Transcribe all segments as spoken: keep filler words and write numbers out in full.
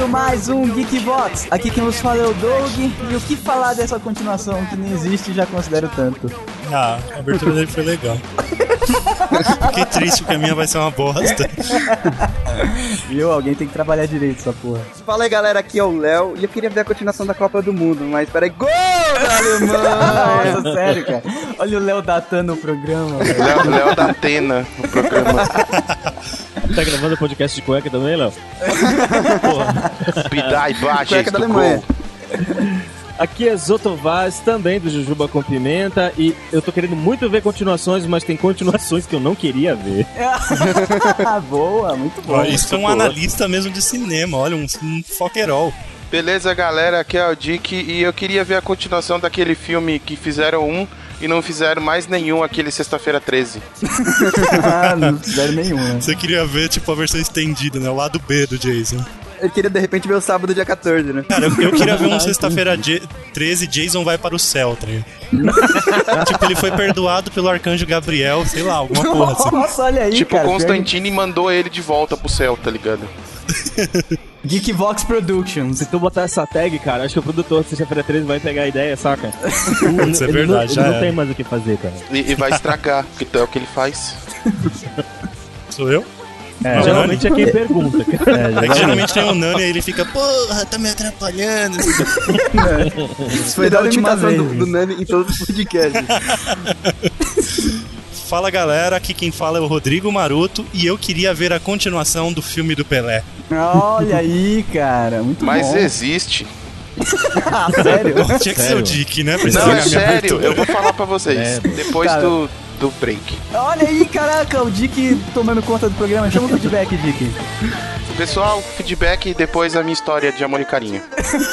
começando mais um Geekbox. Aqui quem nos fala é o Doug. E o que falar dessa continuação que nem existe já considero tanto? Ah, a abertura dele foi legal. Fiquei triste porque a minha vai ser uma bosta. Viu? Alguém tem que trabalhar direito essa porra. Fala aí, galera, aqui é o Léo. E eu queria ver a continuação da Copa do Mundo, mas peraí. Gol da Alemanha! Nossa, sério, cara. Olha o Léo datando o programa. Léo, Léo da Atena no programa. Tá gravando podcast de cueca também, Léo? Pidai baixas Cueca da do Alemanha. gol. Aqui é Zoto Vaz, também do Jujuba com Pimenta. E eu tô querendo muito ver continuações, mas tem continuações que eu não queria ver. Boa, muito bom. Ó, isso foi um analista mesmo de cinema, olha, um, um foquerol. Beleza, galera, aqui é o Dick e eu queria ver a continuação daquele filme que fizeram um e não fizeram mais nenhum, aquele Sexta-feira treze. Não fizeram nenhum, né? Você queria ver, tipo, a versão estendida, né? O lado B do Jason. Eu queria de repente ver o sábado, dia quatorze, né? Cara, eu, eu queria ver um Sexta-feira treze, Jason vai para o céu, tá ligado? Tipo, ele foi perdoado pelo Arcanjo Gabriel, sei lá, alguma porra assim. Nossa, olha aí, Tipo, cara. o Constantine mandou ele de volta pro céu, tá ligado? Geekvox Productions. Se tu botar essa tag, cara, acho que o produtor de Sexta-feira treze vai pegar a ideia, saca? Putz, é Ele verdade, não, já ele não é. tem mais o que fazer, cara. E, e vai estragar, porque é o que ele faz. Sou eu? É, Não, geralmente é quem pergunta, cara. É que geralmente tem o Nani e ele fica, porra, tá me atrapalhando. Isso foi da Da última imitação do, vez. do Nani em todos os podcasts. Fala galera, aqui quem fala é o Rodrigo Maroto e eu queria ver a continuação do filme do Pelé. Olha aí, cara. Muito Mas bom. existe. Ah, sério? Tinha que ser o Dick, né? Pra Não, estragar é a minha sério, abertura. eu vou falar pra vocês. É, depois cara. do, do break. Olha aí, caraca, o Dick tomando conta do programa. Chama o feedback, Dick. Pessoal, feedback e depois a minha história de amor e carinho.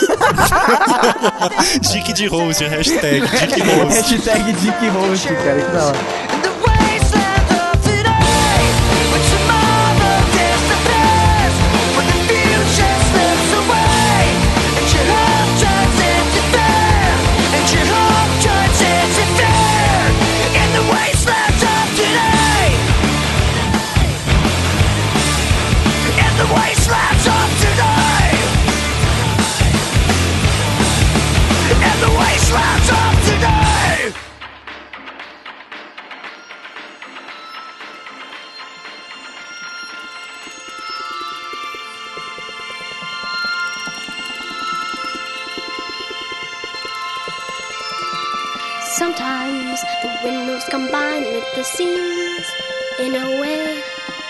Dick de host, hashtag Dick host. Hashtag Dick Host, cara, que da hora. The wasteland of today, when tomorrow disappears, when the future slips away, and your hope turns into fear, and your hope turns into fear, in the wasteland of today, in the wasteland of today, in the wasteland of today. Sometimes the windows combine with the scenes in a way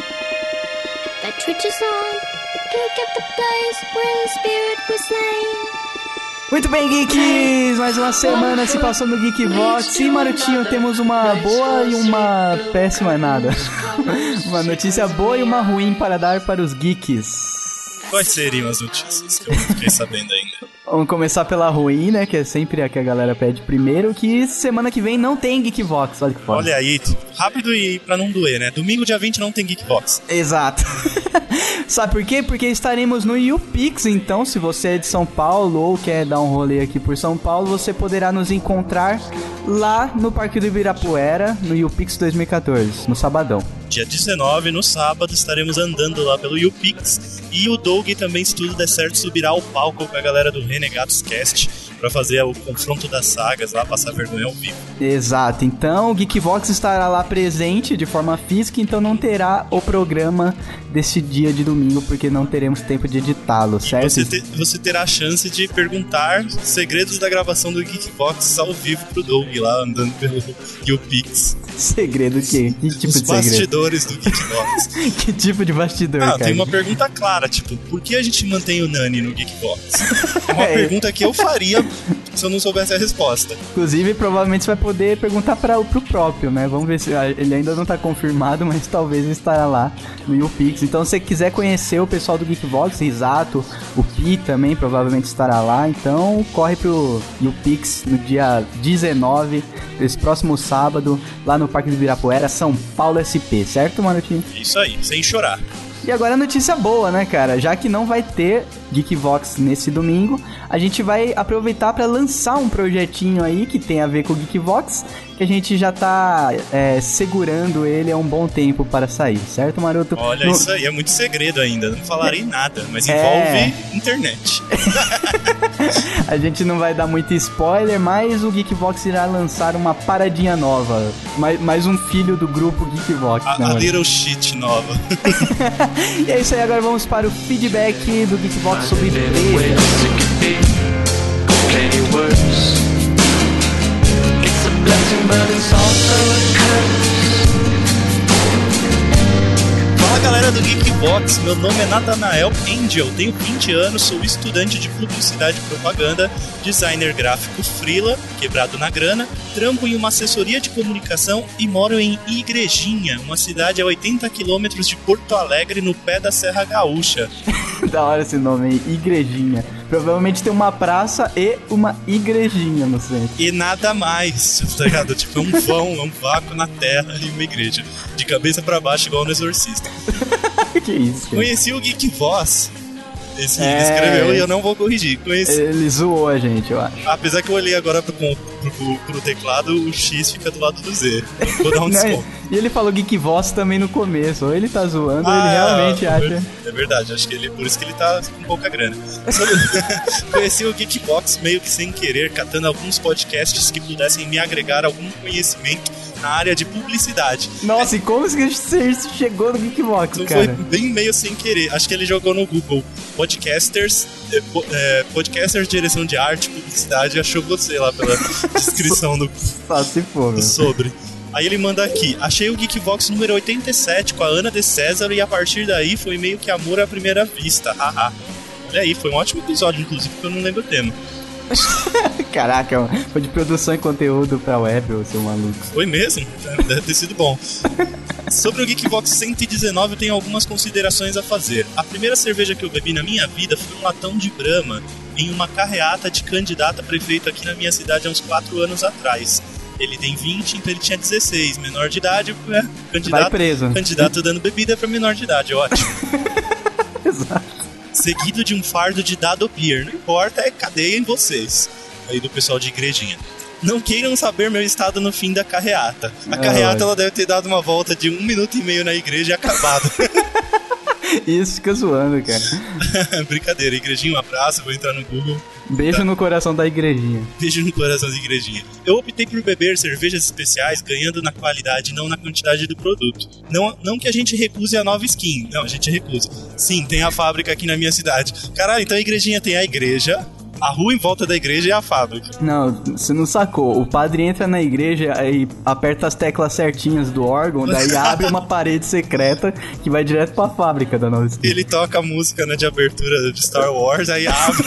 that twitches on. Can't get the place where the spirit was slain. Muito bem, geeks! Mais uma semana se passou no Geekvox. E, Marotinho, temos uma boa e uma péssima nada. Uma notícia boa e uma ruim para dar para os geeks. Quais seriam as notícias que eu não fiquei sabendo ainda? Vamos começar pela ruim, né? Que é sempre a que a galera pede primeiro. Que semana que vem não tem Geekvox. Olha que foda. Olha aí, rápido e pra não doer, né? Domingo, dia vinte, não tem Geekbox. Exato. Sabe por quê? Porque estaremos no YouPix, então se você é de São Paulo ou quer dar um rolê aqui por São Paulo, você poderá nos encontrar lá no Parque do Ibirapuera, no YouPix dois mil e catorze, no sabadão. Dia dezenove, no sábado, estaremos andando lá pelo YouPix. E o Doug também, se tudo der certo, subirá ao palco com a galera do Renegados Cast pra fazer o confronto das sagas lá, passar vergonha ao vivo. Exato, então o Geekvox estará lá presente de forma física, então não terá o programa desse dia de domingo, porque não teremos tempo de editá-lo, certo? Você, te, você terá a chance de perguntar segredos da gravação do Geekbox ao vivo pro Doug lá, andando pelo YouPix. Segredo que? Que tipo Os de segredo? bastidores do Geekbox. Que tipo de bastidor, Ah, cara? tem uma pergunta clara, tipo, por que a gente mantém o Nani no Geekbox? É uma É. pergunta que eu faria se eu não soubesse a resposta. Inclusive, provavelmente você vai poder perguntar para pro próprio, né? Vamos ver se ah, ele ainda não tá confirmado, mas talvez estará lá no YouPix. Então, se você quiser conhecer o pessoal do Geekvox, Risato, o Pi também provavelmente estará lá. Então, corre pro YouPix no dia dezenove, esse próximo sábado, lá no Parque do Ibirapuera, São Paulo S P, certo, Marotinho? Isso aí, sem chorar. E agora a notícia boa, né, cara? Já que não vai ter Geekvox nesse domingo, a gente vai aproveitar para lançar um projetinho aí que tem a ver com o Geekvox, que a gente já tá é, segurando ele há um bom tempo para sair, certo, Maroto? Olha, no... isso aí é muito segredo ainda, não falarei nada, mas É. envolve internet. A gente não vai dar muito spoiler, mas o Geekvox irá lançar uma paradinha nova. Mais, mais um filho do grupo Geekvox. A, né, a mano? Little Shit nova. E é isso aí, agora vamos para o feedback do Geekvox sobre Veja. Plenty worse. It's a blessing, but it's also a curse. Fala galera do Geekbox, meu nome é Nathanael Angel, tenho vinte anos, sou estudante de publicidade e propaganda, designer gráfico freela, quebrado na grana, trampo em uma assessoria de comunicação e moro em Igrejinha, uma cidade a oitenta quilômetros de Porto Alegre, no pé da Serra Gaúcha. Da hora esse nome aí, Igrejinha. Provavelmente tem uma praça e uma igrejinha no centro. E nada mais, tá ligado? Tipo, é um vão, é um vácuo na terra e uma igreja. De cabeça pra baixo, igual no Exorcista. Que isso, cara? Conheci o Geek Voz. Esse É. escreveu e eu não vou corrigir. Conheci. Ele zoou a gente, eu acho. Apesar que eu olhei agora pro, pro, pro, pro teclado, o X fica do lado do Z. Vou dar um Né? desconto. E ele falou Geek Voz também no começo. Ou ele tá zoando, ou ele Ah, realmente é, acha. É verdade, acho que ele, por isso que ele tá com pouca grana. Sobre- Conheci o Geekbox meio que sem querer, catando alguns podcasts que pudessem me agregar algum conhecimento na área de publicidade. Nossa, e como que você chegou no Geekbox, Então foi cara? bem meio sem querer. Acho que ele jogou no Google Podcasters, eh, po- eh, Podcasters, direção de arte, publicidade, e achou você lá pela descrição do, Só se for, do meu. sobre. Aí ele manda aqui: achei o Geekvox número oitenta e sete com a Ana de César e a partir daí foi meio que amor à primeira vista. Haha. Olha aí, foi um ótimo episódio, inclusive, porque eu não lembro o tema. Caraca, mano, foi de produção e conteúdo pra web, ô seu maluco. Foi mesmo? Deve ter sido bom. Sobre o Geekvox cento e dezenove, eu tenho algumas considerações a fazer. A primeira cerveja que eu bebi na minha vida foi um latão de Brahma em uma carreata de candidato a prefeito aqui na minha cidade há uns quatro anos atrás. Ele tem vinte, então ele tinha dezesseis. Menor de idade, é, Vai candidato, preso. candidato dando bebida pra menor de idade, ótimo. Exato. Seguido de um fardo de dado beer. Não importa, é cadeia em vocês. Aí do pessoal de Igrejinha. Não queiram saber meu estado no fim da carreata. A carreata ótimo. ela deve ter dado uma volta de um minuto e meio na igreja e acabado. Isso fica zoando, cara. Brincadeira, Igrejinha, um abraço, vou entrar no Google. Beijo no coração da igrejinha. Beijo no coração da Igrejinha. Eu optei por beber cervejas especiais, ganhando na qualidade e não na quantidade do produto. Não, não que a gente recuse a nova skin. Não, a gente recusa. Sim, tem a fábrica aqui na minha cidade. Caralho, então a Igrejinha tem a igreja, a rua em volta da igreja e a fábrica. Não, você não sacou. O padre entra na igreja e aperta as teclas certinhas do órgão, daí abre uma parede secreta que vai direto pra fábrica da nova skin. Ele toca a música, né, de abertura de Star Wars, aí abre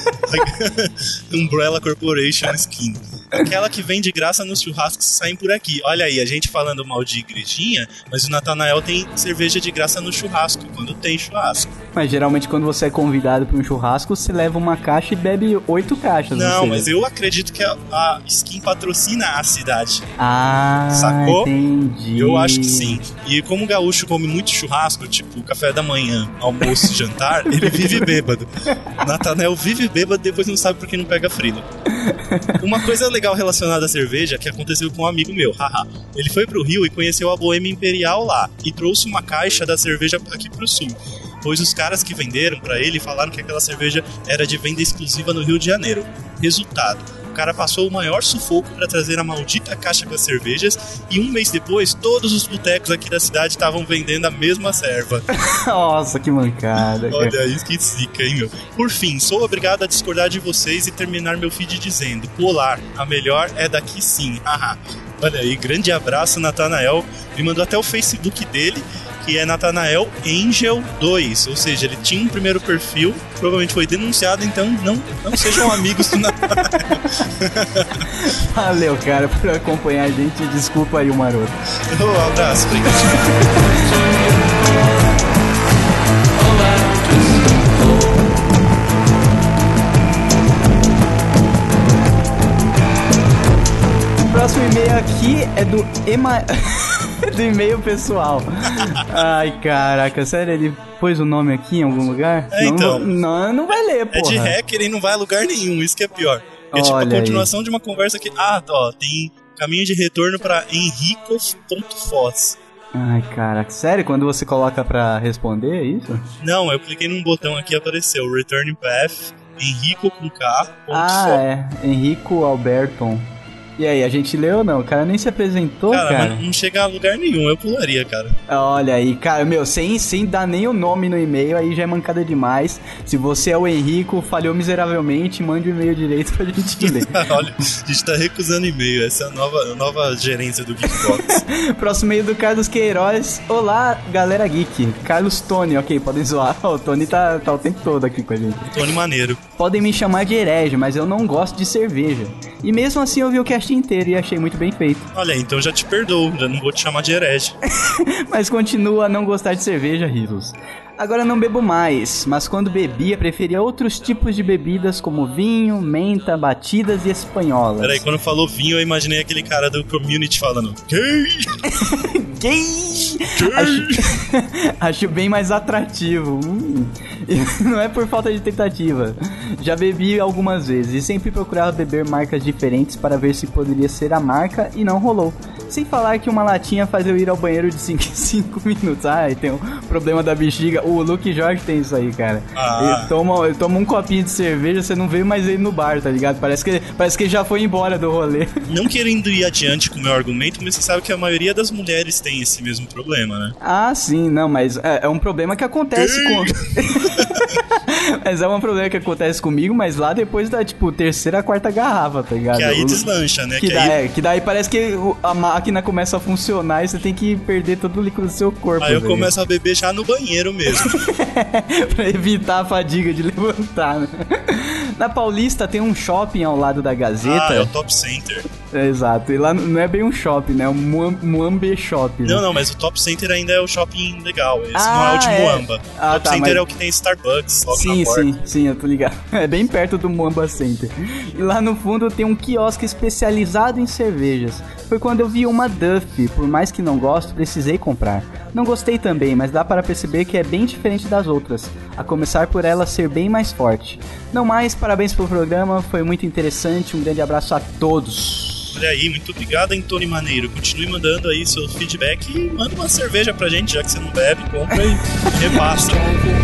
Umbrella Corporation Skin. Aquela que vem de graça nos churrascos que saem por aqui. Olha aí, a gente falando mal de igrejinha, mas o Nathanael tem cerveja de graça no churrasco, quando tem churrasco. Mas geralmente quando você é convidado pra um churrasco, você leva uma caixa e bebe oito caixas. Não, você. mas eu acredito que a, a Skin patrocina a cidade. Ah, Sacou? entendi. Eu acho que sim. E como o gaúcho come muito churrasco, tipo café da manhã, almoço e jantar, ele vive bêbado. O Nathanael vive bêbado e depois não sabe por que não pega frila. Uma coisa legal relacionada à cerveja que aconteceu com um amigo meu, haha. Ele foi pro Rio e conheceu a Boêmia Imperial lá e trouxe uma caixa da cerveja aqui pro sul. Pois os caras que venderam pra ele falaram que aquela cerveja era de venda exclusiva no Rio de Janeiro. Resultado: o cara passou o maior sufoco pra trazer a maldita caixa com as cervejas e um mês depois todos os botecos aqui da cidade estavam vendendo a mesma serva. Nossa, que mancada, cara. Olha isso, que zica, hein, meu. Por fim, sou obrigado a discordar de vocês e terminar meu feed dizendo: Polar, a melhor é daqui sim, haha. Olha aí, grande abraço, Nathanael. Me mandou até o Facebook dele, que é Nathanael Angel dois. Ou seja, ele tinha um primeiro perfil, provavelmente foi denunciado, então não, não sejam amigos do Nathanael. Valeu, cara, por acompanhar a gente. Desculpa aí o maroto. Um abraço, obrigado. O próximo e-mail aqui é do Ema... do e-mail pessoal. Ai, caraca, sério, ele pôs o nome aqui em algum lugar? É, não, então. Não, não vai ler, É porra. de hacker e não vai a lugar nenhum, isso que é pior. É tipo a Olha continuação de uma conversa que... Ah, ó, tem caminho de retorno pra henricos.foz. Ai, cara, sério? Quando você coloca pra responder, é isso? Não, eu cliquei num botão aqui e apareceu Return Path, Henrico com K. Ah, é. Henrico Alberton. E aí, a gente leu ou não? O cara nem se apresentou, cara. Cara, mas não chega a lugar nenhum, eu pularia, cara. Olha aí, cara, meu, sem, sem dar nem o nome no e-mail, aí já é mancada demais. Se você é o Henrico, falhou miseravelmente, mande o e-mail direito pra gente ler. Olha, a gente tá recusando e-mail, essa é a nova, a nova gerência do Geekbox. Próximo e-mail do Carlos Queiroz. Olá, galera geek. Carlos Tony, ok, podem zoar. O Tony tá, tá o tempo todo aqui com a gente. Tony maneiro. Podem me chamar de herege, mas eu não gosto de cerveja. E mesmo assim eu vi o cast inteiro e achei muito bem feito. Olha, então já te perdoo, já não vou te chamar de herege. Mas continua a não gostar de cerveja, risos. Agora não bebo mais, mas quando bebia preferia outros tipos de bebidas como vinho, menta, batidas e espanholas. Peraí, quando falou vinho eu imaginei aquele cara do Community falando gay! Gay! Acho... Acho bem mais atrativo. Hum. Não é por falta de tentativa. Já bebi algumas vezes e sempre procurava beber marcas diferentes para ver se poderia ser a marca e não rolou. Sem falar que uma latinha faz eu ir ao banheiro de cinco em cinco minutos. Ah, e tem um problema da bexiga. O Luke Jorge tem isso aí, cara. Ah. Ele, toma, ele toma um copinho de cerveja, você não vê mais ele no bar, tá ligado? Parece que, parece que ele já foi embora do rolê. Não querendo ir adiante com o meu argumento, mas você sabe que a maioria das mulheres tem esse mesmo problema, né? Ah, sim, não, mas é, é um problema que acontece com... Mas é um problema que acontece comigo, mas lá depois da, tipo, terceira, quarta garrafa, tá ligado? Que aí O- deslancha, né? Que, Que, dá, aí, é, que daí parece que o- a máquina começa a funcionar e você tem que perder todo o líquido do seu corpo. aí eu velho. começo a beber já no banheiro mesmo. Pra evitar a fadiga de levantar, né? Na Paulista tem um shopping ao lado da Gazeta. Ah, é o Top Center. É, exato. E lá não é bem um shopping, né? É um Muam- Muambe Shopping. né? Não, não, mas o Top Center ainda é o shopping legal. Esse Ah, não é o de é. Muamba. Ah, o Top tá, Center mas- é o que tem Starbucks logo Sim, na porta. sim, sim, eu tô ligado. É bem perto do Muamba Center. E lá no fundo tem um quiosque especializado em cervejas. Foi quando eu vi uma Duff, por mais que não gosto, precisei comprar. Não gostei também, mas dá para perceber que é bem diferente das outras, a começar por ela ser bem mais forte. Não mais, parabéns pelo programa, foi muito interessante, um grande abraço a todos. Olha aí, muito obrigado, hein, Tony Maneiro. Continue mandando aí seu feedback e manda uma cerveja pra gente, já que você não bebe, compra e repassa.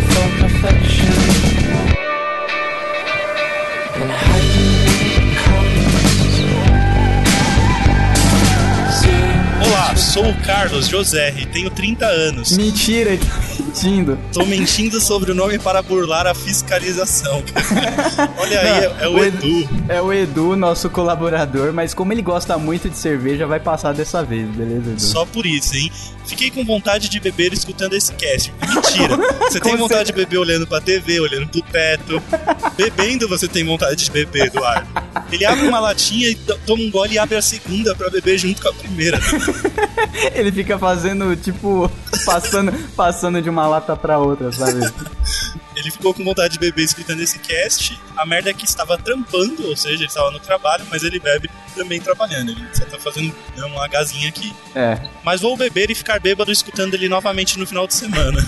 Olá, sou o Carlos José e tenho trinta anos. Mentira, ele tá mentindo. Tô mentindo sobre o nome para burlar a fiscalização. Olha aí, é, é o Edu. É o Edu, nosso colaborador, mas como ele gosta muito de cerveja, vai passar dessa vez, beleza, Edu? Só por isso, hein? Fiquei com vontade de beber escutando esse cast. Mentira. Você tem Com vontade cer- de beber olhando pra T V, olhando pro teto. Bebendo você tem vontade de beber, Eduardo. Ele abre uma latinha e to- toma um gole e abre a segunda pra beber junto com a primeira. Ele fica fazendo, tipo, passando, passando de uma lata pra outra, sabe? Ele ficou com vontade de beber escutando esse cast. A merda é que estava trampando, ou seja, ele estava no trabalho, mas ele bebe também trabalhando. Ele só tá fazendo né, uma gazinha aqui. É. Mas vou beber e ficar bêbado escutando ele novamente no final de semana.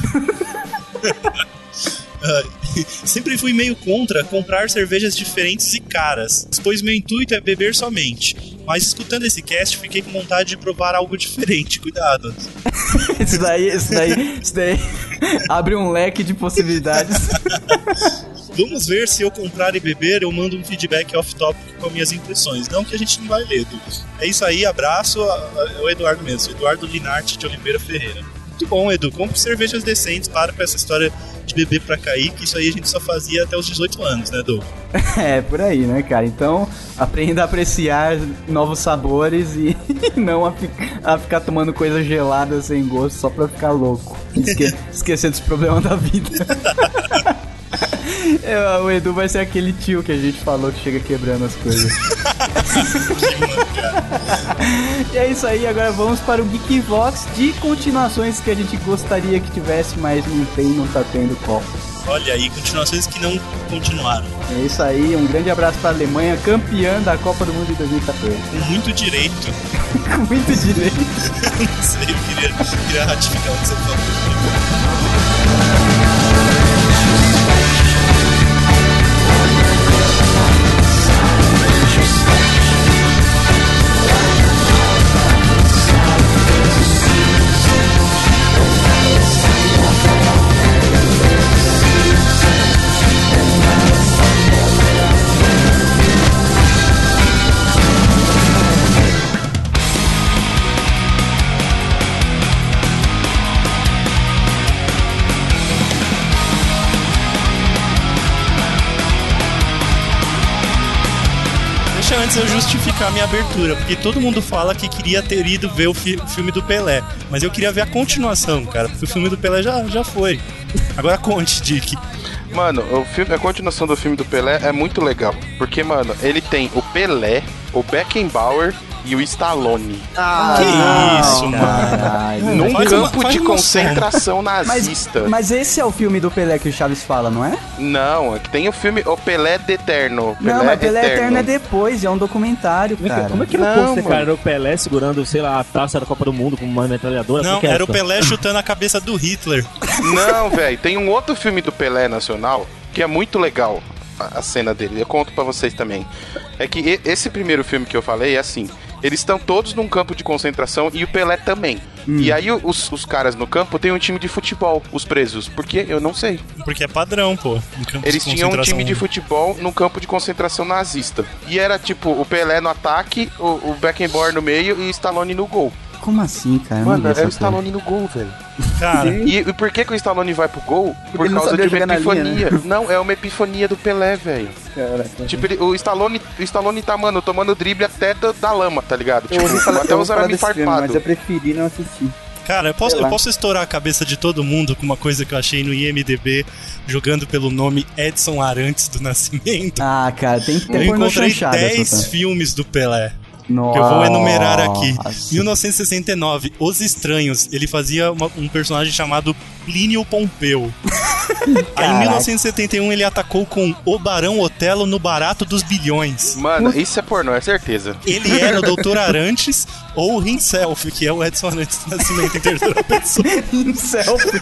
Ah, sempre fui meio contra comprar cervejas diferentes e caras, pois meu intuito é beber somente. Mas escutando esse cast, fiquei com vontade de provar algo diferente. Cuidado. Isso daí, isso daí, isso daí abre um leque de possibilidades. Vamos ver se eu comprar e beber, eu mando um feedback off-topic com minhas impressões. Não que a gente não vai ler, Edu. É isso aí, abraço. É o Eduardo mesmo, Eduardo Linarte de Oliveira Ferreira. Muito bom, Edu. Compre cervejas decentes, para com essa história de beber pra cair, que isso aí a gente só fazia até os dezoito anos, né, Edu? É, por aí, né, cara? Então, aprenda a apreciar novos sabores e não a, fi- a ficar tomando coisa gelada sem gosto só pra ficar louco. Esque- esquecer dos problemas da vida. É, o Edu vai ser aquele tio que a gente falou que chega quebrando as coisas. E é isso aí, agora vamos para o Geekvox de continuações que a gente gostaria que tivesse, mas não tem, não tá tendo qual. Olha aí, continuações que não continuaram. É isso aí, um grande abraço para a Alemanha, campeã da Copa do Mundo de dois mil e quatorze. Com muito direito. Com muito direito. Não sei, eu queria, queria ratificar o que você falou. antes eu justificar a minha abertura, porque todo mundo fala que queria ter ido ver o fi- filme do Pelé, mas eu queria ver a continuação, cara, porque o filme do Pelé já, já foi. Agora conte, Dick. Mano, o filme, a continuação do filme do Pelé é muito legal. Porque, mano, ele tem o Pelé, o Beckenbauer e o Stallone. Ah, que não, isso, mano. Caralho. Num Faz uma- campo faz de uma concentração Mas, nazista. mas esse é o filme do Pelé que o Chaves fala, não é? Não, é que tem o filme O Pelé de Eterno. Pelé não, mas Pelé Eterno é depois, é um documentário, Como é que- cara. Como é que era o Não, pôster, mano. cara? Era o Pelé segurando, sei lá, a taça da Copa do Mundo com uma metralhadora? Não, Como que era o essa? Pelé chutando a cabeça do Hitler. Não, velho, tem um outro filme do Pelé nacional que é muito legal, a, a cena dele. Eu conto pra vocês também. É que e- esse primeiro filme que eu falei é assim: eles estão todos num campo de concentração e o Pelé também. E aí o- os, os caras no campo tem um time de futebol, os presos. Porque eu não sei. Porque é padrão, pô. em campos Eles de tinham um concentração. time de futebol num campo de concentração nazista. E era tipo o Pelé no ataque, o, o Beckenbauer no meio e o Stallone no gol. Como assim, cara? Eu não Mano, vi é essa o Stallone no gol, velho. Cara, E, e por que, que o Stallone vai pro gol? Por ele não causa sabia de uma jogar na epifania. linha, né? Não, é uma epifania do Pelé, velho. Caraca. Tipo, ele- o, Stallone, o Stallone tá, mano, tomando drible até da, da lama, tá ligado? Eu ouvi Tipo, falar, até eu ouvi os falar arames desse filme, mas farpados. eu preferi não assistir. cara, eu posso, Sei eu lá. posso estourar a cabeça de todo mundo com uma coisa que eu achei no I M D B, jogando pelo nome Edson Arantes do Nascimento. Ah, cara, tem que ter Eu pornô encontrei chanchada. dez essa, tá? filmes do Pelé. Nossa. Que eu vou enumerar aqui. mil novecentos e sessenta e nove, Os Estranhos. Ele fazia uma- um personagem chamado Plínio Pompeu. Aí em mil novecentos e setenta e um ele atacou com O Barão Otelo no Barato dos Bilhões. Mano, isso é pornô, é certeza. Ele era o doutor Arantes ou o Himself, que é o Edson Arantes do Nascimento em terceira pessoa. Selfie.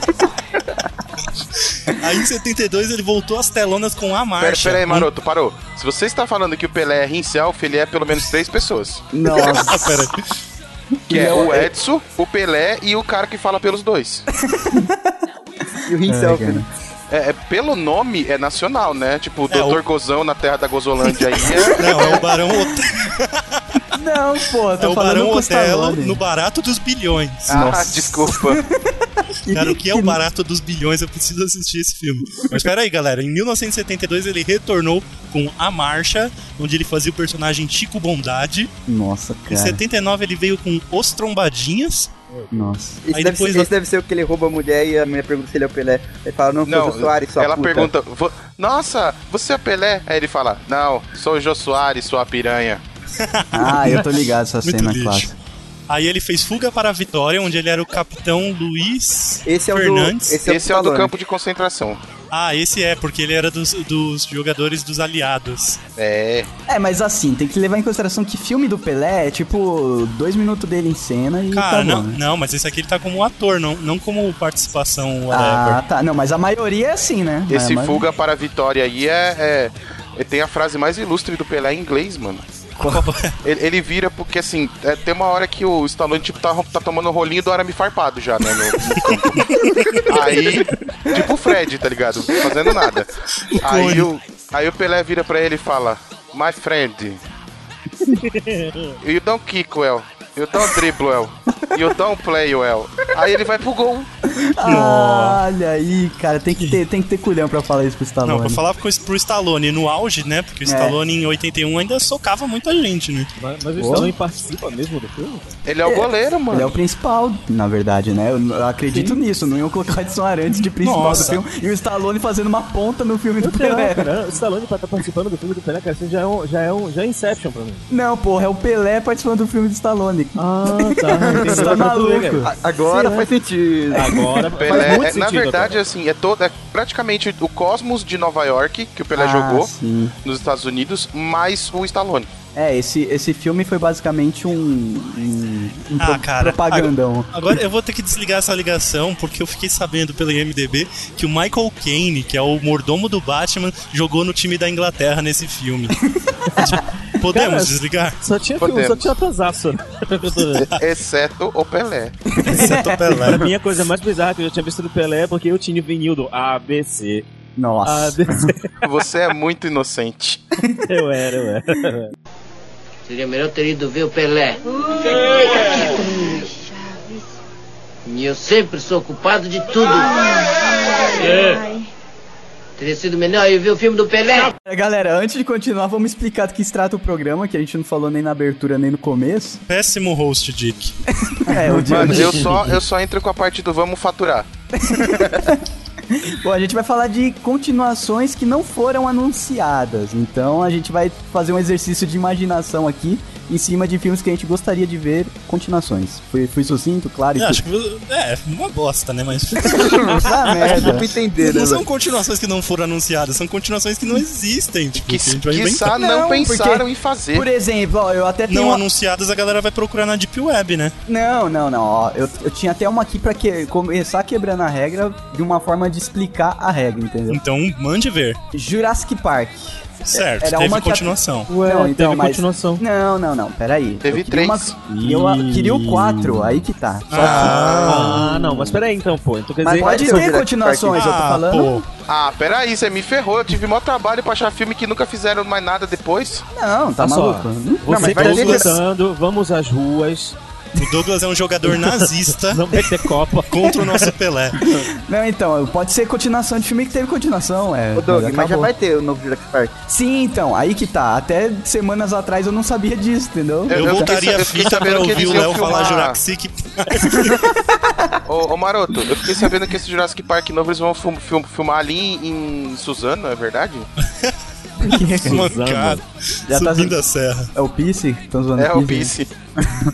Aí em setenta e dois ele voltou às telonas com A Pera, Marcha. pera aí, maroto, parou. Se você está falando que o Pelé é himself, ele é pelo menos três pessoas. Ah, Nossa. pera. Que é o Edson, o Pelé e o cara que fala pelos dois. E o Himself, cara. né? É, é- pelo nome é nacional, né? Tipo, o É, doutor o- Gozão na terra da Gozolândia aí é... Não, é o Barão Otelo. Não, pô, É tô o falando Barão com o Otelo Stallone. no Barato dos Bilhões. Ah, Nossa. desculpa. Cara, o que é o Barato dos Bilhões? Eu preciso assistir esse filme. Mas espera aí, galera. Em mil novecentos e setenta e dois ele retornou com A Marcha, onde ele fazia o personagem Chico Bondade. Nossa, Em cara. setenta e nove ele veio com Os Trombadinhas. Nossa. Esse, Aí deve depois ser, a- esse deve ser o que ele rouba a mulher e a mulher pergunta se ele é o Pelé. Ele fala, não, Não, sou o Soares, sua ela puta. pergunta, "Vo- nossa, você é Pelé? Aí ele fala, não, sou o Jô Soares, sua piranha. Ah, eu tô ligado essa Muito cena lixo. clássica. Aí ele fez Fuga para a Vitória, onde ele era o capitão Luiz Esse é o do, Fernandes. esse é o Esse é o do Stallone. campo de concentração. Ah, esse é, porque ele era dos, dos jogadores dos aliados. É, É, mas assim, tem que levar em consideração que filme do Pelé é tipo dois minutos dele em cena e Cara, tá bom, não, né? não, mas esse aqui ele tá como ator, não, não como participação Ah, whatever. tá. Não, mas a maioria é assim, né? esse Mas- Fuga para a Vitória aí é, é, é- tem a frase mais ilustre do Pelé em inglês, mano. Ele, ele vira porque, assim, é, tem uma hora que o Stallone, tipo, tá, tá tomando o rolinho do arame farpado já, né, no, no campo. Aí, tipo o Fred, tá ligado? Fazendo nada. Aí o, aí o Pelé vira pra ele e fala, my friend, you don't kick well, you don't dribble well, you don't play well. Aí ele vai pro gol. Ah, olha aí, cara, tem que ter, tem que ter culhão pra falar isso pro Stallone. Não, pra falar com isso pro Stallone no auge, né? Porque o Stallone em oitenta e um ainda socava muita gente, né? Mas, mas o Pô. Stallone participa mesmo do filme? Ele é o goleiro, mano. Ele é o principal, na verdade, né? Eu, eu acredito nisso. Não iam colocar o Edson Arantes de principal Nossa. do filme e o Stallone fazendo uma ponta no filme do Pelé. Cara, o Stallone pra estar participando do filme do Pelé, cara, isso já é, um, já, é um, já é Inception pra mim. Não, porra, é o Pelé participando do filme do Stallone. Ah, tá. Você tá maluco? A- Agora Será? faz sentido. Agora Pelé, faz muito é, na sentido. verdade, assim, é todo, é praticamente o Cosmos de Nova York que o Pelé Ah, jogou sim. nos Estados Unidos, mais o Stallone. É, esse, esse filme foi basicamente um, um, um Ah, pro- cara. propagandão. Agora eu vou ter que desligar essa ligação, porque eu fiquei sabendo pelo I M D B que o Michael Caine, que é o mordomo do Batman, jogou no time da Inglaterra nesse filme. Podemos Cara, desligar? Só tinha filme, Podemos. só tinha tosaço, né? Exceto o Pelé. Exceto o Pelé. Pra mim, a coisa mais bizarra que eu já tinha visto do Pelé é porque eu tinha o vinil do A B C. Nossa. A B C. Você é muito inocente. Eu era, eu era. Seria melhor ter ido ver o Pelé. E eu sempre sou culpado de tudo. Teria sido melhor eu ver o filme do Pelé. Galera, antes de continuar, vamos explicar do que se trata o programa, que a gente não falou nem na abertura nem no começo. Péssimo host, Dick. É, o Mano, Dick. eu só, eu só entro com a parte do vamos faturar. Bom, a gente vai falar de continuações que não foram anunciadas. Então a gente vai fazer um exercício de imaginação aqui em cima de filmes que a gente gostaria de ver continuações. Fui, fui sucinto, claro. Eu acho que é uma bosta, né? Mas Ah, merda. Pra entender, né? não são velho? continuações que não foram anunciadas, são continuações que não existem. Tipo, que, Que, a gente vai quiçá inventar. não, Não, pensaram porque- em fazer. Por exemplo, ó, eu até tenho Não uma... anunciadas, a galera vai procurar na Deep Web, né? Não, não, não, ó, eu, eu tinha até uma aqui pra que, começar quebrando a regra de uma forma de explicar a regra, entendeu? Então, mande ver. Jurassic Park. Certo, Era teve uma que a- continuação. Ué, Não, então, teve mas- continuação. Não, não, não, peraí. Teve Eu queria três. uma- Queria, uma- queria o quatro, aí que tá. Só Ah, Ah, não, mas peraí então, pô. Então quer Mas dizer... que pode ser o ter Jurassic continuações, Park. eu tô Ah, falando. pô. Ah, peraí, você me ferrou. Eu tive maior trabalho pra achar filme que nunca fizeram mais nada depois. Não, tá Olha só, maluco? Hum? você mas que tá vai ter- escutando, vamos às ruas, O Douglas é um jogador nazista não vai ter Copa. contra o nosso Pelé. Não, então, pode ser continuação de filme que teve continuação, é. Ô, Doug, mas já acabou. vai ter o novo Jurassic Park. Sim, então, aí que tá. Até semanas atrás eu não sabia disso, entendeu? Eu- Eu, eu voltaria fiquei- a eu fiquei fita sabendo pra que ouvir eles o iam Léo falar filmar- Jurassic Ô, ô Maroto, eu fiquei sabendo que esse Jurassic Park novo eles vão film- film- filmar ali em Suzano, é verdade? mancado, Já tá- subindo a serra. É o Pisse? Estão zoando É o Pisse? Pice.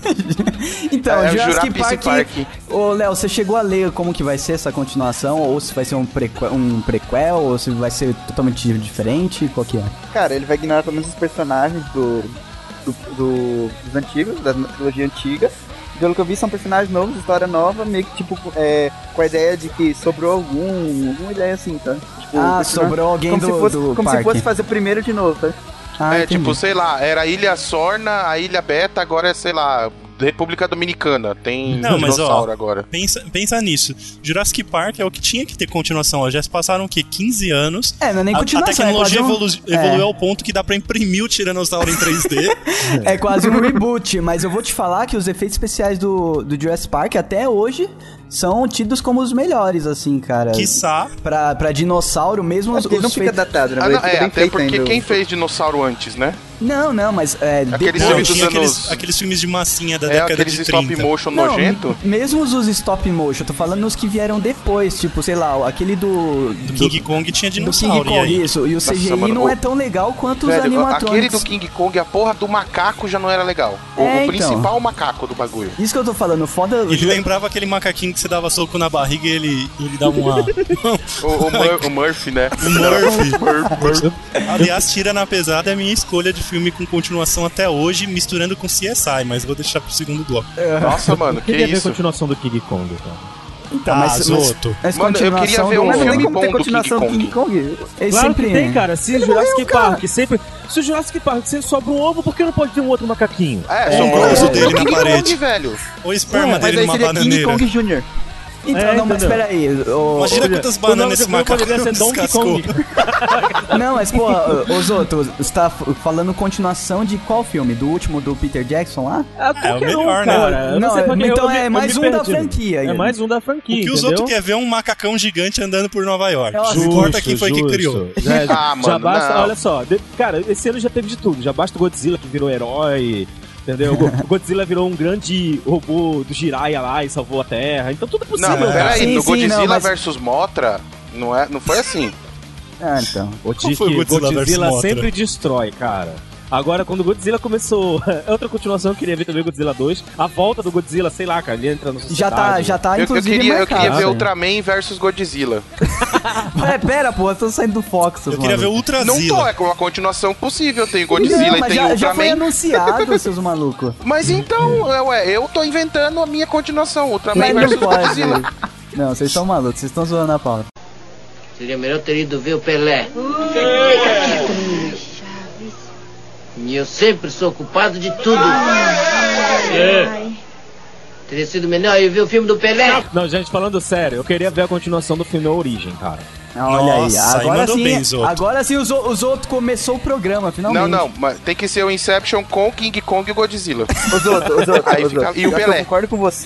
Então, É o Jurassic Jurassic Park. Park. Ô, Léo, você chegou a ler como que vai ser essa continuação? Ou se vai ser um prequel, um prequel ou se vai ser totalmente diferente? Qual que é? Cara, ele vai ignorar pelo menos os personagens do, do, do- dos antigos, da trilogia antiga. Pelo que eu vi, são personagens novos, história nova, meio que tipo, é, com a ideia de que sobrou algum, alguma ideia assim, tá? Tipo, Ah, personagem- sobrou alguém como do, se fosse, do Como parque. se fosse fazer o primeiro de novo, tá? Ah, é, entendi. tipo, sei lá, era a Ilha Sorna, a Ilha Beta, agora é, sei lá, República Dominicana. Tem Não, mas, dinossauro ó, agora. Pensa, pensa nisso. Jurassic Park é o que tinha que ter continuação. Ó. Já se passaram o quê? quinze anos. É, não é nem A- continuação, A tecnologia é quase um- evolu- é. evoluiu ao ponto que dá pra imprimir o Tiranossauro em três D. É quase um reboot, mas eu vou te falar que os efeitos especiais do, do Jurassic Park até hoje são tidos como os melhores, assim, cara. Quiçá. Pra, pra dinossauro, mesmo os, Porque os não fica feitos- datado, né? Ah, Ele não, fica é, bem até feito porque ainda. quem fez dinossauro antes, né? Não, não, mas é, Aqueles depois- Não, filmes dos tinha aqueles, anos- aqueles filmes de massinha da É década aqueles de stop trinta. motion Não, nojento. mesmo os stop motion, eu tô falando os que vieram depois, tipo, sei lá, aquele do... Do King Kong tinha do dinossauro. King e Kong, aí? isso. E o C G I Nossa, mano, não o- é tão legal quanto os Velho, animatronics. aquele do King Kong, a porra do macaco já não era legal. O, É, o então. principal macaco do bagulho. Isso que eu tô falando, foda... Ele lembrava aquele macaquinho que você dava soco na barriga e ele, ele dava uma... O, o, Mur- o Murphy, né? O Murphy. Aliás, Tira na Pesada é a minha escolha de filme com continuação até hoje, misturando com C S I, mas vou deixar pro segundo bloco. Nossa, mano, Eu que queria ver a isso? continuação do King Kong, cara. Então, Ah, mas, mas, Zoto. mas Mano, eu queria continuação ver do- um Mas não tem filme como ter bom do continuação do King King Kong. Ele Claro sempre... que tem, cara. Se o Jurassic Park sempre... Se o Jurassic Park sempre sobra um ovo, por que não pode ter um outro macaquinho? É, É, sobrou o osso o dele na King parede. Kong, velho. O esperma Mas dele aí numa seria King bananeira. Kong Júnior Então, É, não, mas entendeu? peraí. ô- Imagina ô- quantas O nome bananas do esse filme macaco poderia ser Donkey descascou. Kong. Não, mas, pô, ô, ô Zoto, você tá f- falando continuação de qual filme? Do último do Peter Jackson lá? Ah, É, o qualquer um, melhor, né? cara. Eu Não, sei porque então eu me- é eu mais me um da perdi. franquia. É mais um da franquia, O que os entendeu? outros querem ver é um macacão gigante andando por Nova York. Nossa. Não Justo, importa quem foi que justo. criou. Já, Ah, já mano, basta, não. olha só, de- cara, esse ano já teve de tudo. Já basta o Godzilla que virou herói, entendeu? O Godzilla virou um grande robô do Jiraiya lá e salvou a Terra. Então tudo é possível, Não, cara. peraí, Sim, no sim, Godzilla não, mas- versus Mothra, não, é, não foi assim. Ah, então. O Qual Dick, foi o Godzilla versus Godzilla Mothra? sempre destrói, cara. Agora, quando o Godzilla começou... Outra continuação, eu queria ver também o Godzilla dois. A volta do Godzilla, sei lá, cara, ele entra no Já sociedade. tá, já tá Eu, eu inclusive queria, eu marcado. queria ver né? Ultraman versus Godzilla. É, pera, pô, eu tô saindo do Fox, Eu queria ver o Não tô, Ultrazilla. é com uma continuação possível. Tem Godzilla Não, e mas tem já, já foi Ultraman. anunciado, seus malucos. Mas então, é, ué, eu tô inventando a minha continuação. Ultraman Mas não versus pode. Godzilla. Não, vocês estão malucos, vocês estão zoando a pauta. Seria melhor ter ido ver o Pelé. E eu sempre sou culpado de tudo. É. Teria sido melhor eu ver o filme do Pelé. Não, gente, falando sério, eu queria ver a continuação do filme A Origem, cara. Ah, olha Nossa, aí, aí agora mandou sim, bem, Zoto. agora sim o Zo- o Zoto começou o programa, finalmente. Não, não, mas tem que ser o Inception com King Kong e Godzilla. Os outros, os outros, Aí os fica- outros. e o Já que Pelé? Eu concordo com você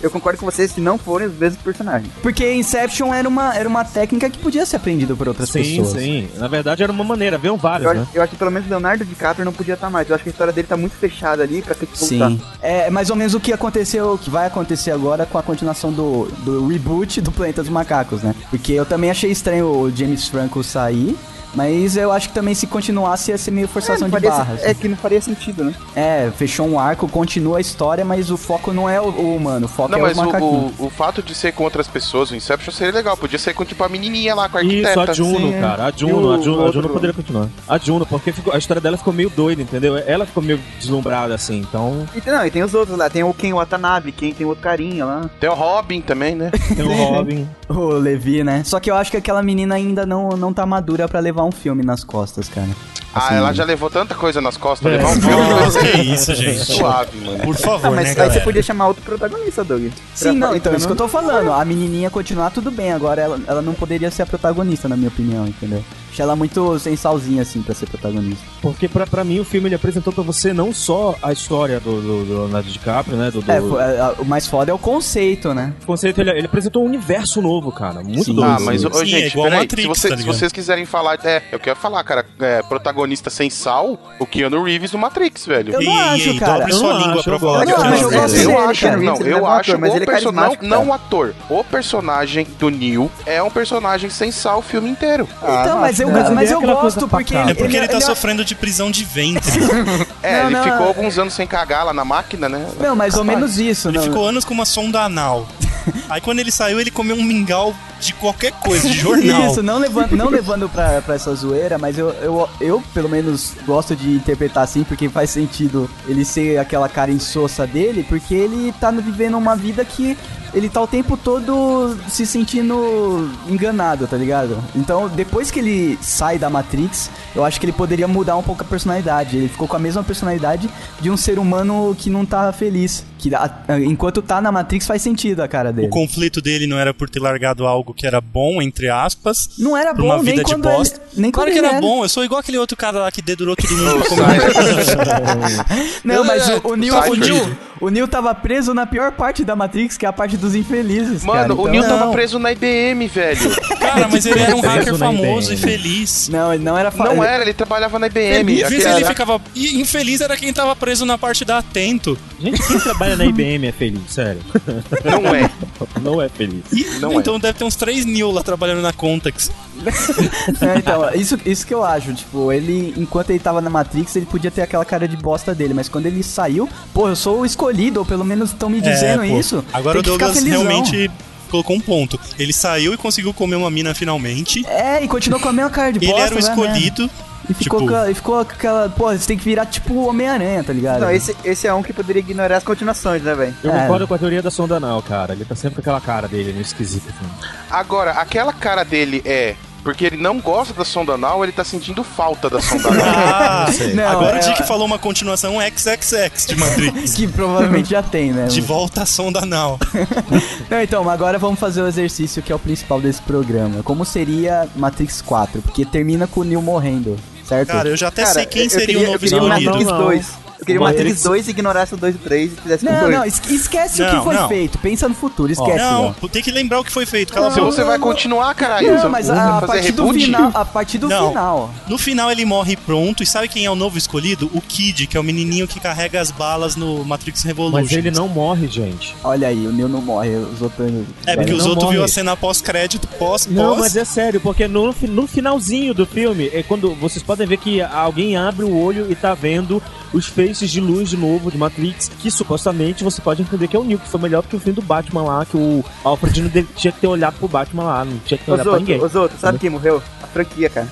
eu concordo com vocês se não forem os mesmos personagens. Porque Inception era uma, era uma técnica que podia ser aprendida por outras sim, pessoas. Sim, sim. Na verdade era uma maneira, viam vários, Eu, né? acho, eu acho que pelo menos Leonardo DiCaprio não podia estar mais. Eu acho que a história dele tá muito fechada ali pra ter que voltar. Sim. É mais ou menos o que aconteceu, o que vai acontecer agora com a continuação do, do reboot do Planeta dos Macacos, né? Porque eu também achei estranho o James Franco sair. Mas eu acho que também se continuasse ia ser meio forçação é, de faria, barra. É que não faria sentido, né? É, fechou um arco, continua a história, mas o foco não é o, o humano, o foco não, é mas o macaquinho. O, o, o fato de ser com outras pessoas, o Inception seria legal. Podia ser com tipo a menininha lá, com a Isso, arquiteta. a Juno, Sim, cara. A Juno, o a Juno, a outro- Juno poderia continuar. A Juno, porque ficou- a história dela ficou meio doida, entendeu? Ela ficou meio deslumbrada, assim, então... E, não, e tem os outros lá. Tem o Ken Watanabe, quem tem outro carinha lá. Tem o Robin também, né? Tem o Robin. O Levi, né? Só que eu acho que aquela menina ainda não, não tá madura pra levar um filme nas costas, cara. Ah, Assim, ela já levou tanta coisa nas costas, É. levar um filme Nossa, vai ser que isso, gente. suave, mano. Por favor, Ah, mas né, aí galera? você podia chamar outro protagonista, Doug. Sim, não, Pra- então, pra isso que eu tô falando. A menininha continuar tudo bem, agora ela, ela não poderia ser a protagonista, na minha opinião, entendeu? Achei ela muito sem salzinha, assim, pra ser protagonista. Porque pra, pra mim o filme ele apresentou pra você não só a história do, do, do Leonardo DiCaprio, né? Do, do... É, foi- é, o mais foda é o conceito, né? O conceito, ele, ele apresentou um universo novo, cara. Muito Sim. doido. Ah, mas, ô, Sim, é gente, igual peraí, Matrix, se, você- tá se ligado? vocês quiserem falar, é, eu quero falar, cara, é, protagonista sem sal, o Keanu Reeves no Matrix, velho. Eu não Ei, acho, ei, cara. dobre Eu sua não língua acho, pra eu falar gosto. que Eu Keanu acho, eu Reeves gosto é- dele, eu acho, cara. não, Ele eu é bom acho ator, mas o ele é perso- não, carismático, não o cara. ator, o personagem do Neo é um personagem sem sal o filme inteiro. Ah, então, não mas acho eu, que mas não. mas ele é eu aquela gosto coisa porque pacata. É porque ele tá ele- sofrendo de prisão de ventre. É, Não, ele não, ficou é- alguns anos sem cagar lá na máquina, né? Não, mais ou menos isso. Ele não. ficou anos com uma sonda anal. Aí quando ele saiu, ele comeu um mingau de qualquer coisa, de jornal. Isso, não levando, não levando pra, pra essa zoeira, mas eu, eu, eu, pelo menos, gosto de interpretar assim, porque faz sentido ele ser aquela cara insossa dele, porque ele tá vivendo uma vida que ele tá o tempo todo se sentindo enganado, tá ligado? Então, depois que ele sai da Matrix, eu acho que ele poderia mudar um pouco a personalidade. Ele ficou com a mesma personalidade de um ser humano que não tá feliz. Que a- a- enquanto tá na Matrix faz sentido a cara dele. O conflito dele não era por ter largado algo que era bom, entre aspas, Não era pra bom, uma nem vida de quando bosta. ele- nem claro quando que ele era era. bom, eu sou igual aquele outro cara lá que dedurou todo mundo. O pra comer. Não, mas o, o Neo, o, Cypher. Neo, o Neo tava preso na pior parte da Matrix, que é a parte dos infelizes, Mano, cara. o Então- Neo tava Não. preso na I B M, velho. Cara, mas ele era um Preso hacker na famoso I e B M. feliz. Não, ele não era... fa- Não ele- era, ele trabalhava na I B M. E às vezes Aquele- ele ficava. E infeliz era quem tava preso na parte da Atento. Gente, quem trabalha na I B M é feliz, sério. Não é. Não é feliz. E- Não então deve ter uns três Neo lá trabalhando na Contex. É, então, isso, isso que eu acho, tipo, ele, enquanto ele tava na Matrix, ele podia ter aquela cara de bosta dele, mas quando ele saiu, pô, eu sou o escolhido, ou pelo menos estão me dizendo É, pô. isso. Agora tem o que ficar Douglas felizão. realmente colocou um ponto. Ele saiu e conseguiu comer uma mina finalmente. É, e continuou com a mesma cara de Ele bosta, era o né, escolhido. né? E ficou, tipo- com, a- e ficou com aquela, pô, você tem que virar tipo o Homem-Aranha, tá ligado? Não, esse, esse é um que poderia ignorar as continuações, né, velho? Eu É. concordo com a teoria da sonda anal, cara. Ele tá sempre com aquela cara dele, meio esquisito. Assim. Agora, aquela cara dele é porque ele não gosta da sonda anal, ele tá sentindo falta da sonda anal. Ah, Não, agora é- o Dick falou uma continuação X X X de Matrix. Que provavelmente já tem, né? De volta à sonda anal. Não, então, agora vamos fazer o exercício que é o principal desse programa. Como seria Matrix quatro? Porque termina com o Neo morrendo, certo? Cara, eu já até Cara, sei quem eu seria queria, o eu novo queria o escolhido. Matrix Não, não. dois. Eu queria o Matrix- Matrix dois, ignorasse o dois e o três e fizesse com o Não, dois. não, esque- esquece o Não, que foi não. feito. Pensa no futuro, esquece. Não, tem que lembrar o que foi feito. Cala a Se boca. você vai continuar, caralho, você Não, mas vai a, a fazer partir do reboot? final, a partir do Não. final. No final ele morre pronto. E sabe quem é o novo escolhido? O Kid, que é o menininho que carrega as balas no Matrix Revolution. Mas ele não morre, gente. Olha aí, o Neo não morre, os outros... É, porque Ele os não outros morre. viu a cena pós-crédito, pós, pós. Não, mas é sério, porque no, fi- no finalzinho do filme, é quando vocês podem ver que alguém abre o olho e tá vendo os feixes de luz de novo de Matrix, que supostamente você pode entender que é o Neo, que foi melhor que o filme do Batman lá, que o Alfred não deve- tinha que ter olhado pro Batman lá, não tinha que ter Os olhado pra outros, ninguém. os outros, sabe quem morreu? A franquia, cara.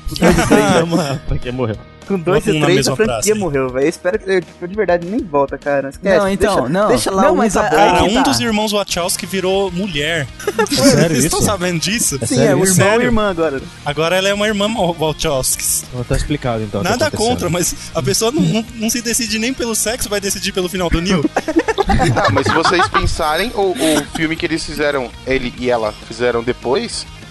Chama, porque morreu. Com dois Bota um e na três mesma a franquia praça aí. morreu, velho. Eu espero que eu, tipo, de verdade nem volta, cara. Esquece. Não, então, deixa, não. Deixa lá Não, um mas tá a- bom. Cara, Aí que um tá. dos irmãos Wachowski virou mulher. sério Vocês estão isso? sabendo disso? É Sim, sério é o isso? irmão e Sério? a irmã agora. Agora ela é uma irmã Wachowski. Então, tá explicado então. o que Nada aconteceu. contra, mas a pessoa não, não, não se decide nem pelo sexo, vai decidir pelo final do Neo. Ah, mas se vocês pensarem, o, o filme que eles fizeram, ele e ela fizeram depois,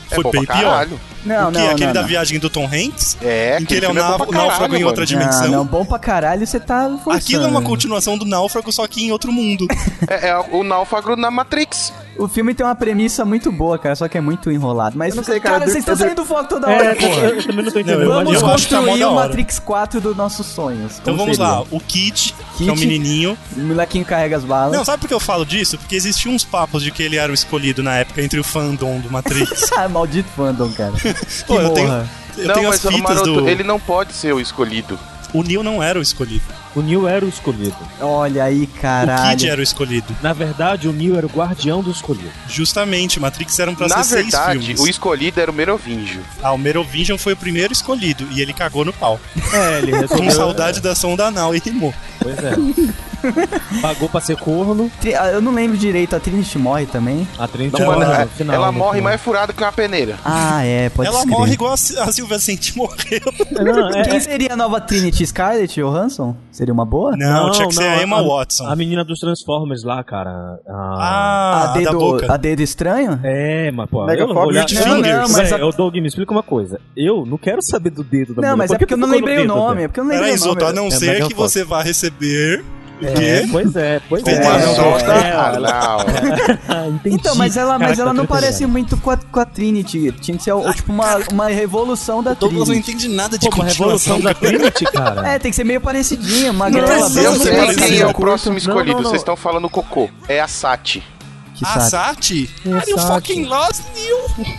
É Foi bom bem pra pior. caralho. Não, O que? não, Aquele não, da não. viagem do Tom Hanks? É, Em que ele é o aquele filme é bom náufrago, pra caralho, náufrago em outra mano. dimensão? Não, não, bom pra caralho, você tá forçando. Aquilo é uma continuação do náufrago, só que em outro mundo. É, é o náufrago na Matrix. O filme tem uma premissa muito boa, cara, só que é muito enrolado. Mas, Eu não sei, cara, cara, eu vocês dur- estão eu dur- saindo foco toda hora, É, porra. eu, eu também não tô entendendo. Não, eu- mas Vamos eu acho que tá mó construir da o hora. Matrix quatro dos nossos sonhos. Então Como vamos seria? lá, o Kit, que é o Kit. menininho. O molequinho carrega as balas. Não, sabe por que eu falo disso? Porque existiam uns papos de que ele era o escolhido na época entre o fandom do Matrix. Ah, maldito fandom, cara. Pô, eu tenho, morra. eu não, tenho mas as o fitas Maroto, do... ele não pode ser o escolhido. O Neo não era o escolhido. O Neo era o escolhido. Olha aí, O caralho. Kid era o escolhido. Na verdade, o Neo era o guardião do escolhido. Justamente, Matrix eram pra Na ser verdade, seis filmes. o escolhido era o Merovingio. Ah, o Merovingian foi o primeiro escolhido e ele cagou no pau. É, ele Com resolveu... saudade da sonda anal e rimou. Pois é. Pagou pra ser corno. Tri- ah, Eu não lembro direito, a Trinity morre também. A Trinity Mano, morre é- no final. ela no morre final. mais furada que uma peneira. Ah, é, pode Ela escrever. morre igual a, Sil- a Silvia Sente morreu. Não, é- Quem seria a nova Trinity? Scarlett Johansson? Seria uma boa? Não, tinha que ser a Emma a, Watson. A menina dos Transformers lá, cara. A... Ah, a, da dedo, boca. a dedo estranho? É, mas pô, Mega eu não vou Fox, olhar... Beauty Fingers. Não, mas Véi, a- ô, Doug, me explica uma coisa. Eu não quero saber do dedo da Não, mulher. mas Por é que porque eu tu não tocou no lembrei o dedo, nome. velho? É porque eu não lembrei Peraí, o nome. Zoto, a não É ser Megan que Fox. você vá receber... O É, quê? pois é, pois é. Uma É, solta. é, Ah, ela- não. Ah, entendi. Então, mas ela, mas Caraca, ela tá não tudo parece entendendo. muito com a, com a Trinity. Tinha que ser o- tipo uma, uma revolução da O Douglas não Trinity. entende nada de Pô, uma continuação. revolução da Trinity, cara. É, tem que ser meio parecidinha, uma Não, grela. mas Eu Não, sei não, quem não, é o não, próximo não, escolhido. não, não. Vocês estão falando cocô. É a Sati. Que A saco. Sati? É Are you Sati. fucking lost, Neil?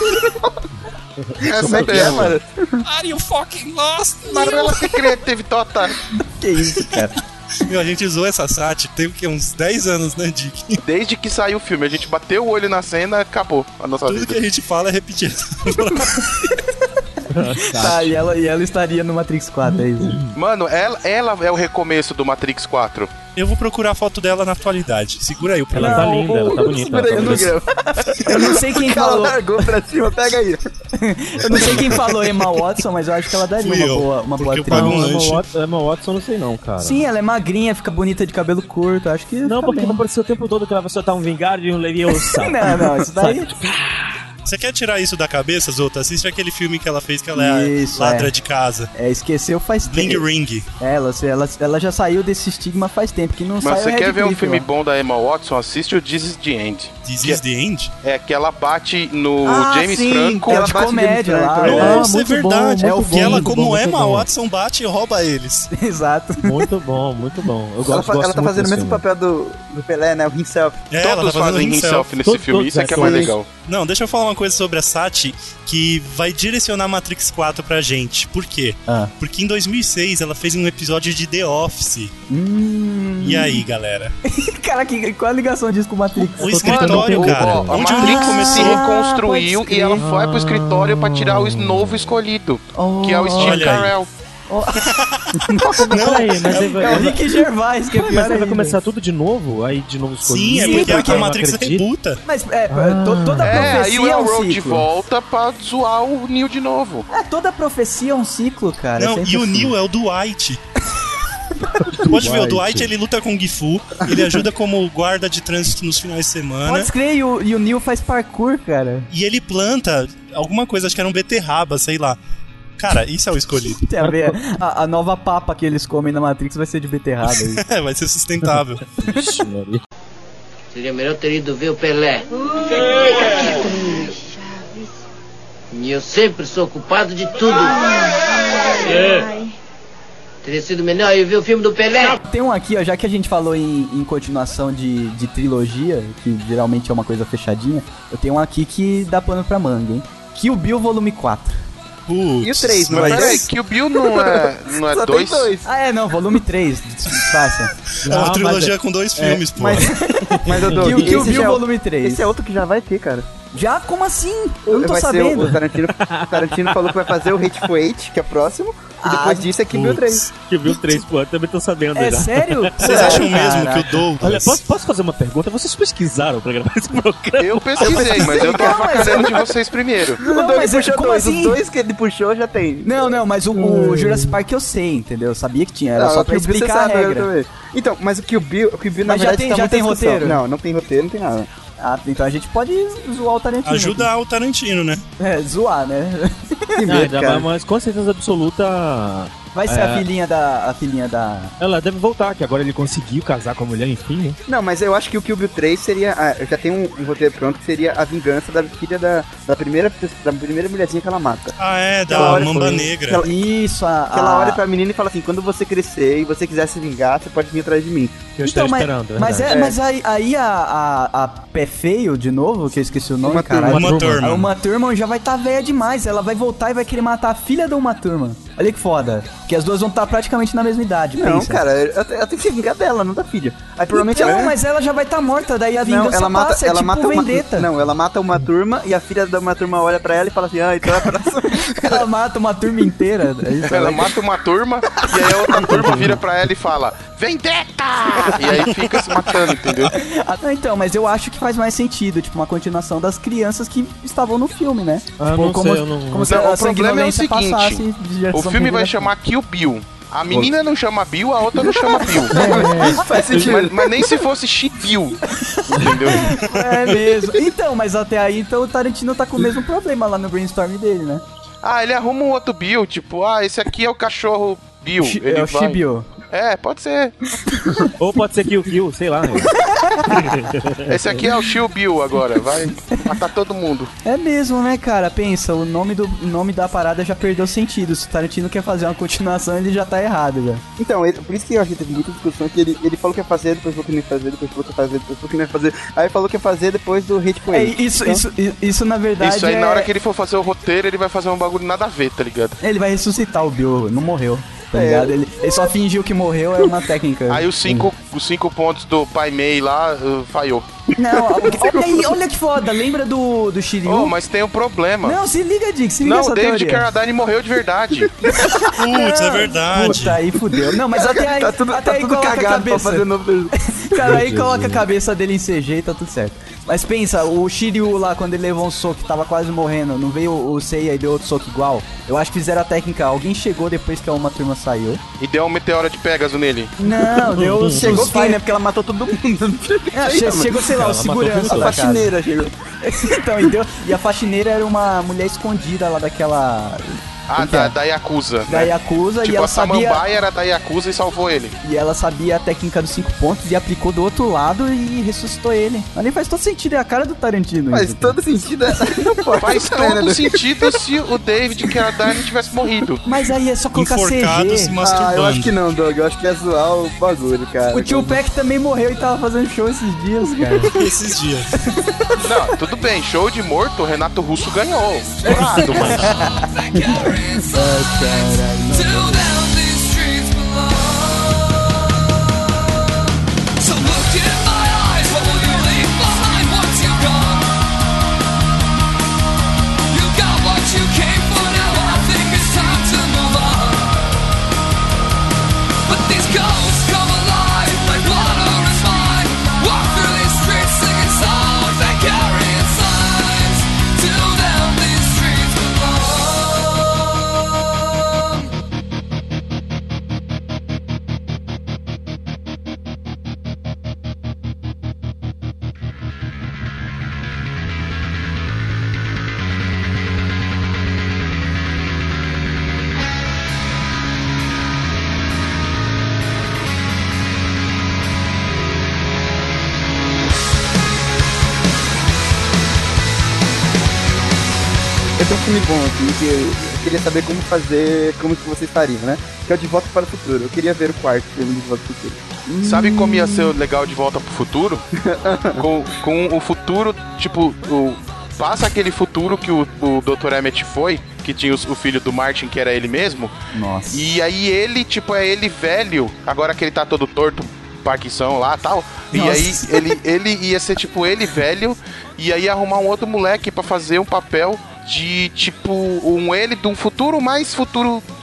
Essa é É, mano. Are you fucking lost, Mas ela se crê, teve tota. Que isso, cara. Meu, a gente usou essa Sati, teve que uns dez anos, né, Dick? Desde que saiu o filme, a gente bateu o olho na cena, acabou a nossa Tudo vida. que a gente fala é repetir. Tá, e ela, e ela estaria no Matrix quatro, é isso. Mano, ela, ela é o recomeço do Matrix quatro. Eu vou procurar a foto dela na atualidade. Segura aí o Ela problema. tá linda, ela tá bonita. Ela tá Eu não bonita. gravo. Eu não sei quem O cara falou. largou pra cima, pega aí. Eu não sei quem falou Emma Watson, mas eu acho que ela daria Fui uma eu, boa, uma boa porque eu pago atriz. um Não, lanche. Emma Watson, Emma Watson eu não sei não, cara. Sim, ela é magrinha, fica bonita de cabelo curto, acho que. Não, fica porque bem. não pareceu o tempo todo que ela vai soltar um Vingardium e um Leviosa. Não, não, isso daí. Você quer tirar isso da cabeça, Zota? Assiste aquele filme que ela fez que ela é Isso, a ladra é. de casa. É, esqueceu faz Ling tempo. Ring. É, ela, ela, ela já saiu desse estigma faz tempo, que não Mas sai você o quer Red ver um Cliff filme lá. bom da Emma Watson? Assiste o This is the End. This is the End? É que ela bate no Ah, James sim, Franco. ela ela de bate comédia James lá. Franco, é. né? Nossa, é muito bom, verdade. É o muito que ela, bom, como muito Emma bom. Watson, bate e rouba eles. Exato. Muito bom, muito bom. Eu gosto, Ela, fa- gosto ela tá muito fazendo o desse mesmo filme. papel do, do Pelé, né? O himself. É, ela Todos tá fazendo fazem himself. himself nesse Todos- filme, todos isso é que é mais atores. legal. Não, deixa eu falar uma coisa sobre a Sati que vai direcionar Matrix quatro pra gente. Por quê? Ah. Porque em dois mil e seis ela fez um episódio de The Office. Hum. E aí, galera? Cara, que, qual a ligação disso com o Matrix? O tô escritório, tentando cara. entender. A Onde o Matrix Neo se começou. reconstruiu pode e ela crer. foi pro escritório pra tirar o novo escolhido, Oh, que é o Steve olha aí. Carell. Não, Peraí, mas aí vai, É o Rick Gervais, que é mas pior aí vai ainda. começar tudo de novo? Aí de novo escolhido? sim, é Sim, porque, porque a eu Matrix não acredito. rebuta. Mas é, Ah. to- toda É, aí profecia o é um Elrold ciclo. volta pra zoar o Neo de novo. É, toda profecia é um ciclo, cara. Não, é sempre e o assim. Neo é o Dwight. Tu pode ver, o Dwight ele luta com o Gifu, ele ajuda como guarda de trânsito nos finais de semana. Pode crer, e o, e o Neo faz parkour, cara. E ele planta alguma coisa, acho que era um beterraba, sei lá. Cara, isso é o escolhido. Tem a ver. A, a nova papa que eles comem na Matrix vai ser de beterraba. aí. É, vai ser sustentável. Ixi, Maria. Seria melhor ter ido ver o Pelé. E eu sempre sou culpado de tudo. É. Teria sido melhor eu ver o filme do Pelé. Tem um aqui, ó, já que a gente falou em, em continuação de, de trilogia, que geralmente é uma coisa fechadinha, eu tenho um aqui que dá pano pra manga, hein? Kill Bill Volume quatro. Putz, E o três, não mas vai- Peraí, que o Bill não é, não é Só dois? tem dois. Ah, é, não, Volume três, disfarça. É uma Não, trilogia mas é- com dois filmes, pô. Mas, mas eu dou. Kill, Kill esse, Bill já é, o- Volume três. esse é outro que já vai ter, cara. Já? Como assim? Eu não tô vai sabendo. Ser o, o Tarantino, o Tarantino falou que vai fazer o Hateful Eight, que é próximo. E depois Ah, disso é Kill Bill três. Que viu três, pô, eu também tô sabendo É já. sério? Vocês acham mesmo Caraca. que o Douglas... Olha, posso, posso fazer uma pergunta? Vocês pesquisaram pra gravar esse programa? Eu pesquisei, mas eu tô Não, mas- avacalhando de vocês primeiro. Não, o Doug mas puxou como dois. assim? Os dois que ele puxou já tem. Não, não, mas o, o Jurassic Park eu sei, entendeu? Eu sabia que tinha, era Não, só o pra Kill Bill você explicar a sabe, eu regra. também. Então, mas o Kill Bill, o Kill Bill na Mas já verdade tem- tá já muita tem discussão. roteiro? Não, não tem roteiro, não tem nada. Ah, então a gente pode zoar o Tarantino. Ajudar o Tarantino, né? É, zoar, né? Que Não, medo, cara. mas com certeza absoluta. Vai ser É. a filhinha da... A filhinha da... Ela deve voltar, que agora ele conseguiu casar com a mulher, enfim, né? Não, mas eu acho que o Kill Bill três seria... Ah, eu já tenho um, um roteiro pronto que seria a vingança da filha da, da, primeira, da primeira mulherzinha que ela mata. Ah, é, Aquela da hora Mamba foi- Negra. aquela- Isso, a... Que ela a- olha pra menina e fala assim, quando você crescer e você quiser se vingar, você pode vir atrás de mim. Eu Então, estou mas, esperando. mas, é, É. mas aí, aí a, a, a Pé Feio, de novo, que eu esqueci o nome, Uma caralho. Uma Thurman. A Uma Thurman já vai estar tá velha demais. Ela vai voltar e vai querer matar a filha da Uma Thurman. Olha que foda. Que as duas vão estar praticamente na mesma idade. Não, pensa. cara, ela tem ela tem que se vingar dela, não da filha. Aí provavelmente Então, ela... mas ela já vai estar tá morta, daí a vingança Não, ela mata, passa, é ela tipo mata uma, vendetta. não, ela mata uma turma e a filha da uma turma olha pra ela e fala assim, ah, então é pra... Ela mata uma turma inteira. É isso, Ela mata uma turma e aí a outra turma vira pra ela e fala, vendetta! E aí fica se matando, entendeu? Ah, não, então, mas eu acho que faz mais sentido, tipo, uma continuação das crianças que estavam no filme, né? Ah, tipo, não como, sei, eu não- como se Não, a o problema é o sanguinolência passasse seguinte, de geração o pra filme vai geração. chamar Kill Bill. A menina não chama Bill, a outra não chama Bill. Faz sentido. Mas, mas nem se fosse She Bill, entendeu? É mesmo. Então, mas até aí, então o Tarantino tá com o mesmo problema lá no brainstorm dele, né? Ah, ele arruma um outro Bill, tipo, ah, esse aqui é o cachorro Bill. Chi- Ele é o vai... Shibio. É, pode ser. Ou pode ser Kill Kill, sei lá. Esse aqui é o Shield Bill agora, vai matar todo mundo. É mesmo, né, cara? Pensa, o nome, do, o nome da parada já perdeu sentido. Se o Tarantino quer fazer uma continuação, ele já tá errado, já. Então, ele- por isso que eu acho que teve muita discussão que ele, ele falou que ia fazer, depois falou que não ia fazer, depois falou que ia fazer, depois falou que não ia fazer. Aí falou que ia fazer depois do Hate É, Coelho. isso, Então, isso, isso na verdade Isso aí, é... na hora que ele for fazer o roteiro, ele vai fazer um bagulho nada a ver, tá ligado? Ele vai ressuscitar o Bill, não morreu, tá É. ligado? Ele, ele só fingiu que morreu, é uma técnica. Aí os cinco, os cinco pontos do Pai Mei lá uh, falhou. Não, olha aí, olha que foda, lembra do, do Shiryu? Oh, mas tem um problema. Não, se liga, Dick, se liga Não, essa o David teoria. Carradine morreu de verdade. Putz, é verdade. Puta, aí fudeu. Não, mas até aí, tá tudo, até tá aí tudo coloca a cagado pra cabeça. fazer novo. Cara, aí coloca a cabeça dele em C G e tá tudo certo. Mas pensa, o Shiryu lá, quando ele levou um soco, tava quase morrendo, não veio o Seiya e deu outro soco igual? Eu acho que fizeram a técnica, alguém chegou depois que a uma turma saiu. E deu um meteoro de Pegasus nele. Não, deu os Chegou os quem, fi- né? Porque ela matou todo mundo. É, che- chegou, sei lá, o Ela matou segurança tudo. da A casa. faxineira chegou. Então, e, deu- e a faxineira era uma mulher escondida lá daquela... Ah, Como que da, é? da Yakuza. Da né? Yakuza, e Tipo, ela a sabia... Samambaia era da Yakuza e salvou ele. E ela sabia a técnica dos cinco pontos e aplicou do outro lado e ressuscitou ele. Ali faz todo sentido, é a cara do Tarantino. Faz isso. todo sentido. Não pode. Faz também, né, todo do- sentido se o David Carradine tivesse morrido. Mas aí é só colocar Enforcado, C se G. masturbando. Ah, eu acho que não, Doug. Eu acho que é zoar o bagulho, cara. O Tio Peck também morreu e tava fazendo show esses dias, cara. Esses dias. Não, tudo bem, show de morto, o Renato Russo ganhou. Estourado, mas... To them these streets belong. So look in my eyes, what will you leave behind once you're gone? You got what you came for, now I think it's time to move on. But these ghosts come alive like water is mine. Walk through these streets singing songs and carrying signs. To them these streets belong. Eu tenho um filme bom aqui que eu queria saber como fazer, como que vocês fariam, né? Que é o De Volta para o Futuro. Eu queria ver o quarto filme de Volta para o Futuro. Sabe como ia ser legal de volta pro futuro? com, com o futuro, tipo, o, passa aquele futuro que o, o doutor Emmett foi, que tinha os- o filho do Martin, que era ele mesmo. Nossa. E aí ele, tipo, é ele velho, agora que ele tá todo torto, Parkinson lá e tal. E Nossa. aí ele, ele ia ser, tipo, ele velho, e aí arrumar um outro moleque pra fazer um papel de, tipo, um ele de um futuro mais futuro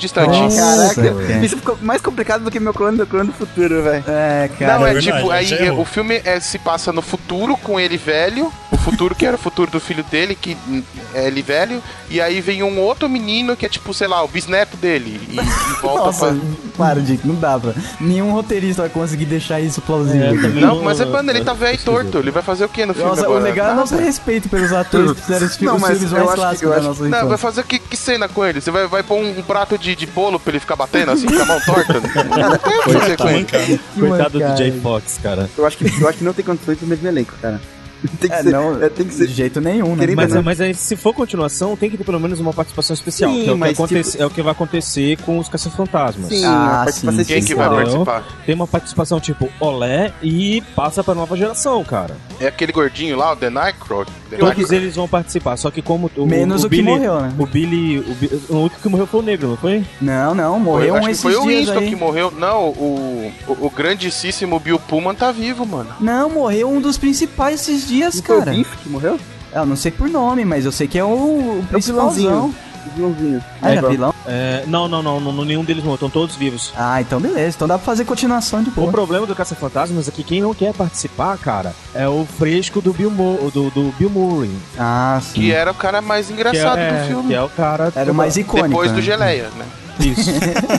distante. Nossa, Caraca, cara. isso ficou mais complicado do que meu clone do clone do futuro, velho. É, cara. Não, é, é verdade, tipo, aí já é, errou. o filme é, se passa no futuro com ele velho, o futuro que era o futuro do filho dele, que hum, é ele velho, e aí vem um outro menino que é tipo, sei lá, o bisneto dele, e, e volta Nossa, pra... para, Dick, não dá pra. Nenhum roteirista vai conseguir deixar isso plausível. É, cara. também Não, mas é mano, ele tá velho e torto, ele vai fazer o que no filme Nossa, agora? o legal é o Nada. nosso respeito pelos atores que fizeram os fi- Não, os mas filmes eu mais acho que- clássicos eu da acho- nossa Não, vai infância. fazer que, que cena com ele? Você vai, vai pôr um, um prato de, de bolo pra ele ficar batendo assim, com a mão torta? Não tem o que fazer com ele. Mancada. Que Coitado mancada. do Jay Fox, cara. Eu acho que, eu acho que não tem condições do mesmo elenco, cara. Tem que É, ser, não, é, tem que de ser. jeito nenhum, né? Querido, Mas, né? mas aí, se for continuação, tem que ter pelo menos uma participação especial. Sim, que é, o que mas, acontece- tipo- é o que vai acontecer com os Caça-Fantasmas. Sim, Ah, a participação sim. Quem que vai Não. participar? Tem uma participação tipo Olé e passa pra nova geração, cara. É aquele gordinho lá, o The Nightcrawler? The Todos Nightcrawler. eles vão participar, só que como o, Menos o que Billy, morreu, né? O Billy, o, Bi- o único que morreu foi o negro, não foi? Não, não, Foi, morreu acho um que esses foi o dias Winston aí. que morreu. Não, o, o, o grandíssimo Bill Pullman tá vivo, mano. Não, morreu um dos principais esses dias, Não foi o cara. Biff que morreu? Eu não sei por nome, mas eu sei que é o, o É o principalzão. vilãozinho. O vilãozinho. Ah, era vilão? É, não, não, não, não, nenhum deles morreu, estão todos vivos. Ah, então beleza. Então dá pra fazer continuação de O boa. problema do Caça-Fantasmas é que quem não quer participar, cara, é o fresco do Bill, Mo do, do Bill Murray. Ah, sim. Que era o cara mais Que engraçado é, do filme. que é o cara... Era o mais icônico. Depois né? do Geleia, né? Isso.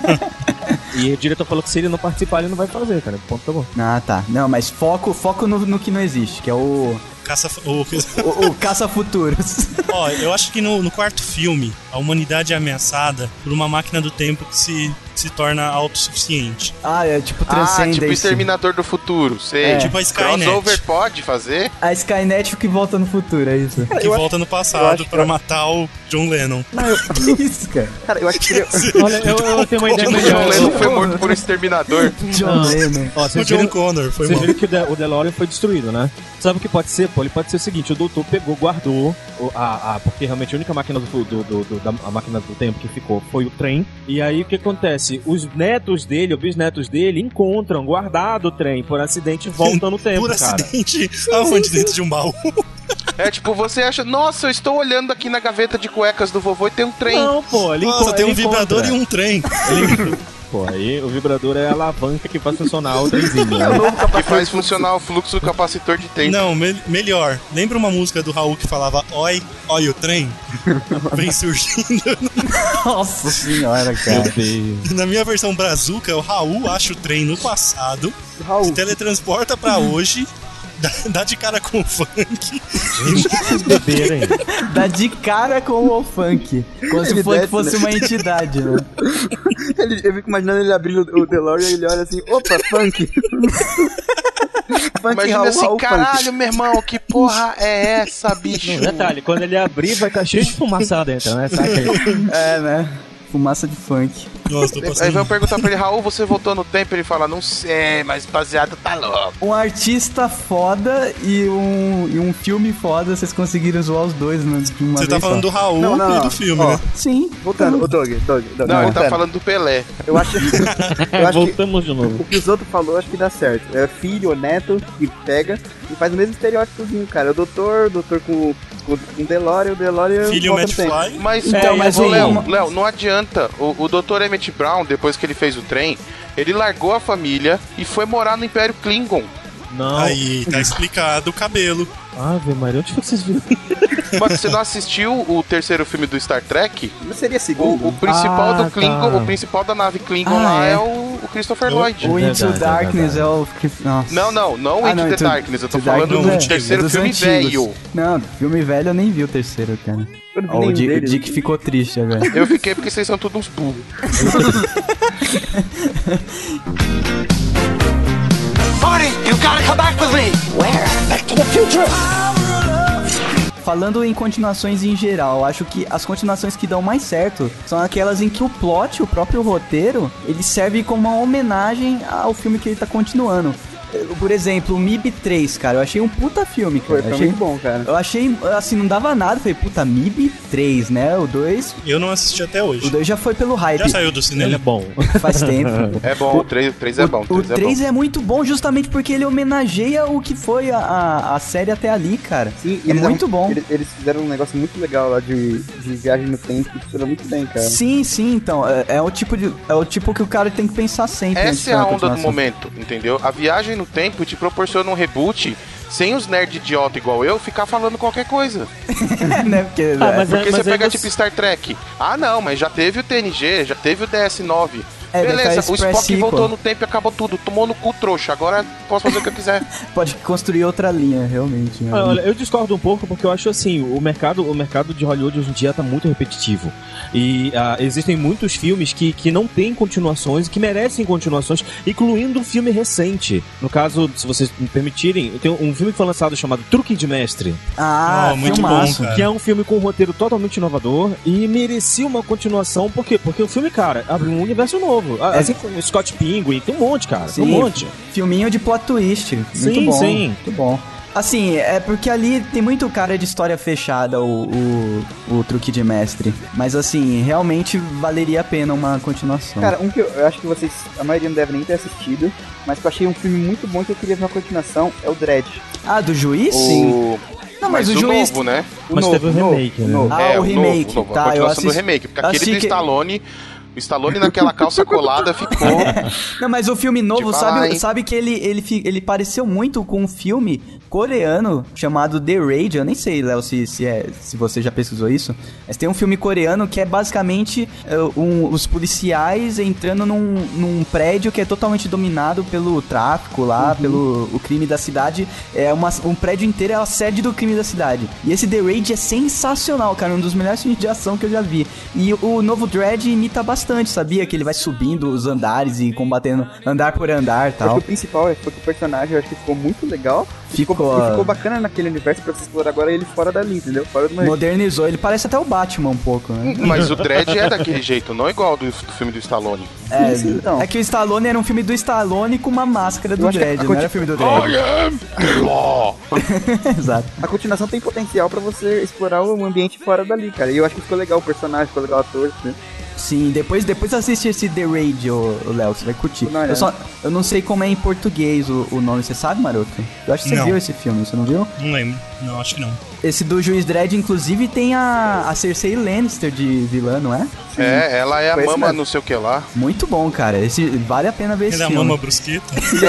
E o diretor falou que se ele não participar, ele não vai fazer, cara. Ponto, tá bom. Ah, tá. Não, mas foco, foco no, no que não existe, que é o, Caça... o- o, o Caça-Futuros. Ó, eu acho que no, no quarto filme, a humanidade é ameaçada por uma máquina do tempo que se, se torna autossuficiente. Ah, é tipo Ah, transcende tipo esse- Exterminador do Futuro, sei. É. Tipo a Skynet. Crossover pode fazer? A Skynet que volta no futuro, é isso. Que eu volta no eu passado acho que pra eu- matar o John Lennon. Que isso, cara? Cara, eu acho que seria... Olha, eu, eu tenho uma ideia O John melhor. Lennon foi morto por um exterminador. John Não. Lennon. Ó, O vocês John viram, Connor foi vocês mal. viram que o, De o DeLorean foi destruído, né? Sabe o que pode ser? Pô, ele pode ser o seguinte, o doutor pegou, guardou, o- a, a, porque realmente a única máquina do, do, do, do- da, a máquina do tempo que ficou foi o trem. E aí o que acontece? Os netos dele, ou bisnetos dele, encontram guardado o trem por acidente e voltam no tempo, Por cara. acidente, aonde dentro de um baú. É tipo, você acha, nossa, eu estou olhando aqui na gaveta de cuecas do vovô e tem um trem. Não, pô, ele Nossa, enco- tem um ele vibrador encontra. e um trem. Ele- Pô, aí o vibrador é a alavanca que faz funcionar o trenzinho, né? Que faz funcionar o fluxo do capacitor de tempo. Não, me- melhor. Lembra uma música do Raul que falava Oi, oi o trem? Vem surgindo. Nossa senhora, Meu cara. Deus. Na minha versão brazuca, o Raul acha o trem no passado, se Raul, teletransporta pra hoje, dá, dá de cara com o funk. Vocês beberam ainda. Dá de cara com o funk. Como se Ele funk desce, fosse né? uma entidade, né? ele, eu fico imaginando ele abrindo o DeLorean e ele olha assim, opa, funk. Funk, Imagina Raul, assim, Raul, caralho, meu irmão, que porra é essa, bicho? Não, detalhe, quando ele abrir vai estar cheio de fumaça lá dentro, né? Saca aí? É, né? Fumaça de funk. Nossa, tô Aí passando. vão perguntar pra ele, Raul, você voltou no tempo? Ele fala, não sei, mas baseado tá louco. Um artista foda e um, e um filme foda, vocês conseguiram zoar os dois né, de uma Você vez tá falando do só. Raul Não, não, e não. do filme, Ó, né? Sim. Voltando, ô Doug, Doug, Doug. Não, ele tá voltando. falando do Pelé. Eu acho, eu acho que Voltamos de novo. o que os outros falou, acho que dá certo. É filho ou neto que pega e faz o mesmo estereótipozinho, cara. O doutor, o doutor com, com, com o DeLorean, o DeLorean Filho volta no tempo. McFly. Mas, Então, é, mas ô, o- Léo, Léo, não adianta. O, o doutor Emmett Brown, depois que ele fez o trem, ele largou a família e foi morar no Império Klingon. Não. Aí, tá explicado o cabelo. Ave Maria, onde foi que vocês viram? Mas você não assistiu o terceiro filme do Star Trek? Não seria segundo? O, o principal Ah, do Klingon, tá. o principal da nave Klingon Ah, lá é. é, o, o Christopher Eu- Lloyd. O Into Verdade, Darkness verdade. é o... Nossa. Não, não, não Ah, Into não, the Into- Darkness, eu tô Into falando Darkness do é- terceiro dos filme antigos. velho. Não, filme velho eu nem vi o terceiro, cara. Eu não vi Ó, o nenhum Dick, o deles. Dick ficou triste agora. Eu fiquei porque vocês são todos uns burros. Marty, you gotta come back with me. Where? Back to the future. Falando em continuações em geral, eu acho que as continuações que dão mais certo são aquelas em que o plot, o próprio roteiro, ele serve como uma homenagem ao filme que ele tá continuando. Por exemplo, o M I B três, cara, eu achei um puta filme, cara. Foi, foi achei, muito bom, cara. Eu achei, assim, não dava nada, falei, puta, M I B três, né? O dois... Eu não assisti até hoje. O dois já foi pelo hype. Já saiu do cinema. Ele é bom. Faz tempo. É bom, o três, o três é bom. O, o três é, é muito bom justamente porque ele homenageia o que foi a, a, a série até ali, cara. Sim, é muito eram, bom. Eles, eles fizeram um negócio muito legal lá de, de viagem no tempo, que funcionou muito bem, cara. Sim, sim, então. É, é, o tipo de, é o tipo que o cara tem que pensar sempre. Essa é a onda do momento, entendeu? A viagem no tempo te proporciona um reboot sem os nerds idiota igual eu ficar falando qualquer coisa. né? Porque, ah, mas porque é, você mas pega você... tipo Star Trek. Ah, não, mas já teve o T N G, já teve o D S nove. É, beleza, o Spock sequel. voltou no tempo e acabou tudo. Tomou no cu, trouxa. Agora posso fazer o que eu quiser. Pode construir outra linha, realmente. Né? Olha, olha, eu discordo um pouco porque eu acho assim, o mercado, o mercado de Hollywood hoje em dia tá muito repetitivo. E uh, existem muitos filmes que, que não têm continuações, que merecem continuações, incluindo um filme recente. No caso, se vocês me permitirem, tem um filme que foi lançado chamado Truque de Mestre. Ah, oh, muito filmaço. bom, cara. Que é um filme com um roteiro totalmente inovador e merecia uma continuação. Por quê? Porque o filme, cara, abre um universo novo. Assim como o Scott Pilgrim, tem um monte, cara. Sim, tem um monte. Filminho de plot twist. Muito Sim, bom. sim. Muito bom. Assim, é porque ali tem muito cara de história fechada, o, o, o Truque de Mestre. Mas assim, realmente valeria a pena uma continuação. Cara, um que eu, eu acho que vocês, a maioria não deve nem ter assistido, mas que eu achei um filme muito bom que eu queria ver uma continuação, é o Dredd. Ah, do Juiz? Sim. Não, mas, mas o o Juiz... novo, né? O Mas novo, teve o o remake, novo, né? o Ah, é, o remake. Novo, novo, Tá, a continuação eu assisti... do remake. Porque aquele achei do que... Stallone... O Stallone naquela calça colada ficou... Não, mas o filme novo, Te sabe, falar, sabe que ele, ele, fi- ele pareceu muito com um filme coreano chamado The Raid. Eu nem sei, Léo, se, se, é, se você já pesquisou isso. Mas tem um filme coreano que é basicamente uh, um, os policiais entrando num, num prédio que é totalmente dominado pelo tráfico lá, uhum. pelo o crime da cidade. É uma, um prédio inteiro é a sede do crime da cidade. E esse The Raid é sensacional, cara. Um dos melhores filmes de ação que eu já vi. E o novo Dredd imita bastante, sabia? Que ele vai subindo os andares e combatendo andar por andar e tal. Porque o principal é porque o personagem eu acho que ficou muito legal. Ficou, ficou, e ficou bacana naquele universo pra você explorar agora ele fora da linha, entendeu? Fora do modernizou, ele parece até o Batman um pouco, né? Mas o Dredd é daquele jeito, não igual do, do filme do Stallone. É, sim, então. é que o Stallone era um filme do Stallone com uma máscara do Dredd, não era filme do Dredd. I am the law. Exato. A continuação tem potencial pra você explorar o ambiente fora dali, cara. E eu acho que ficou legal o personagem, ficou legal o ator, né? Sim, depois, depois assiste esse The Raid, ô, ô Léo, você vai curtir. Não, eu, só, eu não sei como é em português o, o nome, você sabe, Maroto? Eu acho que você Não. viu esse filme, você não viu? Não lembro. Não, acho que não. Esse do Juiz Dredd, inclusive, tem a, a Cersei Lannister de vilã, não é? É, ela é a Foi esse mama mesmo. não sei o que lá. Muito bom, cara. Esse, vale a pena ver esse Ele é a filme. Mama Brusqueta.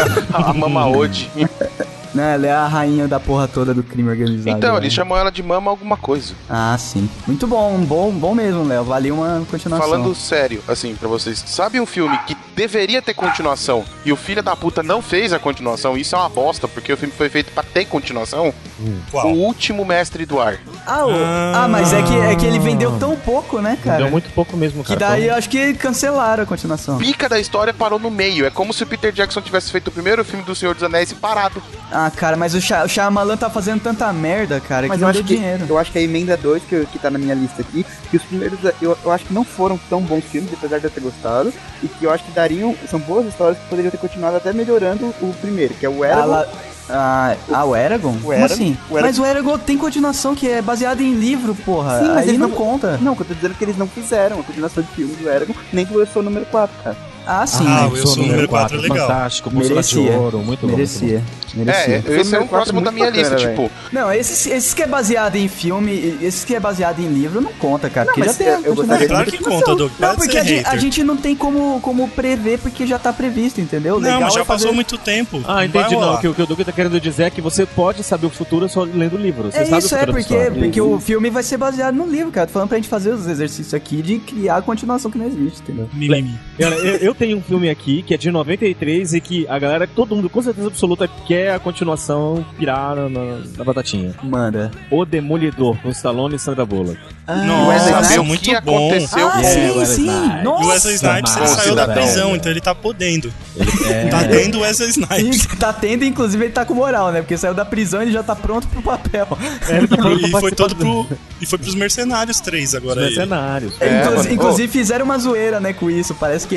A mama Ode. Não, ela é a rainha da porra toda do crime organizado. Então, né? eles chamam ela de mama alguma coisa. Ah, sim. Muito bom, bom, bom mesmo, Léo. Valeu uma continuação. Falando sério, assim, pra vocês, sabe um filme que deveria ter continuação e o filho da puta não fez a continuação? Isso é uma bosta, porque o filme foi feito pra ter continuação. Qual? O Último Mestre do Ar. Ah, o- ah, mas é que, é que ele vendeu tão pouco, né, cara? Deu muito pouco mesmo, Que cara. daí eu acho que cancelaram a continuação. Pica da história parou no meio. É como se o Peter Jackson tivesse feito o primeiro filme do Senhor dos Anéis e parado. Ah, cara, mas o, Sha- o Shyamalan tá fazendo tanta merda, cara, Mas que eu não acho deu que, dinheiro. eu acho que a emenda dois, que, que tá na minha lista aqui, que os primeiros eu, eu acho que não foram tão bons filmes, apesar de eu ter gostado, e que eu acho que dariam, são boas histórias que poderiam ter continuado até melhorando o primeiro, que é o Ah, Eragon. lá- ah, ah, o Eragon? O Como Eragon- assim? o Eragon- Mas o Eragon tem continuação que é baseada em livro, porra. Sim, mas Aí eles não não- conta. Não, que eu tô dizendo é que eles não fizeram a continuação de filme do Eragon, nem que eu sou o número quatro, cara. Ah, sim. Ah, né? eu sou o número quatro, legal. Fantástico, Bússola de Merecia. Ouro, muito bom. Merecia. Merecia. É, esse é um número próximo quatro da minha muito lista, bacana, tipo. Não, esses, esses que é baseado em filme, esses que é baseado em livro não conta, cara. Porque já mas tem eu- a eu continuação. gostaria Claro que conta, Doug. Não, Para de porque ser a gente, a hater. gente não tem como, como prever, porque já tá previsto, entendeu? Não, Legal mas já é fazer... passou muito tempo. Ah, Vai entendi. Não, rolar. o que, o que o Doug tá querendo dizer é que você pode saber o futuro só lendo o livro. Você É sabe isso, o é futuro da porque, história. porque o filme vai ser baseado no livro, cara. Tô falando pra gente fazer os exercícios aqui de criar a continuação que não existe, entendeu? Mimimi. Olha, eu, eu tenho um filme aqui que é de noventa e três e que a galera, todo mundo, com certeza absoluta, quer a continuação pirar na, na, na batatinha. Manda. O Demolidor, com Stallone e Sandra Bullock. Nossa, Wesley isso é Saber o muito que bom. aconteceu Ah, com sim, Wesley sim. Snipes. E o Nossa. Wesley Snipes ele Bom saiu da cidadão. prisão, então ele tá podendo. É. Tá tendo Wesley Snipes. E tá tendo, inclusive, ele tá com moral, né? Porque saiu da prisão e ele já tá pronto pro papel. É, ele tá falando pra E foi participar todo pro. E foi pros Mercenários três dos agora aí. mercenários. É, Inclu- mano. inclusive fizeram uma zoeira, né, com isso. Parece que ele sai da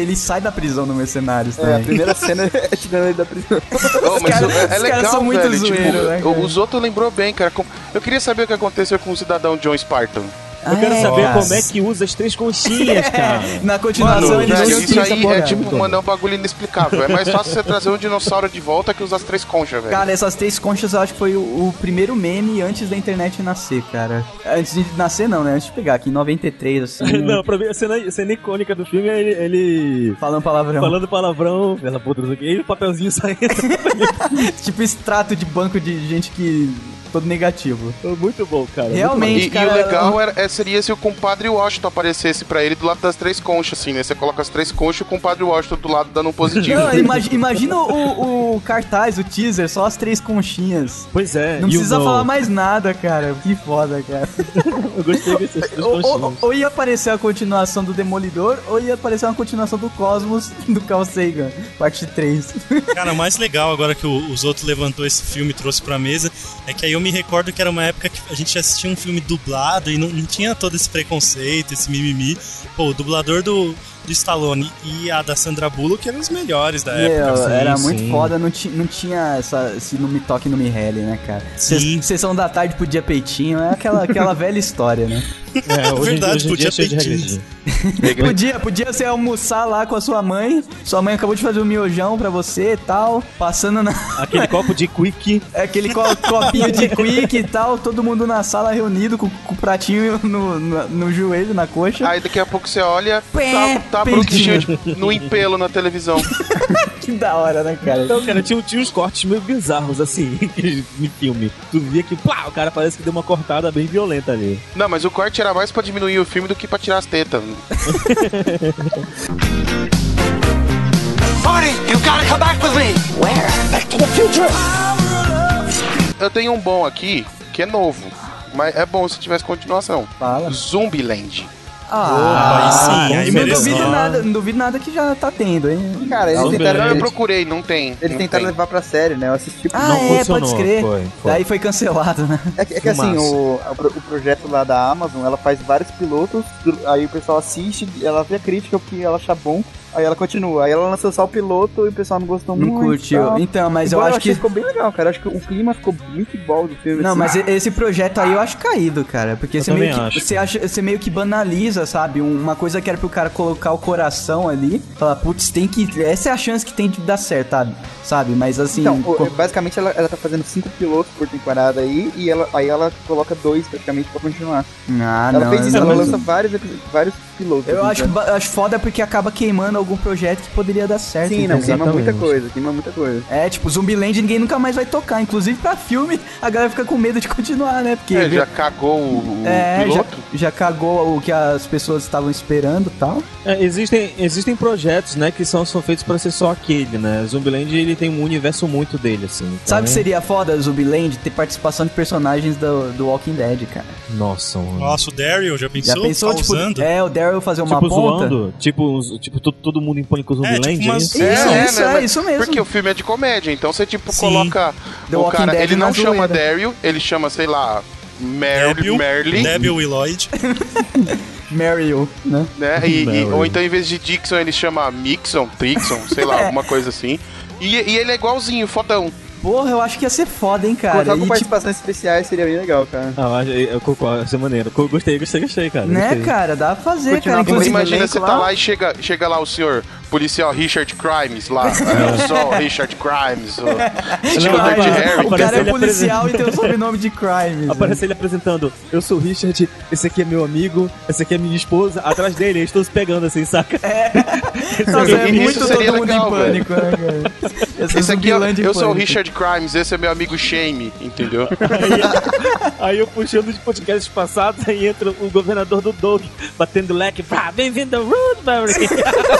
da prisão no Mercenários É, também. a primeira cena é tirando ele da prisão. Oh, mas caras- o- é, os é legal, caras são muito velho. zoeiro, tipo, né, cara? o- os outros lembrou bem, cara. Com- Eu queria saber o que aconteceu com o cidadão John Spartan. Eu quero Ah, saber cara. como é que usa as três conchinhas, cara. Na continuação Mano, eles velho, tinham isso que- aí porra, é tipo, então. mano, é um bagulho inexplicável. É mais fácil você trazer um dinossauro de volta que usar as três conchas, velho. Cara, essas três conchas eu acho que foi o, o primeiro meme antes da internet nascer, cara. Antes de nascer não, né? Antes de pegar, aqui em noventa e três, assim. Não, pra mim a cena, a cena icônica do filme é ele, ele Falando palavrão. falando palavrão, pela puta do que, e o papelzinho saindo. Tipo extrato de banco de gente que... todo negativo. Muito bom, cara. Realmente, E, cara... e o legal era, é, seria se o compadre Washington aparecesse pra ele do lado das três conchas, assim, né? Você coloca as três conchas e o compadre Washington do lado dando um positivo. Não, imagi- imagina o, o cartaz, o teaser, só as três conchinhas. Pois é. Não e o precisa No. falar mais nada, cara. Que foda, cara. Eu gostei dessas três Ou, ou, conchinhas. ou ia aparecer a continuação do Demolidor, ou ia aparecer uma continuação do Cosmos do Carl Sagan, parte três. Cara, o mais legal agora que o- os outros levantou esse filme e trouxe pra mesa é que aí eu me recordo que era uma época que a gente assistia um filme dublado e não, não tinha todo esse preconceito, esse mimimi. Pô, o dublador do, do Stallone e a da Sandra Bullock eram os melhores da época. Meu, sim, era sim. muito foda, não, ti, não tinha essa, esse não me toque, não me rele, né, cara? Sim. Ses- Sessão da tarde podia peitinho, é aquela, aquela velha história, né? É, hoje, Verdade, hoje em podia dia é cheio de peitinhos. regradinho. Podia, podia você almoçar lá com a sua mãe, sua mãe acabou de fazer um miojão pra você e tal, passando na... Aquele copo de quick. aquele co- copinho de quick e tal, todo mundo na sala reunido com, com o pratinho no, no, no joelho, na coxa. Aí daqui a pouco você olha, Pé, tá, tá a peitinho. Brooke Shield no empelo na televisão. Que da hora, né, cara? Então, cara, tinha, tinha uns cortes meio bizarros, assim, em filme. Tu via que, pá, o cara parece que deu uma cortada bem violenta ali. Não, mas o corte era mais pra diminuir o filme do que pra tirar as tetas. Marty, you gotta come back with me. Where? Back to the future. Eu tenho um bom aqui, que é novo. Mas é bom se tivesse continuação. Fala. Zumbiland. Ah, aí sim, aí não mereceu. duvido nada, não duvido nada que já tá tendo, hein? Cara, eles Não, tentaram, Não, eu eles, procurei, não tem. eles não tentaram tem. levar pra série, né? Eu assisti. Ah, Não é, funcionou, pode crer. foi, foi. Daí foi cancelado, né? É que, é que assim, Filmaço. o, o pro- o projeto lá da Amazon, ela faz vários pilotos, aí o pessoal assiste, ela vê a crítica, o que ela acha bom, aí ela continua. Aí ela lançou só o piloto e o pessoal não gostou Não muito. curtiu. tal. Então, mas eu Embora acho achei que... ficou bem legal, cara. Acho que o clima ficou muito bom do filme. Não, assim. mas e- esse projeto aí eu acho caído, cara. Porque Eu você meio, também que, acho. você, acha, você meio que banaliza, sabe? Um- Uma coisa que era pro cara colocar o coração ali. Falar, putz, tem que. Essa é a chance que tem de dar certo, sabe? Sabe? Mas assim. Então, o- co- basicamente ela, ela tá fazendo cinco pilotos por temporada aí, e ela, aí ela coloca dois praticamente pra continuar. Ah, ela não. fez isso, eu ela não- lança vários, episódios- vários pilotos. Eu assim, acho, sabe? ba- acho foda porque acaba queimando algum projeto que poderia dar certo. Sim, não, entendeu? queima muita Exatamente. coisa, queima muita coisa. É, tipo, Zumbiland ninguém nunca mais vai tocar. Inclusive pra filme, a galera fica com medo de continuar, né? Porque. É, já cagou o, o É, já, piloto? já cagou o que as pessoas estavam esperando e tal. É, existem, existem projetos, né, que são, são feitos pra ser só aquele, né? Zumbiland, ele tem um universo muito dele, assim. Então, Sabe o que seria foda, Zumbiland? Ter participação de personagens do, do Walking Dead, cara. Nossa, mano. Nossa, o Daryl, já pensou? Já pensou, Tá tipo, usando? é, o Daryl fazer uma Tipo, ponta? zoando, tipo, uns- tipo to- todo mundo em pânico Zumbiland, tipo é umas- isso? Isso, isso, é, mas- isso mesmo. Porque o filme é de comédia, então você tipo Sim. coloca The o Walking cara, Dead ele na não chama zoeira. Daryl, ele chama, sei lá, Mer Débil, Merlin, Débil e Lloyd. Meryl, né? né? E, e- Merlin. ou então em vez de Dixon ele chama Mixon, Trixon, sei lá, alguma coisa assim. E, e ele é igualzinho, fodão. Porra, eu acho que ia ser foda, hein, cara. Contar com E, tipo, participações especiais seria bem legal, cara. Ah, eu, acho- eu concordo, isso é maneiro. Co- Gostei, gostei, gostei, cara. né, gostei. cara, dá pra fazer, Continuar cara. com Inclusive, Imagina elenco você lá. tá lá e chega, chega lá o senhor policial Richard Crimes lá. Eu sou o Richard Crimes. O estilo Não, Dirty não, Harry. o cara Aparece é ele policial e tem o sobrenome de Crimes. Aparece ele apresentando, eu sou o Richard, esse aqui é meu amigo, esse aqui é minha esposa, atrás dele, eles estão se pegando assim, saca? Nossa, é Isso muito seria todo mundo legal, em pânico, né, cara? Esse, Esse aqui é, Zumbiland em eu sou o pânico. Richard Crimes, esse é meu amigo Shame, entendeu? Aí eu puxando de podcasts passados, aí entra o governador do Doug, batendo leque, pá, bem-vindo ao Roodbury.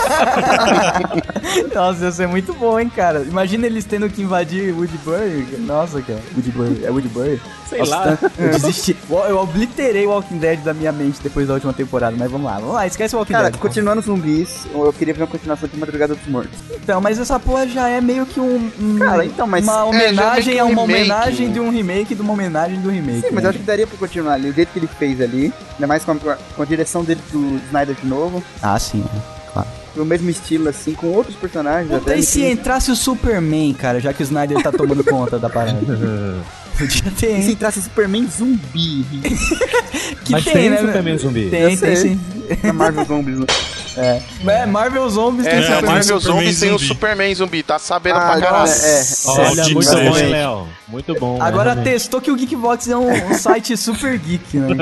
Nossa, ia ser muito bom, hein, cara. Imagina eles tendo que invadir Woodbury. Nossa, cara. Woodbury. É Woodbury? Sei Nossa, lá. tá- Eu desisti. Eu obliterei o Walking Dead da minha mente depois da última temporada, mas vamos lá. Vamos lá, esquece o Walking Cara, Dead. continuando zumbis, eu queria ver uma continuação de Madrugada dos Mortos. Então, mas essa porra já é meio que um... um- Cara, então, mas- uma é, já é homenagem meio que a um uma remake. homenagem de um remake de uma homenagem do remake. Sim, mas né? eu acho que daria pra continuar ali. O jeito que ele fez ali, ainda mais com a, com a direção dele do Snyder de novo. Ah, sim, né? Claro. pro mesmo estilo, assim, com outros personagens. Puta, até e se entrasse o Superman, cara, já que o Snyder tá tomando conta da parada? Podia ter, E hein? se entrasse Superman zumbi? Que Mas tem, tem né? Superman zumbi. Tem, Eu tem sei. sim. Na Marvel Zombies, né? É. é, Marvel Zombies É, tem é, Superman. Marvel Superman Zombies tem o zumbi. Superman zumbi, tá sabendo Ah, pra caralho. é, é. Olha, Sim, muito sim. bom, hein, Léo? Muito bom. Agora realmente. testou que o Geekbox é um, um site super geek, né?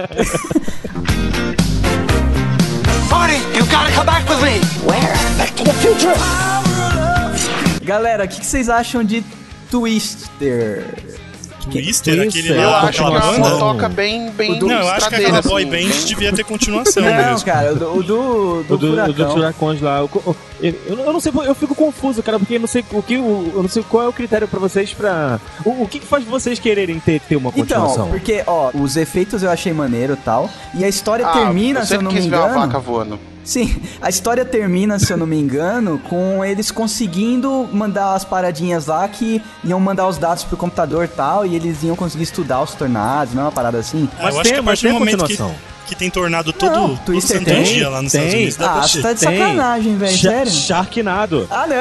Marty, you gotta come back with me. Where? Back to the future. Galera, o que, que vocês acham de Twister? Twister, Twister, aquele eu Eu lá, acho que aquela é uma banda. toca bem, bem Não, eu acho que aquela estradeira, boy assim, band bem- devia ter continuação Não, mesmo. cara, o do, o do, do O do, o do Furacão. Furacões lá. Eu, eu, eu não sei, eu fico confuso, cara, porque eu não sei o que, eu não sei qual é o critério pra vocês pra. O, o que, que faz vocês quererem ter, ter uma continuação? Então, porque, ó, os efeitos eu achei maneiro e tal, e a história Ah, termina, eu se eu sempre não me quis ver engano... uma vaca voando. Sim, a história termina, se eu não me engano, com eles conseguindo mandar as paradinhas lá que iam mandar os dados pro computador e tal, e eles iam conseguir estudar os tornados, não é uma parada assim? Mas eu Mas acho tem- que a mas partir tem do a momento que, continuação. que tem tornado todo, Não, todo Twister santo tem, dia lá nos tem. Estados Unidos, dá pra Ah, assistir. você tá de Tem. sacanagem, velho, Sha- sério? Sharknado. Ah, não.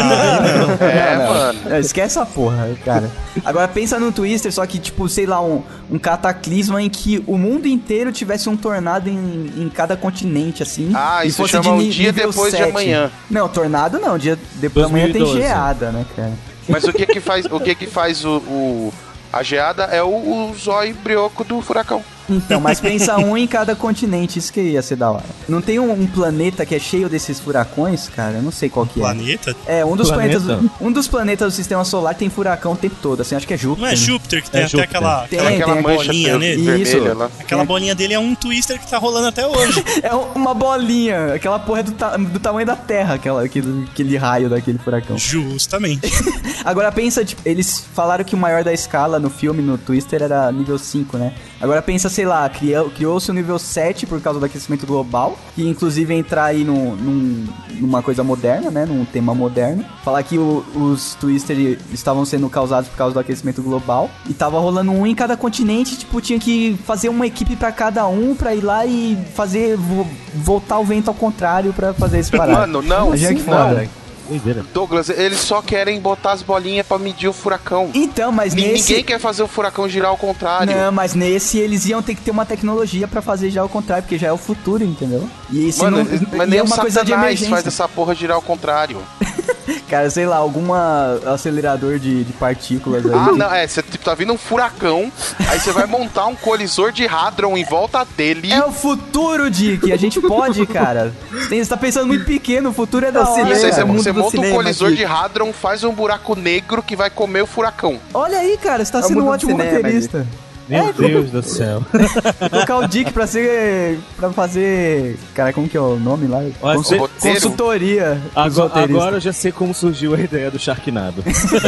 É, Não, não. mano. Não, esquece essa porra, cara. Agora pensa no Twister, só que, tipo, sei lá, um, um cataclisma em que o mundo inteiro tivesse um tornado em, em cada continente, assim. Ah, e isso fosse chama de o ni- dia nível depois de sete. amanhã. Não, tornado não, dia depois de amanhã tem dois mil e doze. geada, né, cara? Mas o que que faz, o que que faz o, o- a geada é o, o zóio brioco do furacão. Então, mas pensa um em cada continente, isso que ia ser da hora. Não tem um, um planeta que é cheio desses furacões, cara? Eu não sei qual que é. Planeta? É, um dos Planeta? planetas, um dos planetas do sistema solar tem furacão o tempo todo, assim, acho que é Júpiter. Não é né? Júpiter que tem É até Júpiter. aquela, Tem, aquela, Aquela tem mancha bolinha ver- nele? vermelha Isso. lá. Aquela bolinha dele é um Twister que tá rolando até hoje. É uma bolinha, aquela porra é do, ta- do tamanho da Terra, aquela, aquele, aquele raio daquele furacão. Justamente. Agora pensa, tipo, eles falaram que o maior da escala no filme, no Twister, era nível cinco, né? Agora pensa, sei lá, criou- criou-se o nível sete por causa do aquecimento global, que inclusive entrar aí no, num- numa coisa moderna, né? Num tema moderno. Falar que o- os Twister estavam sendo causados por causa do aquecimento global. E tava rolando um em cada continente, tipo, tinha que fazer uma equipe pra cada um pra ir lá e fazer, vo- voltar o vento ao contrário pra fazer esse parado. Mano, não, Imagina que sim, foda. não. Doideira. Douglas, eles só querem botar as bolinhas pra medir o furacão. Então, mas Ni- nesse... Ninguém quer fazer o furacão girar ao contrário. Não, mas nesse eles iam ter que ter uma tecnologia pra fazer já o contrário, porque já é o futuro, entendeu? E esse Mano, não, mas e nem é o uma coisa de Satanás emergência. faz essa porra girar ao contrário. Cara, sei lá, alguma acelerador de, de partículas aí. Ah, não, é, você tipo, tá vindo um furacão, aí você vai montar um colisor de hadron em volta dele. É o futuro, Dick. A gente pode, cara. Tem- Você tá pensando muito pequeno, o futuro é da Não, hora. Isso aí, é, você, o mundo você do monta um cinema, colisor Dick. de hadron, faz um buraco negro que vai comer o furacão. Olha aí, cara, você tá É o sendo um mundo do ótimo cinema, roteirista. Meu Deus do céu. Vou colocar o Dick pra ser. pra fazer. Cara, como que é o nome lá? Olha, Consu- você- roteiro? Consultoria. dos Agora, roteiristas. agora eu já sei como surgiu a ideia do Sharknado.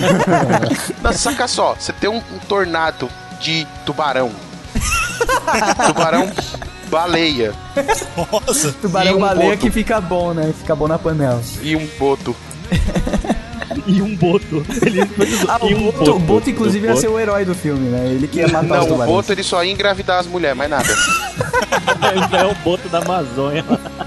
Não, saca só, você tem um, um tornado de tubarão. Tubarão baleia Nossa. Tubarão e um baleia boto. que fica bom, né? Fica bom na panela. e um boto. E um boto. Ele fez Ah, e o um Boto, o Boto inclusive ia Boto. ser o herói do filme, né? Ele que ia matar os Não, o tubarões. boto ele só ia engravidar as mulheres, mais nada. É o boto da Amazônia.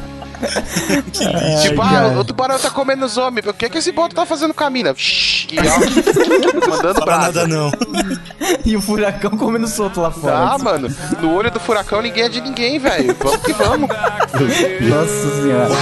tipo, cara. ah, o tubarão tá comendo os homens. O que que esse boto tá fazendo com a mina? Shhh, e ó, mandando Fala brasa. nada não. E o furacão comendo solto lá fora. Ah, mano, no olho do furacão ninguém é de ninguém, velho. Vamos que vamos. Nossa senhora.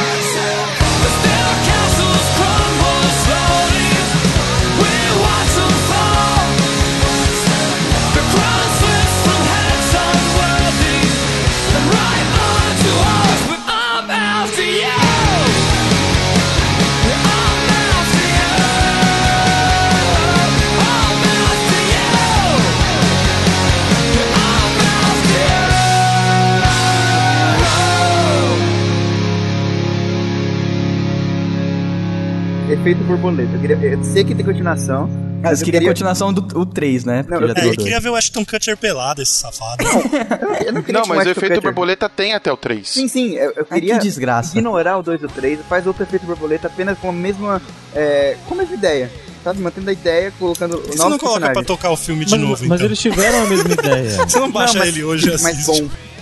Efeito borboleta. Eu, queria, eu sei que tem continuação. Ah, Mas você eu queria a queria- continuação do o três, né? Porque Não, já eu tem É, o eu dois. queria ver o Ashton Kutcher pelado, esse safado. Eu não queria Não, que mas o Ashton efeito Kutcher- borboleta tem até o três. Sim, sim, eu, eu Ai, queria que desgraça. ignorar o dois e o três, faz outro efeito borboleta apenas com a mesma, é, com a mesma ideia, sabe? Mantendo a ideia, colocando Por que você novos não coloca pra personagens. tocar o filme de Mas, novo, mas então? eles tiveram a mesma ideia. Você não baixa Não, mas- ele hoje e mais assiste. bom.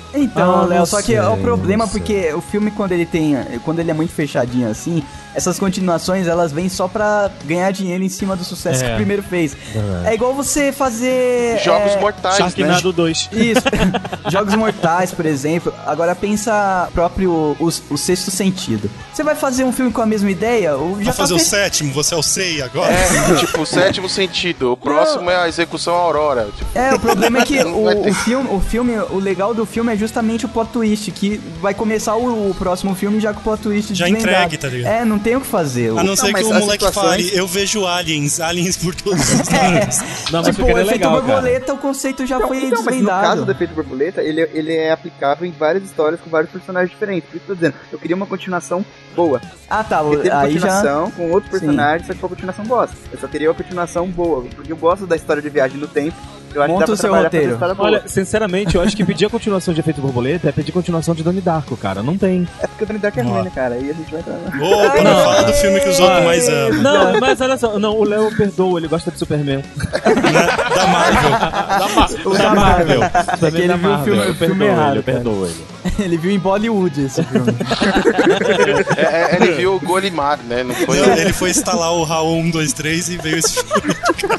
Então, Ah, Léo, não só que sei, é o problema não sei. porque o filme, quando ele tem. Quando ele é muito fechadinho assim, essas continuações elas vêm só pra ganhar dinheiro em cima do sucesso É. que o primeiro fez. Verdade. É igual você fazer. Jogos é, Mortais, né? Sharknado dois. Isso. Jogos Mortais, por exemplo. Agora pensa próprio o, o Sexto Sentido. Você vai fazer um filme com a mesma ideia? Ou já Vai fazer tá o fe- sétimo, você é o Sei agora? É, tipo, o sétimo sentido. O próximo é a execução Aurora. Tipo, É, o problema é que Não vai o, ter. o filme, o filme, o legal do filme é justamente o plot twist, que vai começar o, o próximo filme já com o plot twist Já desvendado. entregue, tá ligado? É, não tem o que fazer. A não ser mas que o as moleque situações- fale, eu vejo aliens, aliens por todos os lados. Não, mas Tipo, porque o é efeito legal, cara. borboleta, o conceito já Então, foi então, mas no desvendado. caso do efeito borboleta, ele, ele é aplicável em várias histórias com vários personagens diferentes. Por isso que eu tô dizendo, eu queria uma continuação boa. Ah, tá, Porque teve aí já... continuação com outros Sim. personagens, só que foi uma continuação bosta. Eu só queria uma continuação boa, porque eu gosto da história de viagem no tempo. Eu acho Monta que o dá pra seu trabalhar pra roteiro. fazer história boa. Olha, sinceramente, eu acho que pedir a continuação de Efeito Borboleta é pedir continuação de Donnie Darko, cara. Não tem. É porque o Donnie Darko é ruim, né, cara? Aí a gente vai entrar... Opa, não fala do filme que os outros mais amam. Não, mas olha só, não, o Léo perdoa, ele gosta de Superman. Da Marvel. Da, Mar O da Marvel. Superman É que ele da viu o Marvel. filme- Eu o filme perdoo errado, ele, eu cara. perdoo ele. Ele viu em Bollywood esse filme. é, é, ele viu o Golimar, né? Não foi. Não, ele foi instalar o Raul um, dois, três e veio esse filme.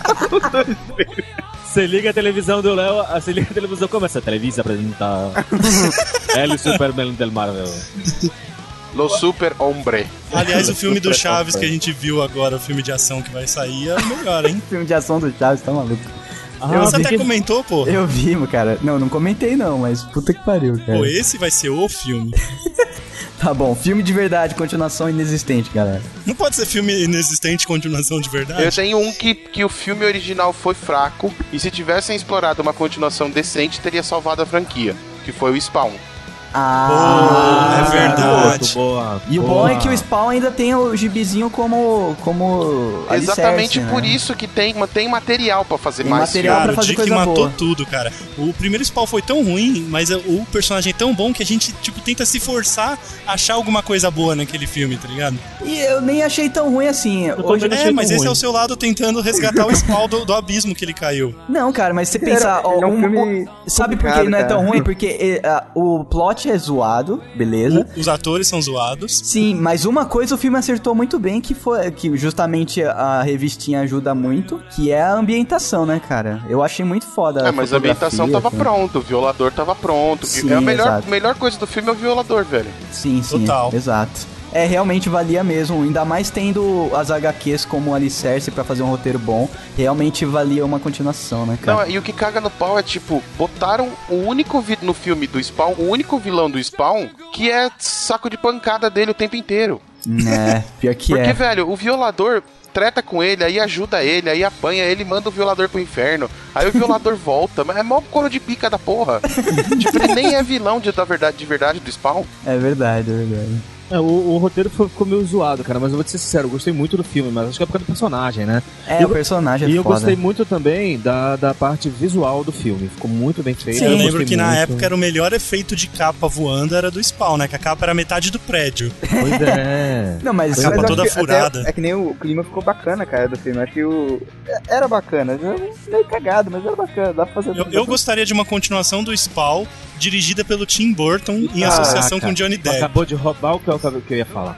Você liga a televisão do Léo, você liga a televisão, começa a televisão apresentar El Superman del Marvel. Lo Super Hombre. Aliás, o filme do Chaves que a gente viu agora, o filme de ação que vai sair, é o melhor, hein? filme de ação do Chaves, tá maluco. Ah, Você até porque- comentou, pô. Eu vi, cara. Não, não comentei não, mas puta que pariu, cara. Pô, esse vai ser o filme. Tá bom, filme de verdade, continuação inexistente, galera. Não pode ser filme inexistente, continuação de verdade? Eu tenho um que, que o filme original foi fraco, e se tivessem explorado uma continuação decente, teria salvado a franquia, que foi o Spawn. Ah, é verdade. Boa, E o boa. bom é que o Spawn ainda tem o gibizinho como, como Exatamente alicerce, por né? isso que tem, tem material pra fazer Tem mais material filme. Cara, pra o fazer Dick coisa matou boa. tudo, cara. O primeiro Spawn foi tão ruim, mas o personagem é tão bom que a gente, tipo, tenta se forçar a achar alguma coisa boa naquele filme, tá ligado? E eu nem achei tão ruim assim. Hoje... também É, achei mas tão esse é ruim. o seu lado tentando resgatar o Spawn do, do abismo que ele caiu. Não, cara, mas você Ele pensar... era- ó, ele é um um- filme o- sabe por que complicado, ele não é tão cara. ruim? Porque eh, ah, o plot é zoado, beleza? Os atores são zoados. Sim, mas uma coisa o filme acertou muito bem, que foi que justamente a revistinha ajuda muito, que é a ambientação, né, cara? Eu achei muito foda. É, mas a ambientação tava fotografia, pronta, o violador tava pronto. Sim, é a melhor, exato. melhor coisa do filme é o violador, velho. Sim, sim, Total. exato. É, realmente valia mesmo, ainda mais tendo as H Qs como alicerce pra fazer um roteiro bom, realmente valia uma continuação, né, cara? Não, e o que caga no pau é, tipo, botaram o único vi no filme do Spawn, o único vilão do Spawn, que é saco de pancada dele o tempo inteiro. É, pior que Porque, é. velho, o violador treta com ele, aí ajuda ele, aí apanha ele, manda o violador pro inferno. Aí o violador volta, mas é mó couro de pica da porra. Tipo, ele nem é vilão de, da verdade, de verdade do Spawn. É verdade, é verdade. É, o, o roteiro foi- ficou meio zoado, cara, mas eu vou te ser sincero, eu gostei muito do filme, mas acho que é por causa do personagem, né? É, E o eu- personagem é E eu foda. gostei muito também da, da parte visual do filme, ficou muito bem feito. Sim, eu lembro gostei que na muito. época era o melhor efeito de capa voando era do Spawn, né? Que a capa era metade do prédio. Pois é. Não, mas... A capa Mas eu toda acho que até- furada. é que nem o clima ficou bacana, cara, do filme. Acho que o. Era bacana. Era meio cagado, mas era bacana. Dá pra fazer. Eu, eu gostaria de uma continuação do Spawn dirigida pelo Tim Burton em Ah, associação cara, com Johnny Depp. Acabou de roubar o que eu, que eu ia falar.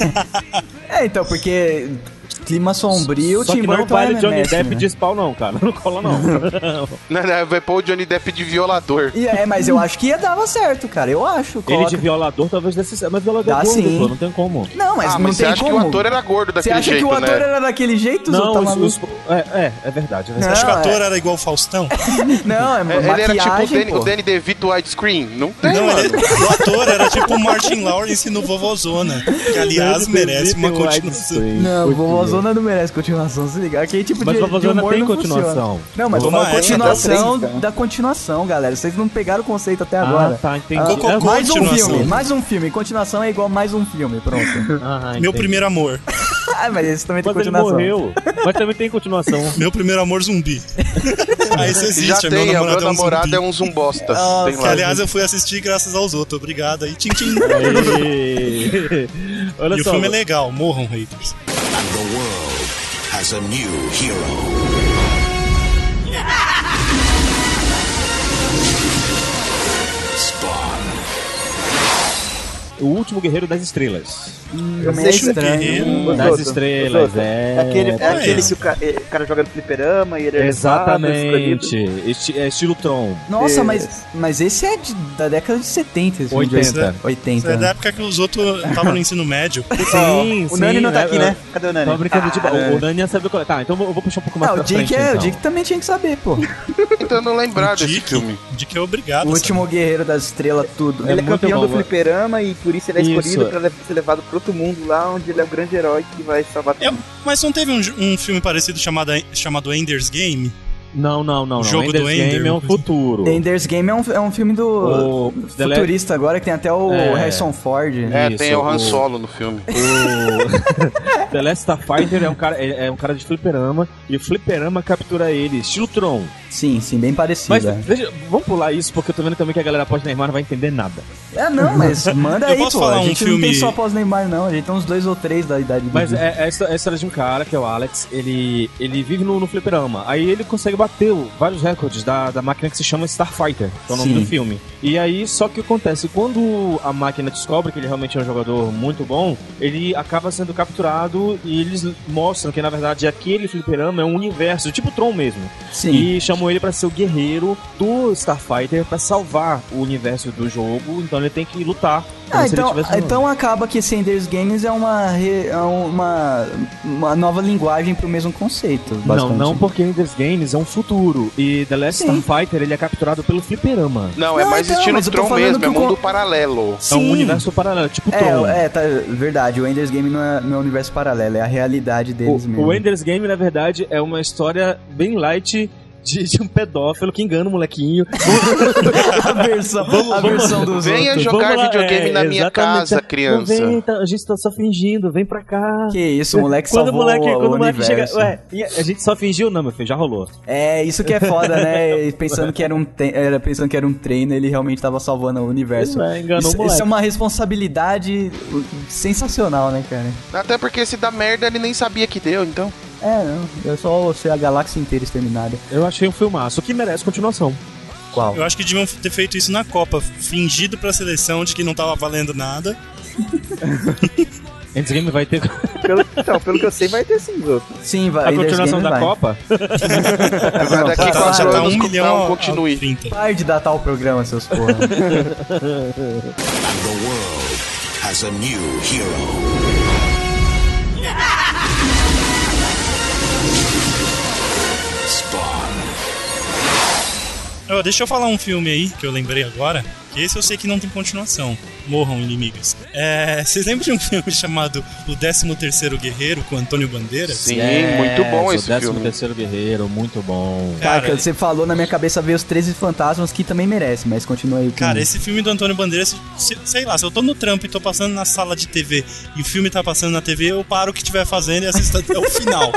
É, então, porque clima sombrio, Só Tim que não Burton vale é Johnny mestre, Depp né? de Spawn não, cara. Não cola não. Não, não, vai pôr o Johnny Depp de violador. E é, mas eu acho que ia dava certo, cara. Eu acho. Ele Coloca... de violador talvez desse certo, mas violador Dá é gordo, sim. pô, não tem como. Não, mas ah, não mas você tem acha como. que o ator era gordo Você daquele acha jeito, que o ator né? era daquele jeito, Zô? Não, Tá os, maluco? os, é, é, é verdade. É Não, Você verdade. acha que o é. ator era igual o Faustão? Não, é É, ele maquiagem, era tipo o Danny, pô. o Danny DeVito widescreen. Não tem, Não, mano. ele, o ator era tipo o Martin Lawrence no Vovozona, que aliás merece uma continuação. Não, Vovozona não merece continuação, se ligar. Aquele tipo Mas de, Vovozona de humor tem não continuação. funciona. Não, mas Toma fala essa, continuação dá três, da continuação, galera. Vocês não pegaram o conceito até Ah, agora. tá, entendi. Ah, Cocô, mais um continuação. filme, mais um filme. Continuação é igual mais um filme, pronto. Ah, Meu entendi. primeiro amor. ah, mas esse também tem Mas ele continuação. morreu. Mas também tem continuação. Meu primeiro amor zumbi. Ah, isso existe, Já é tem, meu o meu namorado, namorado é é um zumbi. um zumbosta. Nossa, Tem Que lá. aliás eu fui assistir graças aos outros. Obrigado aí. Tchim, tchim. Aê. Olha E o só. filme é legal, morram haters. And the world has a new hero. O Último Guerreiro das Estrelas. Hum, Eu é sei estranho. Guerreiro. Das Outro, Estrelas, outro. é. É aquele, é aquele é. que o cara, o cara joga no fliperama e ele é levado, Exatamente. escolhido. Esti- é estilo Tron. Nossa, É. mas, mas esse é de- da década de setenta. Esse filme de oitenta. oitenta. Isso é da época que os outros estavam no ensino médio. Sim, O sim. Nani não tá né? aqui, né? Cadê o Nani? Tava brincando de... Ah, O, o Dani ia saber qual é. Tá, então eu vou puxar um pouco mais Ah, pra o Dick, frente, é, então. o Dick também tinha que saber, pô. Tentando lembrar desse Dick, filme. Dick é obrigado. O a Último Guerreiro das Estrelas, tudo. É Ele é muito campeão bom, do mano. fliperama e por isso ele é Isso. escolhido pra le- ser levado pro outro mundo lá onde ele é o grande herói que vai salvar É, mas não teve um, um filme parecido chamado, chamado Ender's Game? Não, não, não. O não. jogo Ender's do Ender, Game é um uma coisa assim. futuro. Ender's Game é um, é um filme do O The Le- futurista agora, que tem até o É. Harrison Ford. É, Isso, tem o Han o- Solo no filme. O The Last Starfighter é um cara, é é um cara de fliperama e o fliperama captura ele, estilo Tron. Sim, sim, bem parecido. Mas é. deixa, vamos pular isso porque eu tô vendo também que a galera pós-Neymar não vai entender nada. É, não, mas manda Eu aí, posso pô. falar A um gente não filme- tem só pós-Neymar, não. A gente tem uns dois ou três da idade do Mas Gui. é, é, a histó- é a história de um cara, que é o Alex, ele, ele vive no, no fliperama. Aí ele consegue bater o- vários recordes da, da máquina que se chama Starfighter, que é o nome Sim. do filme. E aí, só que acontece, quando a máquina descobre que ele realmente é um jogador muito bom, ele acaba sendo capturado e eles mostram que, na verdade, aquele fliperama é um universo, tipo Tron mesmo. Sim. E chamam ele pra ser o guerreiro do Starfighter pra salvar o universo do jogo, então ele tem que lutar. como Ah, se ele então, tivesse um- então acaba que esse Ender's Games é uma, re- é uma, uma nova linguagem pro mesmo conceito, Não, basicamente. não, porque Ender's Games é um futuro. E The Last Sim. Starfighter, ele é capturado pelo fliperama. Não, é Não, mais então, estilo mas eu tô Tron falando mesmo, que é o mundo con- paralelo. É um Sim. universo paralelo, tipo Tron. É, é, tá, verdade. O Ender's Game não é, não é um universo paralelo, é a realidade deles O, mesmo. o Ender's Game, na verdade, é uma história bem light de, de um pedófilo que engana o molequinho. a versão, a versão dos Venha outros. jogar Vamos lá, videogame é, na minha exatamente. casa, criança. Não vem, tá- a gente tá só fingindo, vem pra cá. Que isso, o moleque quando salvou o moleque, o quando o moleque universo. chega, ué, e a gente só fingiu? Não, meu filho, já rolou. É, isso que é foda, né? E pensando que era um, te- era pensando que era um treino, ele realmente tava salvando o universo. Ele, é, enganou isso, o moleque. isso é uma responsabilidade sensacional, né, cara? Até porque se dá merda, ele nem sabia que deu, então. É, não. É só ser a galáxia inteira exterminada. Eu achei um filmaço que merece continuação. Qual? Eu acho que deviam ter feito isso na Copa, fingido pra seleção de que não tava valendo nada. Ender's Game vai ter Pelo, então, pelo que eu sei, vai ter sim, Zoto. Sim, vai. a Ender's continuação Game da vai. Copa. Vai daqui Já tá, quatro já tá anos um com- milhão não, a- continue. a trinta. Para de datar o programa, seus porra. And the world has a new hero. Spawn. Ó, deixa eu falar um filme aí que eu lembrei agora, que esse eu sei que não tem continuação. Morram, inimigas. É, vocês lembram de um filme chamado O décimo terceiro Guerreiro, com Antônio Bandeiras? Sim, muito bom esse o décimo filme. terceiro Guerreiro, muito bom. Cara, Cara, você falou, na minha cabeça veio os treze fantasmas, que também merece, mas continua aí. com- Cara, esse filme do Antônio Bandeiras, se- sei lá, se eu tô no trampo e tô passando na sala de T V e o filme tá passando na T V, eu paro o que estiver fazendo e assisto até o final.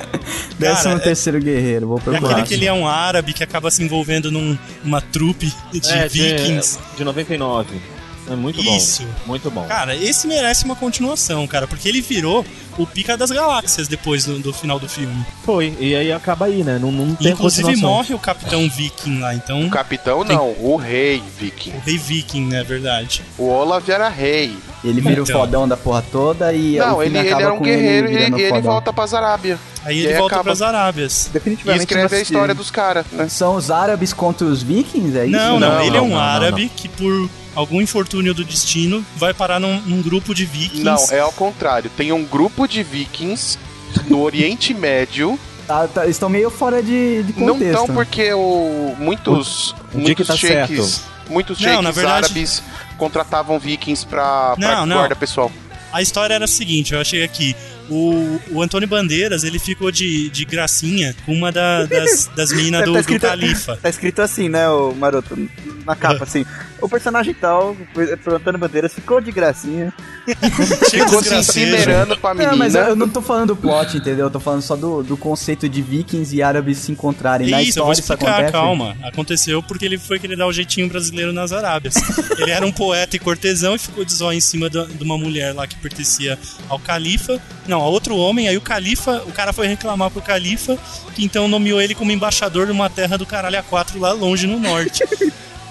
Décimo Cara, é, terceiro guerreiro, vou é procurar. aquele que ele é um árabe que acaba se envolvendo num- numa trupe de É, vikings. De, de noventa e nove. É muito Isso. bom. Muito bom. Cara, esse merece uma continuação, cara, porque ele virou o pica das galáxias depois do, do final do filme. Foi. E aí acaba aí, né? Não, não tem Inclusive continuação. morre o Capitão Viking lá, então. O capitão não, o rei viking. O Rei Viking, né? Verdade. O Olaf era rei. Ele vira Então. o fodão da porra toda e Não, o filme ele, ele acaba era um com guerreiro e ele, ele, virando ele fodão. volta pras Arábia. Aí E ele aí volta acaba- pras Arábias. E Definitivamente escreve não a assisti. história dos caras, né? São os árabes contra os vikings, é isso? Não, não, Não, ele é não, um não, não, árabe que por algum infortúnio do destino vai parar num, num grupo de vikings. Não, é ao contrário. Tem um grupo de vikings no Oriente Médio. Tá, tá, estão meio fora de, de Não contexto. tão porque o, muitos, o Dick muitos tá sheiks, muitos Não, sheiks na verdade- árabes contratavam vikings pra, pra Não, não. guarda pessoal. A história era a seguinte, eu achei aqui. O, o Antônio Bandeiras, ele ficou de, de gracinha com uma da- das, das meninas do, Tá do escrito- Califa. Tá escrito assim, né, o Maroto? Na capa, assim. O personagem tal, pro Antônio Bandeiras, ficou de gracinha. Cheio Ficou de se gracejo. incinerando com a menina. Não, mas eu, eu não tô falando do plot, entendeu? Eu tô falando só do, do conceito de vikings e árabes se encontrarem. Na Isso, eu vou história isso explicar, acontece. calma. Aconteceu porque ele foi querer dar o jeitinho brasileiro nas Arábias. Ele era um poeta e cortesão e ficou de zóio em cima da- de uma mulher lá que pertencia ao califa. Não, a outro homem. Aí o califa, o cara foi reclamar pro califa, que então nomeou ele como embaixador de uma terra do caralho a quatro lá longe no norte.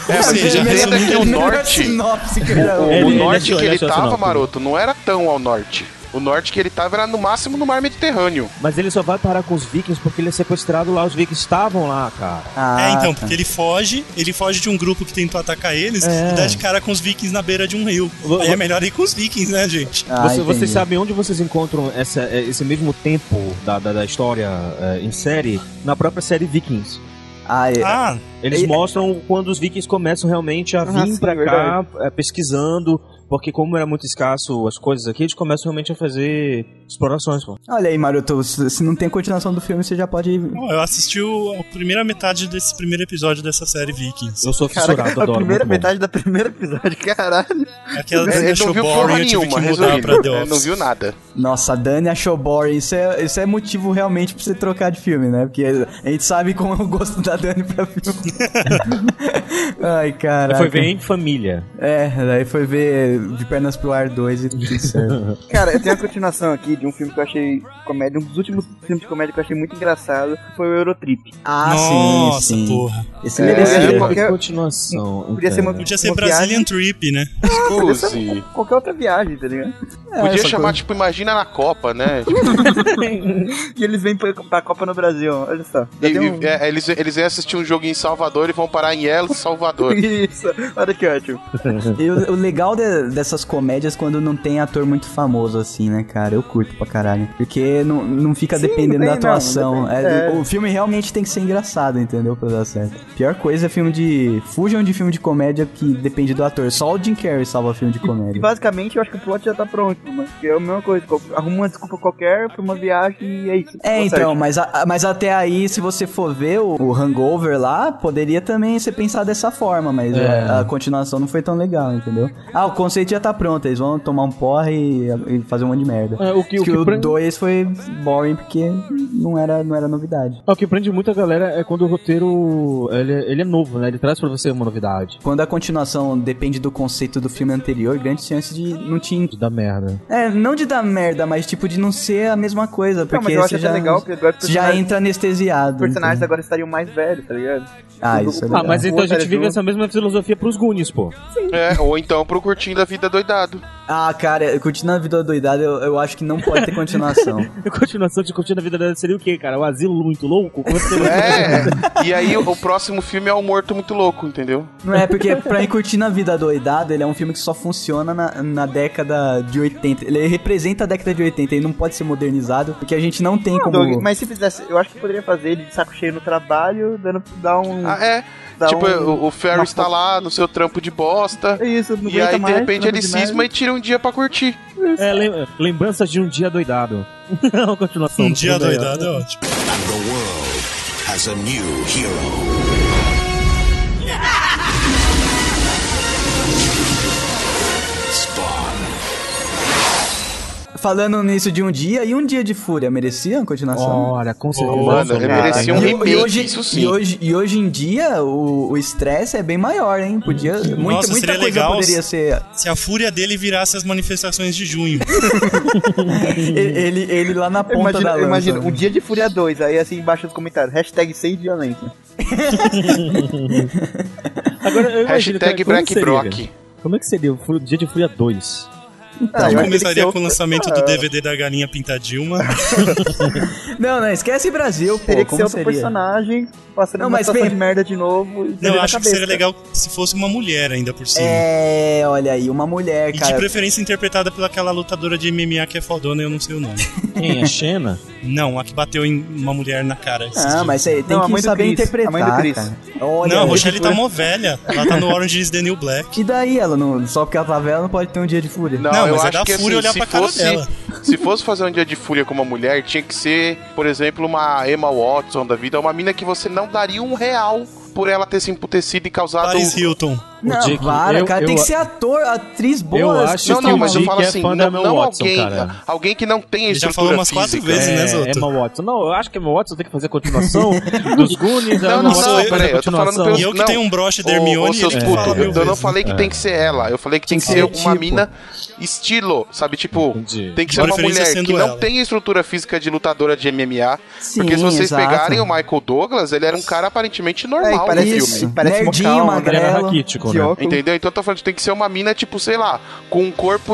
É, você seja, entenda que o Melhor norte, sinopse que eu já o, ouvi. Ele- o ele norte achou- que ele ele achou a tava, sinopse. Maroto, não era tão ao norte. O norte que ele tava era no máximo no mar Mediterrâneo. Mas ele só vai parar com os vikings porque ele é sequestrado lá, os vikings estavam lá, cara. Ah, É, então, tá. porque ele foge, ele foge de um grupo que tentou atacar eles É. e dá de cara com os vikings na beira de um rio. Vou- Aí é melhor ir com os vikings, né, gente? Ah, Você- entendi. vocês sabem onde vocês encontram essa, é, esse mesmo tempo da, da, da história é, em série? Na própria série Vikings. Ah, é. Ah, Eles E- mostram quando os vikings começam realmente a Ah, vir sim, pra verdade. cá é, pesquisando, porque como era muito escasso as coisas aqui, eles começam realmente a fazer explorações, pô. Olha aí, Maroto, se se não tem continuação do filme, você já pode... bom, eu assisti o- a primeira metade desse primeiro episódio dessa série Vikings. Eu sou Cara, fissurado, a adoro. primeira muito bom. metade da primeira episódio, caralho. Aquela Ele Dani não achou viu boring, porra eu tive nenhuma, que mudar resumindo. pra The Ele Office. não viu nada. Nossa, a Dani achou boring. Isso é, isso é motivo realmente pra você trocar de filme, né? Porque a gente sabe como é o gosto da Dani pra filme. Ai, cara. Foi ver em família. É, daí foi ver De Pernas pro Ar dois e tudo certo. Cara, eu tenho uma continuação aqui de um filme que eu achei comédia, um dos últimos filmes de comédia que eu achei muito engraçado, foi o Eurotrip. Ah, Nossa, sim, sim. porra. Esse É, merecia. é, qualquer- continuação. Podia ser uma- Podia ser Uma Brazilian viagem. Trip, né? Excuse. Qualquer outra viagem, tá ligado? É, Podia essa chamar, coisa. tipo, Imagina na Copa, né? Tipo, E eles vêm pra, pra Copa no Brasil, olha só. Já e- tem um... e- é, eles, eles iam assistir um jogo em Salvador e vão parar em El Salvador. Isso, olha que ótimo. E o, o legal de- dessas comédias quando não tem ator muito famoso assim, né, cara? Eu curto pra caralho. Porque não, não fica Sim, dependendo não da tem, não, atuação. não É, tem. É. O filme realmente tem que ser engraçado, entendeu? Pra dar certo. Pior coisa é filme de... Fujam de filme de comédia que depende do ator. Só o Jim Carrey salva filme de E comédia. basicamente eu acho que o plot já tá pronto, mano. Porque é a mesma coisa, arruma uma desculpa qualquer pra uma viagem e é isso. É, Tá então, certo. mas, a- mas até aí, se você for ver o, o Hangover lá, poderia também ser pensado dessa forma, mas É. a, a continuação não foi tão legal, entendeu? Ah, o conceito já tá pronto, eles vão tomar um porre e, e fazer um monte de merda. É, o que, Diz o que que o prende- dois foi boring porque não era, não era novidade. o que prende muita galera é quando o roteiro ele, é- ele é novo, né? Ele traz pra você uma novidade. Quando a continuação depende do conceito do filme anterior, grande chance de não te... De dar merda. É, não de dar merda, mas tipo de não ser a mesma coisa, Não, porque mas eu acho você até já, legal, porque agora os você já personagens- entra anestesiado. Os personagens entendeu? agora estariam mais velhos, tá ligado? Ah, isso é Ah, legal. mas então a gente vive junto. essa mesma filosofia pros Goonies, pô. É, ou então pro Curtindo a Vida Doidado. Ah, cara, curtindo a vida doidada, eu, eu acho que não pode ter continuação. A continuação de Curtindo a Vida dela seria o quê, cara? O Asilo Muito Louco? Como é que seria? É, e aí o, o próximo filme é o Morto Muito Louco, entendeu? Não é, porque pra mim, Curtindo a Vida Doidada, ele é um filme que só funciona na, na década de oitenta. Ele representa a década de oitenta, ele não pode ser modernizado, porque a gente não tem como... Doug, mas se fizesse, eu acho que poderia fazer ele de saco cheio no trabalho, dando dar um. Ah, é. dar Tipo, um- o, o Ferris tá lá no seu trampo de bosta. É isso, não E aguenta aí, mais, de repente, trampo ele de cisma merda. e tira um dia pra curtir. É, lem- lembranças de um dia doidado. Uma continuação. Um do dia filme aí, ó. doidado é ótimo. And the world has a new hero. Spawn. Falando nisso de um dia, e um dia de fúria, merecia uma continuação? Olha, com certeza. Mano, ele cara. merecia um E- remake, e, hoje, isso sim. e, hoje, e hoje em dia, o o estresse é bem maior, hein? Podia. Muita, Nossa, muita seria coisa legal poderia ser. Se a fúria dele virasse as manifestações de junho. ele, ele, ele lá na ponta Imagina, da lança. imagina, um dia de Fúria dois, aí assim embaixo nos comentários, hashtag sem violência. Agora, eu imagino, Hashtag cara, como Black que seria? Brock. Como é que seria o Fu- Dia de Fúria dois? Ah, eu acho que Começaria tem que com o ser- lançamento Ah, do D V D da Galinha Pintadilma. Não, não, esquece Brasil, pô. Teria que como ser outro seria? personagem, passando Não, uma mas situação bem- de merda de novo. E Não, perder eu a acho que cabeça. seria legal se fosse uma mulher ainda por cima. É, olha aí, uma mulher, E de cara. preferência interpretada pelaquela lutadora de M M A que é fodona, eu não sei o nome. Quem? A Xena? Não, a que bateu em uma mulher na cara. esses Ah, dias. mas aí tem Não, a que mãe do saber Chris, interpretar, a mãe do Chris. cara. Olha, Não, a aí. Rochelle tá mó velha. Ela tá no Orange is the New Black. E daí ela, não, só porque ela tá velha, não pode ter um dia de fúria. Não, Não, eu mas é acho da que fúria assim, olhar se pra cara fosse, dela. se fosse fazer um dia de fúria com uma mulher, tinha que ser, por exemplo, uma Emma Watson da vida, uma mina que você não daria um real por ela ter se emputecido e causado Paris Hilton. Não, Dick, para, eu- cara. eu- Tem que ser ator, atriz boa. Eu acho Não, que não, o mas eu Dick falo é assim, fã da não, Emma não Watson, alguém, cara. alguém que não tem a Ele já estrutura falou umas quatro física. vezes, né, É, Zoto? Emma Watson. Não, eu acho que Emma Watson tem que fazer a continuação dos Goonies. Não, a Emma não, Watson não, tem que fazer peraí, a eu tô falando continuação. pelo- E eu que Não. tenho um broche da Ô, Hermione, ô, seus ele que putos, fala mil eu não vezes. falei que tem que ser ela, eu falei que tem que Tem ser que ser uma tipo. mina estilo, sabe? Tipo, Entendi. tem que ser De uma preferência mulher sendo que não ela. tem estrutura física de lutadora de M M A. Sim, Porque se vocês exato. pegarem o Michael Douglas, ele era um cara aparentemente É, normal e no parece, Isso. filme. e parece Nerdinho, mocal, magrelo. Ele era raquítico, de né? óculos. Entendeu? Então eu tô falando que tem que ser uma mina, tipo, sei lá, com um corpo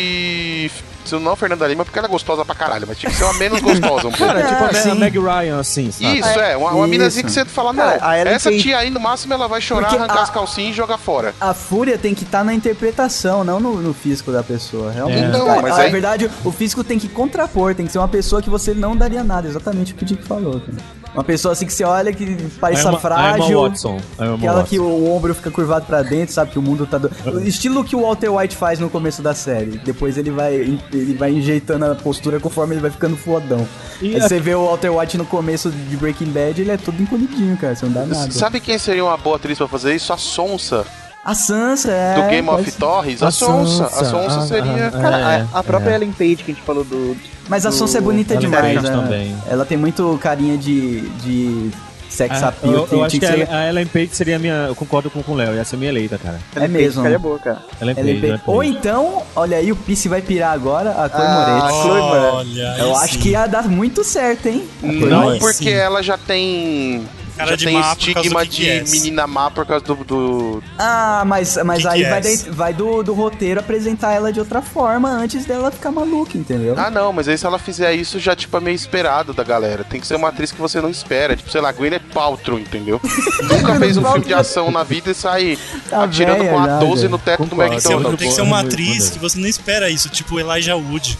de. Se não Fernanda Lima, porque ela é gostosa pra caralho, mas tinha que ser uma menos gostosa um pouco. Cara, tipo a Ah, Me- sim. a Meg Ryan, assim, sabe? Isso, é, uma, uma Isso. minazinha que você fala, não, Cara, a Ellen essa Page- tia aí no máximo ela vai chorar, Porque arrancar a- as calcinhas e jogar fora. A fúria tem que estar na interpretação, não no, no físico da pessoa. Realmente. É. Então, Cara, mas na aí- verdade, o físico tem que contrapor, tem que ser uma pessoa que você não daria nada, exatamente o que o Dick falou. Cara. Uma pessoa assim que você olha que pareça A Emma- a frágil. Emma Watson. A Emma Aquela que Watson. o ombro fica curvado pra dentro, sabe? Que o mundo tá. Do... O estilo que o Walter White faz no começo da série. Depois ele vai, ele vai enjeitando a postura conforme ele vai ficando fodão. E Aí a- você vê o Walter White no começo de Breaking Bad, ele é todo encolhidinho, cara. Você não dá nada. Sabe quem seria uma boa atriz pra fazer isso? A Sonsa, A Sansa é. do Game of pode- Thrones. A, A Sonsa. A Sonsa, Sonsa ah, seria. ah, Cara, É, a, a própria é. Ellen Page que a gente falou do... Mas a do- Sonsa é bonita Ela é demais, bonita né? também. Ela tem muito carinha de, de sex É, appeal. eu, tem- eu acho tinha que que a, ser- a Ellen Page seria a minha. Eu concordo com, com o Léo, ia ser minha eleita, cara. É Ellen Page mesmo. ficaria boa, cara. Ellen Ellen Page. Page. Ellen Ou Page. então, olha aí, o Pisse vai pirar agora, a Chloe Ah, Moretz. a Chloe Moretz. Olha, Eu aí acho sim. que ia dar muito certo, hein? A Chloe Não, Moretz. porque sim. ela já tem. Cara já de tem má por causa estigma do de Kick-Ass. menina má por causa do. do... Ah, mas, mas Que aí que vai, é de- esse? vai do, do roteiro apresentar ela de outra forma antes dela ficar maluca, entendeu? Ah, não, mas aí se ela fizer isso, já tipo é meio esperado da galera. Tem que ser uma atriz que você não espera. Tipo, sei lá, Gwyneth Paltrow, entendeu? Nunca fez um filme de ação na vida e sai Tá atirando velha com a já, doze velho. no teto do Concordo. Tem que ser- McDonald's. tem que ser uma Muito atriz maneiro. que você não espera isso, tipo Elijah Wood.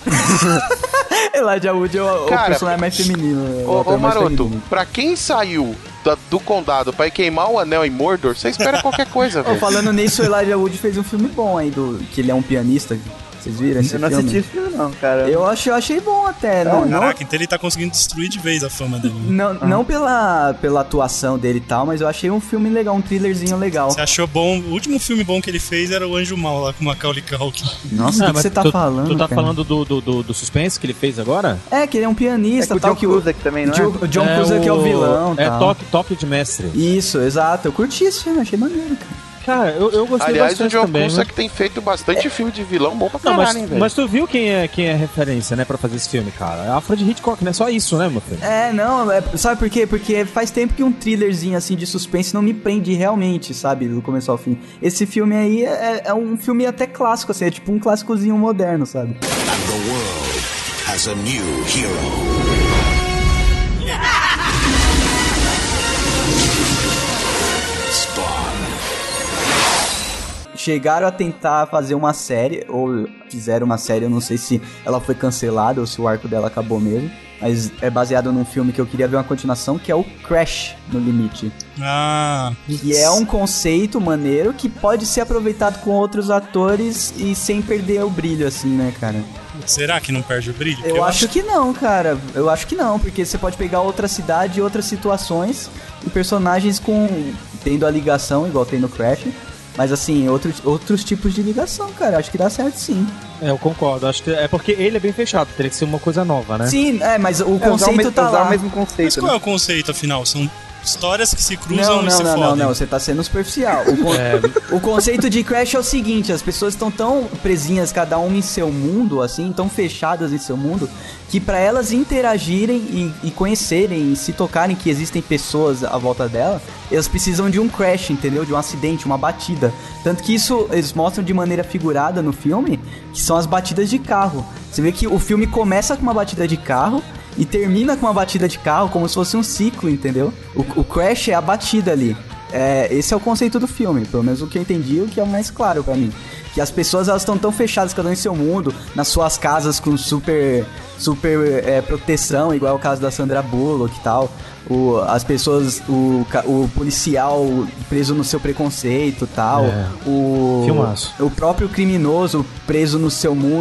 Elijah Wood é o, o Cara, personagem mais feminino. o Ô, ator ô mais Maroto, feminino. pra quem saiu da- do condado pra ir queimar o anel em Mordor, você espera qualquer coisa, Ô, velho. falando nisso, o Elijah Wood fez um filme bom aí, do, que ele é um pianista. Vocês viram esse Eu não filme? assisti esse filme não, cara. Eu achei, eu achei bom até. Não, não, Caraca, então ele tá conseguindo destruir de vez a fama dele. não, não pela, pela atuação dele e tal, mas eu achei um filme legal, um thrillerzinho legal. Você achou bom? O último filme bom que ele fez era o Anjo Mal lá com o Macaulay Culkin. Nossa, o Ah, que, que mas você tá tu, falando? Tu tá cara? falando do, do, do, do suspense que ele fez agora? É, que ele é um É pianista com o tal. John que o, Cusack também, não é? o John É Cusack é o vilão. É tal. toque, toque de mestre. Isso, exato. Eu curti esse filme, achei maneiro, cara. Cara, eu, eu gostei Aliás, o bastante John também. Cusack Mas... tem feito bastante filme de vilão bom pra Não, caralho, mas, hein, velho. mas tu viu quem é, quem é a referência, né, pra fazer esse filme, cara? É Alfred Hitchcock, né? Só isso, né, meu filho? É, não, é- sabe por quê? Porque faz tempo que um thrillerzinho assim de suspense não me prende realmente, sabe? Do começo ao fim. Esse filme aí é, é um filme até clássico, assim, é tipo um clássicozinho moderno, sabe? And the world has a new hero. Spawn. Chegaram a tentar fazer uma série, ou fizeram uma série, eu não sei se ela foi cancelada ou se o arco dela acabou mesmo, mas é baseado num filme que eu queria ver uma continuação, que é o Crash, no Limite. Ah, Que é um conceito maneiro que pode ser aproveitado com outros atores e sem perder o brilho, assim, né, cara? será que não perde o brilho? Porque Eu, acho que não, cara. Eu acho que não, porque você pode pegar outra cidade e outras situações e personagens com tendo a ligação, igual tem no Crash, mas assim, outros, outros tipos de ligação, cara. Acho que dá certo sim. É, eu concordo. Acho que é porque ele é bem fechado, teria que ser uma coisa nova, né? Sim, é, mas o É, usar o conceito mesmo, tá usar lá. o mesmo Mas conceito, qual né? é o conceito, afinal? São histórias que se cruzam Não, e não, se não, não, fodem. não, você tá sendo superficial. O, con- É. o conceito de Crash é o seguinte, as pessoas estão tão presinhas, cada uma em seu mundo, assim, tão fechadas em seu mundo, que pra elas interagirem e, e conhecerem e se tocarem que existem pessoas à volta dela, elas precisam de um crash, entendeu? De um acidente, uma batida. Tanto que isso eles mostram de maneira figurada no filme, que são as batidas de carro. Você vê que o filme começa com uma batida de carro e termina com uma batida de carro como se fosse um ciclo, entendeu? O, o crash é a batida ali. É, esse é o conceito do filme, pelo menos o que eu entendi, o que é o mais claro pra mim. Que as pessoas elas estão tão fechadas, cada um em seu mundo, nas suas casas com super, super é, proteção, igual é o caso da Sandra Bullock e tal. O, as pessoas, o, ca- o policial preso no seu preconceito e tal. É. O, Filmaço. o próprio criminoso preso no seu mundo,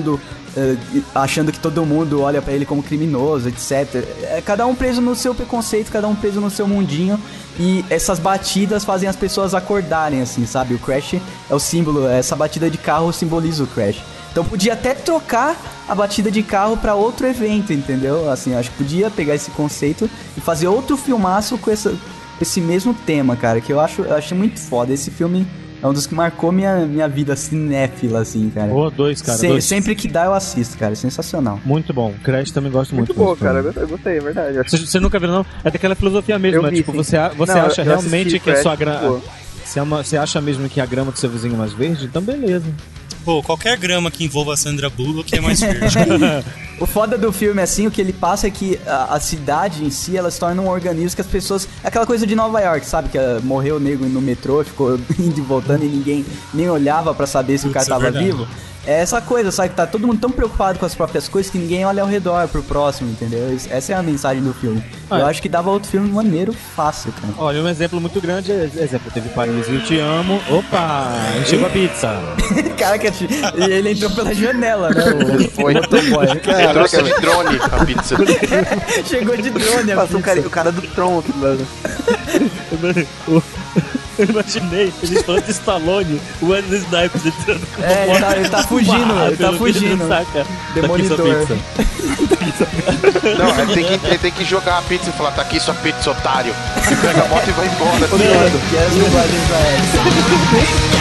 uh, achando que todo mundo olha pra ele como criminoso, etcétera. É, cada um preso no seu preconceito, cada um preso no seu mundinho. E essas batidas fazem as pessoas acordarem, assim, sabe? O Crash é o símbolo, essa batida de carro simboliza o Crash. Então podia até trocar a batida de carro pra outro evento, entendeu? Assim, acho que podia pegar esse conceito e fazer outro filmaço com essa, esse mesmo tema, cara, que eu acho, eu achei muito foda. Esse filme é um dos que marcou minha, minha vida cinéfila, assim, cara. Pô, dois, cara, Se, dois. Sempre que dá eu assisto, cara, é sensacional. Muito bom, Crash também gosto muito. Muito bom, cara, eu gostei, é verdade. Você, você nunca viu, não? É daquela filosofia mesmo, né? Vi, Tipo, sim. você, você Não, acha eu realmente que a Crash, sua grama... pô. Você, ama, você acha mesmo que a grama do seu vizinho é mais verde? Então beleza. Pô, qualquer grama que envolva a Sandra Bullock é mais verde. O foda do filme, assim, o que ele passa é que a, a cidade em si, ela se torna um organismo que as pessoas... É aquela coisa de Nova York, sabe? Que uh, morreu o nego no metrô, ficou indo e voltando e ninguém nem olhava pra saber se o cara Putz, é tava verdade. vivo. É essa coisa, sabe? Que tá todo mundo tão preocupado com as próprias coisas que ninguém olha ao redor pro próximo, entendeu? Essa é a mensagem do filme. Ah, Eu é. acho que dava outro filme maneiro fácil, cara. Olha, um exemplo muito grande é, exemplo, teve Paris, Eu Te Amo. Opa, chegou a pizza. Caraca, e ele entrou pela janela, né? O, Foi. o motoboy. Ele trouxe de drone a pizza. Chegou de drone a Passou o cara, pizza. o cara do Tron aqui do lado. Eu imaginei, eles falando de Stallone, o Wesley Snipes entrando com É, ele tá, ele tá fugindo, ele tá pelo que ele fugindo. saca. Demolidor. Daqui sua pizza. Não, ele tem, que, ele tem que jogar a pizza e falar, tá aqui sua pizza, otário. E pega a moto e vai embora. Mano, que as dublagens da época.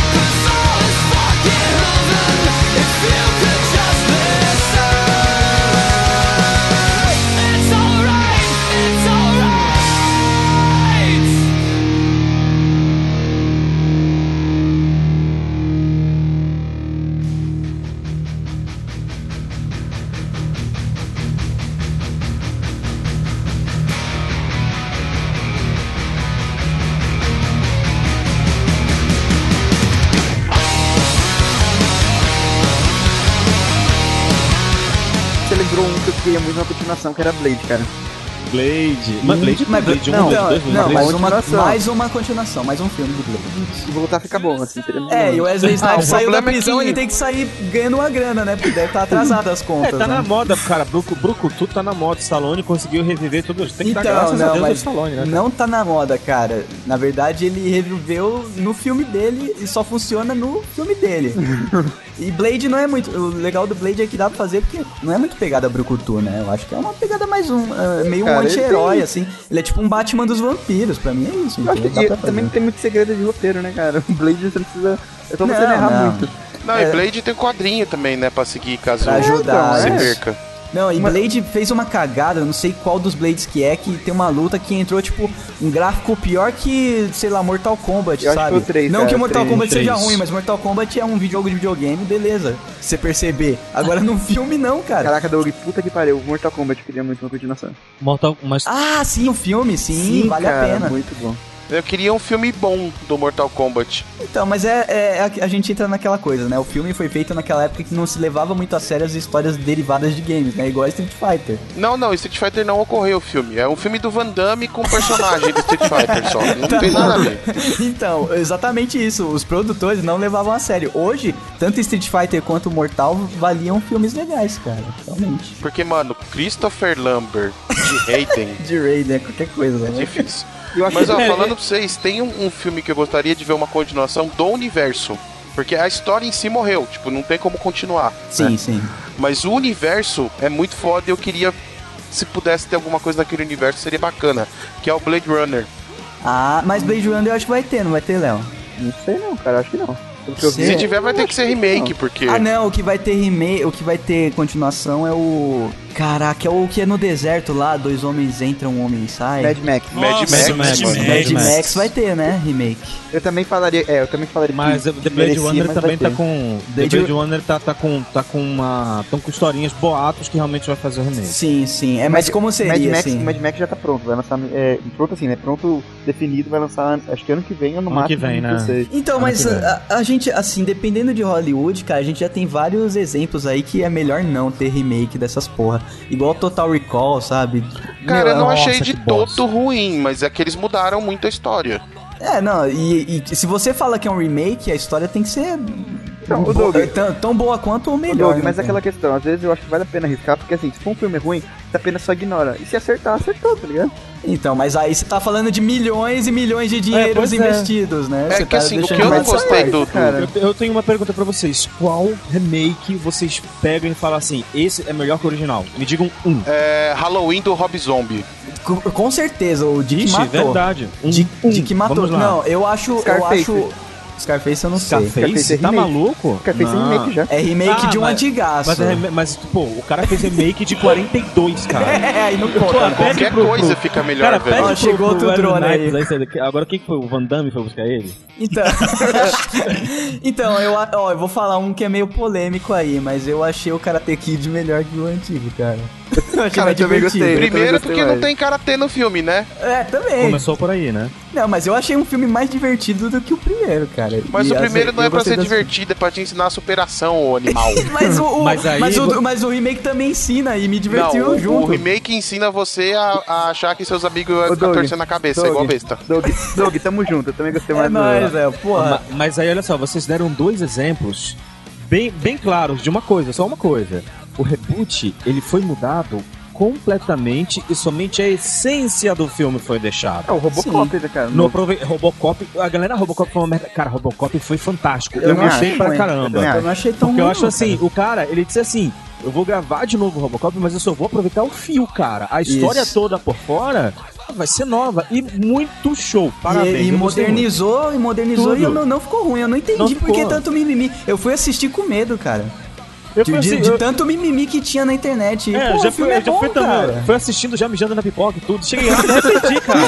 Você lembrou um que eu queria muito na continuação, que era Blade, cara. Blade. Mas Blade, Mas, Blade não, um, não, Blade dois, não, Blade mais três. uma, continuação. mais uma continuação, mais um filme do Blade. Se voltar fica bom, assim. Teria É, e o Wesley Ah, Snipes o saiu da problema é prisão, que- ele tem que sair ganhando uma grana, né? Porque deve estar atrasado as É, contas. tá né? na moda, cara. Brucu, Brucutu tá na moda. Stallone conseguiu reviver todos. Tem que Então, dar graças a não, Deus ao mas Stallone, né? não tá na moda, cara. Na verdade, ele reviveu no filme dele e só funciona no filme dele. E Blade não é muito... O legal do Blade é que dá pra fazer porque não é muito pegada Brucutu, né? Eu acho que é uma pegada mais um... é meio um Cara, ele anti-herói, tem- assim. Ele é tipo um Batman dos vampiros, pra mim é isso. Eu acho que entendeu? Dá pra fazer. também não tem muito segredo de roteiro, né, cara? O Blade você não precisa... É só você Não, não errar não. muito. Não, e Blade tem quadrinho também, né, pra seguir caso Pra ajudar, você é. perca. Não, e Blade fez uma cagada, eu não sei qual dos Blades que é, que tem uma luta que entrou, tipo, um gráfico pior que, sei lá, Mortal Kombat, Eu acho sabe? que foi o três, não cara, que o Mortal três, Kombat seja três. ruim, mas Mortal Kombat é um jogo de videogame, beleza, se você perceber. Agora no filme não, cara. Caraca, Doug, puta que pariu. O Mortal Kombat eu queria muito uma continuação. Mortal, mas Ah, sim, o filme, sim, vale cara, a pena. muito bom. Eu queria um filme bom do Mortal Kombat. Então, mas é, é- a, a gente entra naquela coisa, né? O filme foi feito naquela época que não se levava muito a sério as histórias derivadas de games, né? Igual a Street Fighter. Não, não, Street Fighter não ocorreu o filme. É um filme do Van Damme com personagem do Street Fighter só. Não tem nada a ver. Então, exatamente isso. Os produtores não levavam a sério. Hoje, tanto Street Fighter quanto Mortal valiam filmes legais, cara. Realmente. Porque, mano, Christopher Lambert de Hayden De Raiden, qualquer coisa, é né? difícil. Eu acho Mas, ó, que... falando pra vocês, tem um, um filme que eu gostaria de ver uma continuação do universo. Porque a história em si morreu, tipo, não tem como continuar. Sim, né? sim. Mas o universo é muito foda e eu queria, se pudesse ter alguma coisa naquele universo, seria bacana. Que é o Blade Runner. Ah, mas Blade Runner eu acho que vai ter, não vai ter, Léo? Não sei não, cara. Acho que não. Pelo que eu vi, Sim. Se tiver, vai eu ter acho que ser remake, porque... Ah, não, o que vai ter remake, o que vai ter continuação é o... Caraca, é o que é no deserto lá, dois homens entram, um homem sai. Mad Max. Mad Nossa, Max, Mad mano. Max. Mad Max. Max vai ter, né? Remake. Eu também falaria... É, eu também falaria Mas que, The que Blade merecia, Runner mas também vai tá ter. com. The Blade Blade Runner tá, tá com. tá com uma. Estão com historinhas, boatos que realmente vai fazer o remake. Sim, sim. É, mas Mad- como seria, Mad Max, assim? Mad Max já tá pronto. Vai lançar... É, pronto assim, né? Pronto, definido. Vai lançar, acho que ano que vem ou no Ano máximo. que vem, né? não sei. Então, Ano mas que vem. a, a gente, assim, dependendo de Hollywood, cara, a gente já tem vários exemplos aí que é melhor não ter remake dessas porra. Igual Total Recall, sabe? Cara, eu não Nossa, achei de que bosta. todo ruim, mas é que eles mudaram muito a história. É, não, e, e se você fala que é um remake, a história tem que ser Então, o Doug, É tão, tão boa quanto ou o melhor. Doug, né, mas é cara? aquela questão, às vezes eu acho que vale a pena arriscar, porque assim, se for um filme ruim, você apenas só ignora. E se acertar, acertou, tá ligado? Então, mas aí você tá falando de milhões e milhões de dinheiros pois é. investidos, né? É Você que tá assim, o deixando que eu não mais gostei essa do- parte. cara. Eu, eu tenho uma pergunta pra vocês. Qual remake vocês pegam e falam assim, esse é melhor que o original? Me digam um. É, Halloween do Rob Zombie. Com, com certeza, o Dick Ixi, matou. verdade. Um, Dick, um. Dick matou. Vamos lá. Não, eu acho... Scarface. Eu acho... Scarface eu não sei. Scarface? Scarface é Tá remake. maluco? Scarface é Não. remake já. É remake Ah, de um mas- antigaço. Mas, é reme- mas, pô, o cara fez remake de quarenta e dois, cara. É, aí não Pô, conta. pede Qualquer pro- coisa pro- fica melhor, Cara, velho. pede Ó, pro- chegou pro outro drone Wesley aí. Snipes aí daqui- Agora quem que foi? O Van Damme foi buscar ele? Então, então eu, a- ó, eu vou falar um que é meio polêmico aí, mas eu achei o Karate Kid melhor que o antigo, cara. Eu achei Cara, mais eu também divertido. gostei. Primeiro gostei porque não mais. tem karatê no filme, né? É, também. Começou por aí, né? Não, mas eu achei um filme mais divertido do que o primeiro, cara. Mas E o primeiro assim, não é eu pra gostei ser das- divertido, é pra te ensinar a superação, ô animal. Mas o, o- Mas aí- mas, o, mas o remake também ensina e me divertiu Não, o, junto. o remake ensina você a, a achar que seus amigos vão Ô, ficar Doug, torcendo a cabeça, Doug, igual besta. Doug, Doug, tamo junto, eu também gostei mais É do... nóis, é, porra. Ma- Mas aí, olha só, vocês deram dois exemplos bem, bem claros de uma coisa, só uma coisa. O reboot, ele foi mudado completamente e somente a essência do filme foi deixada. É o Robocop, né, cara? No aprove... Robocop, a galera Robocop foi uma merda. Cara, Robocop foi fantástico. Eu Eu, não gostei acho pra ruim. caramba. Eu Eu não achei tão Porque eu ruim, acho não, assim, cara. o cara, ele disse assim, eu vou gravar de novo o Robocop, mas eu só vou aproveitar o fio, cara. A história Isso. toda por fora vai ser nova e muito show. Parabéns. E, e eu gostei muito. modernizou, e modernizou Tudo. e eu não, não ficou ruim. Eu não entendi Não por que ficou. tanto mimimi. Eu fui assistir com medo, cara. Eu De, fui de- assim, de eu- tanto mimimi que tinha na internet. E, É, pô, já o filme fui, é já bom, fui também. cara. Fui assistindo, já mijando na pipoca e tudo. Cheguei lá e me arrependi, cara.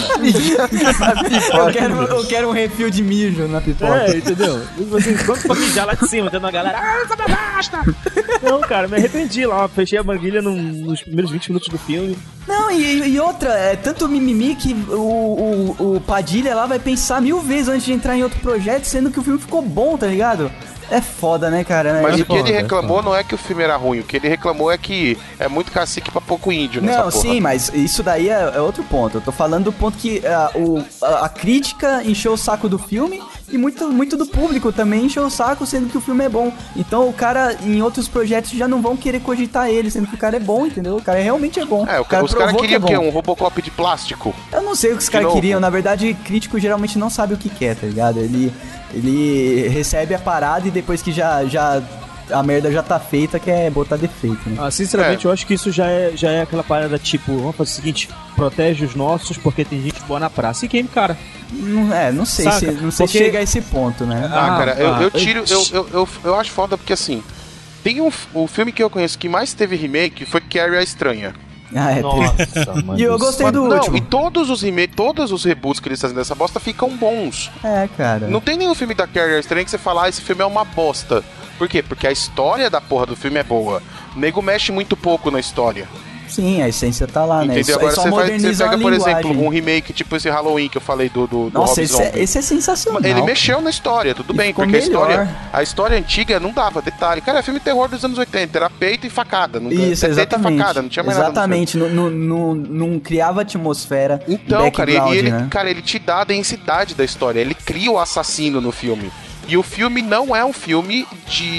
Eu quero, eu quero um refil de mijo na pipoca. É, entendeu? E assim, quando for mijar lá de cima, tendo uma galera, ah, essa me basta! Não, cara, me arrependi lá. Fechei a manguilha num- nos primeiros vinte minutos do filme. Não, e, e outra, é tanto mimimi que o, o, o Padilha lá vai pensar mil vezes antes de entrar em outro projeto, sendo que o filme ficou bom, tá ligado? É foda, né, cara? Mas É o que ele foda, é reclamou não é que o filme era ruim, o que ele reclamou é que é muito cacique pra pouco índio nessa Não, porra. sim, mas isso daí é, é outro ponto. Eu tô falando do ponto que ah, o, a, a crítica encheu o saco do filme e muito, muito do público também encheu o saco, sendo que o filme é bom. Então o cara, em outros projetos, já não vão querer cogitar ele, sendo que o cara é bom, entendeu? O cara realmente é bom. É, o ca- os provou caras que queriam o é quê? bom. Um Robocop de plástico? Eu não sei o que os De caras novo. queriam. Na verdade, crítico geralmente não sabe o que quer, tá ligado? Ele, ele recebe a parada e depois que já, já a merda já tá feita, quer botar defeito, né? Ah, sinceramente, É. eu acho que isso já é, já é aquela parada tipo, vamos fazer o seguinte, protege os nossos porque tem gente boa na praça e queima, cara. Não, é, não sei Saca? se não sei se Porque- chega a esse ponto, né? Ah, Ah, cara, eu, ah, eu tiro. Eu, eu- eu, eu, eu acho foda porque assim. Tem um, o filme que eu conheço que mais teve remake foi Carrie a Estranha. Ah, é, Nossa, mano. E eu gostei do não, último. e todos os remakes, todos os reboots que eles fazem dessa bosta ficam bons. É, cara. Não tem nenhum filme da Carrie a Estranha que você fala, ah, esse filme é uma bosta. Por quê? Porque a história da porra do filme é boa. O nego mexe muito pouco na história. Sim, a essência tá lá, né? Entendeu? Só- Agora só você, faz, você modernizar pega, a por linguagem. exemplo, um remake tipo esse Halloween que eu falei do, do, do Nossa, Rob esse Zombie. é, esse é sensacional. Ele mexeu na história, tudo E bem, ficou porque a melhor. história, a história antiga não dava detalhe. Cara, é filme terror dos anos oitenta, era peito e facada. Não, Isso, peito exatamente. E facada, não tinha mais nada. no filme. Exatamente, não, não, não, não criava atmosfera. Então, cara, e background, ele, né? cara, ele te dá a densidade da história, ele cria o assassino no filme. E o filme não é um filme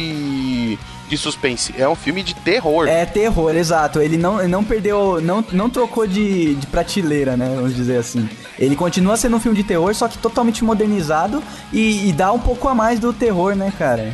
de, de suspense, é um filme de terror. É terror, exato. Ele não, ele não perdeu, não, não trocou de, de prateleira, né? Vamos dizer assim. Ele continua sendo um filme de terror, só que totalmente modernizado e, e dá um pouco a mais do terror, né, cara?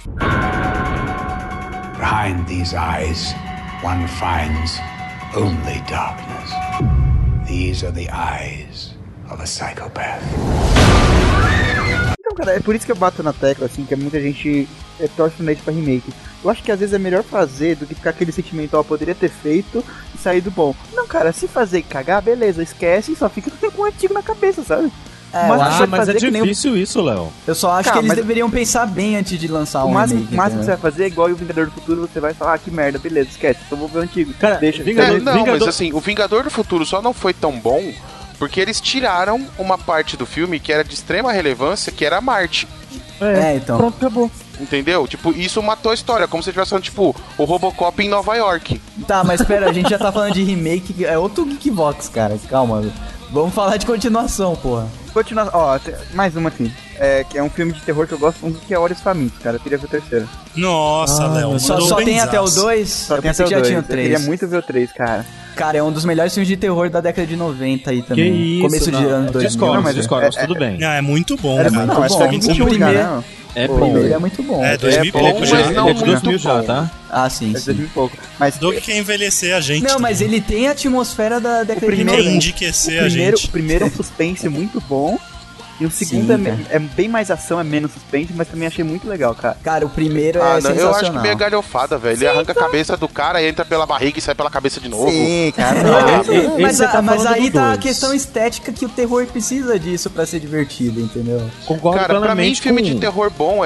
Behind these eyes, one finds only darkness. These are the eyes of a psychopath. Então, cara, é por isso que eu bato na tecla, assim, que muita gente é, torce o nariz pra remake. Eu acho que às vezes é melhor fazer do que ficar aquele sentimento, ó, poderia ter feito e sair do bom. Não, cara, se fazer e cagar, beleza, esquece e só fica com o antigo na cabeça, sabe? É, Mas eu Ah, acho- pode mas é fazer que nem o- difícil isso, Léo. Eu só acho Cara, que eles mas- deveriam pensar bem antes de lançar O um máximo, remake. o máximo que você entendeu? vai fazer é igual o Vingador do Futuro, você vai falar, ah, que merda, beleza, esquece, então vou ver o antigo. Cara, Deixa, Vingador- É, não, Vingador- mas assim, o Vingador do Futuro só não foi tão bom porque eles tiraram uma parte do filme que era de extrema relevância, que era a Marte. É, então. Pronto, acabou. Entendeu? Tipo, isso matou a história, como se tivesse falando, tipo, o Robocop em Nova York. Tá, mas pera, a gente já tá falando de remake, é outro Geekbox, cara. Calma. Vamos falar de continuação, porra. Continua, ó, tem- mais uma aqui. é, que é um filme de terror que eu gosto muito, que é Olhos Famintos, cara. Eu queria ver o terceiro. Nossa, Ah, Léo. Só, mandou só tem benzaço. até o dois? Só Eu tem pensei até que o já tinha dois. o Eu queria três. muito ver o três, cara. Cara, é um dos melhores filmes de terror da década de noventa aí também. Que isso, Começo não. de anos dois mil. Discordo, Não, mas discordo, é- mas tudo bem. Ah, é muito bom, Era, cara. não, acho que bom. é vinte e O um já, primeiro- não? É O bom. primeiro é muito bom. É, dois mil e bom, pouco mas já. Ele é não de dois mil muito já, bom. tá? Ah, sim, É dois mil sim. e pouco. Mas Doug quer envelhecer a gente. Não, mas também. ele tem a atmosfera da década de primeiro- noventa. Quer endiquecer a primeiro, gente. o primeiro é um suspense muito bom. E o segundo Sim, é, me- cara. é bem mais ação, é menos suspense, mas também achei muito legal, cara. Cara, o primeiro Ah, é não, eu sensacional. acho que meio galhofada, velho. Ele arranca a cabeça do cara, entra pela barriga e sai pela cabeça de novo. Sim, cara. Não, Não, esse- esse Mas, você a- tá mas falando aí do tá a dois. questão estética que o terror precisa disso pra ser divertido, entendeu? Concordo Cara, pra mim, plenamente filme com... de terror bom é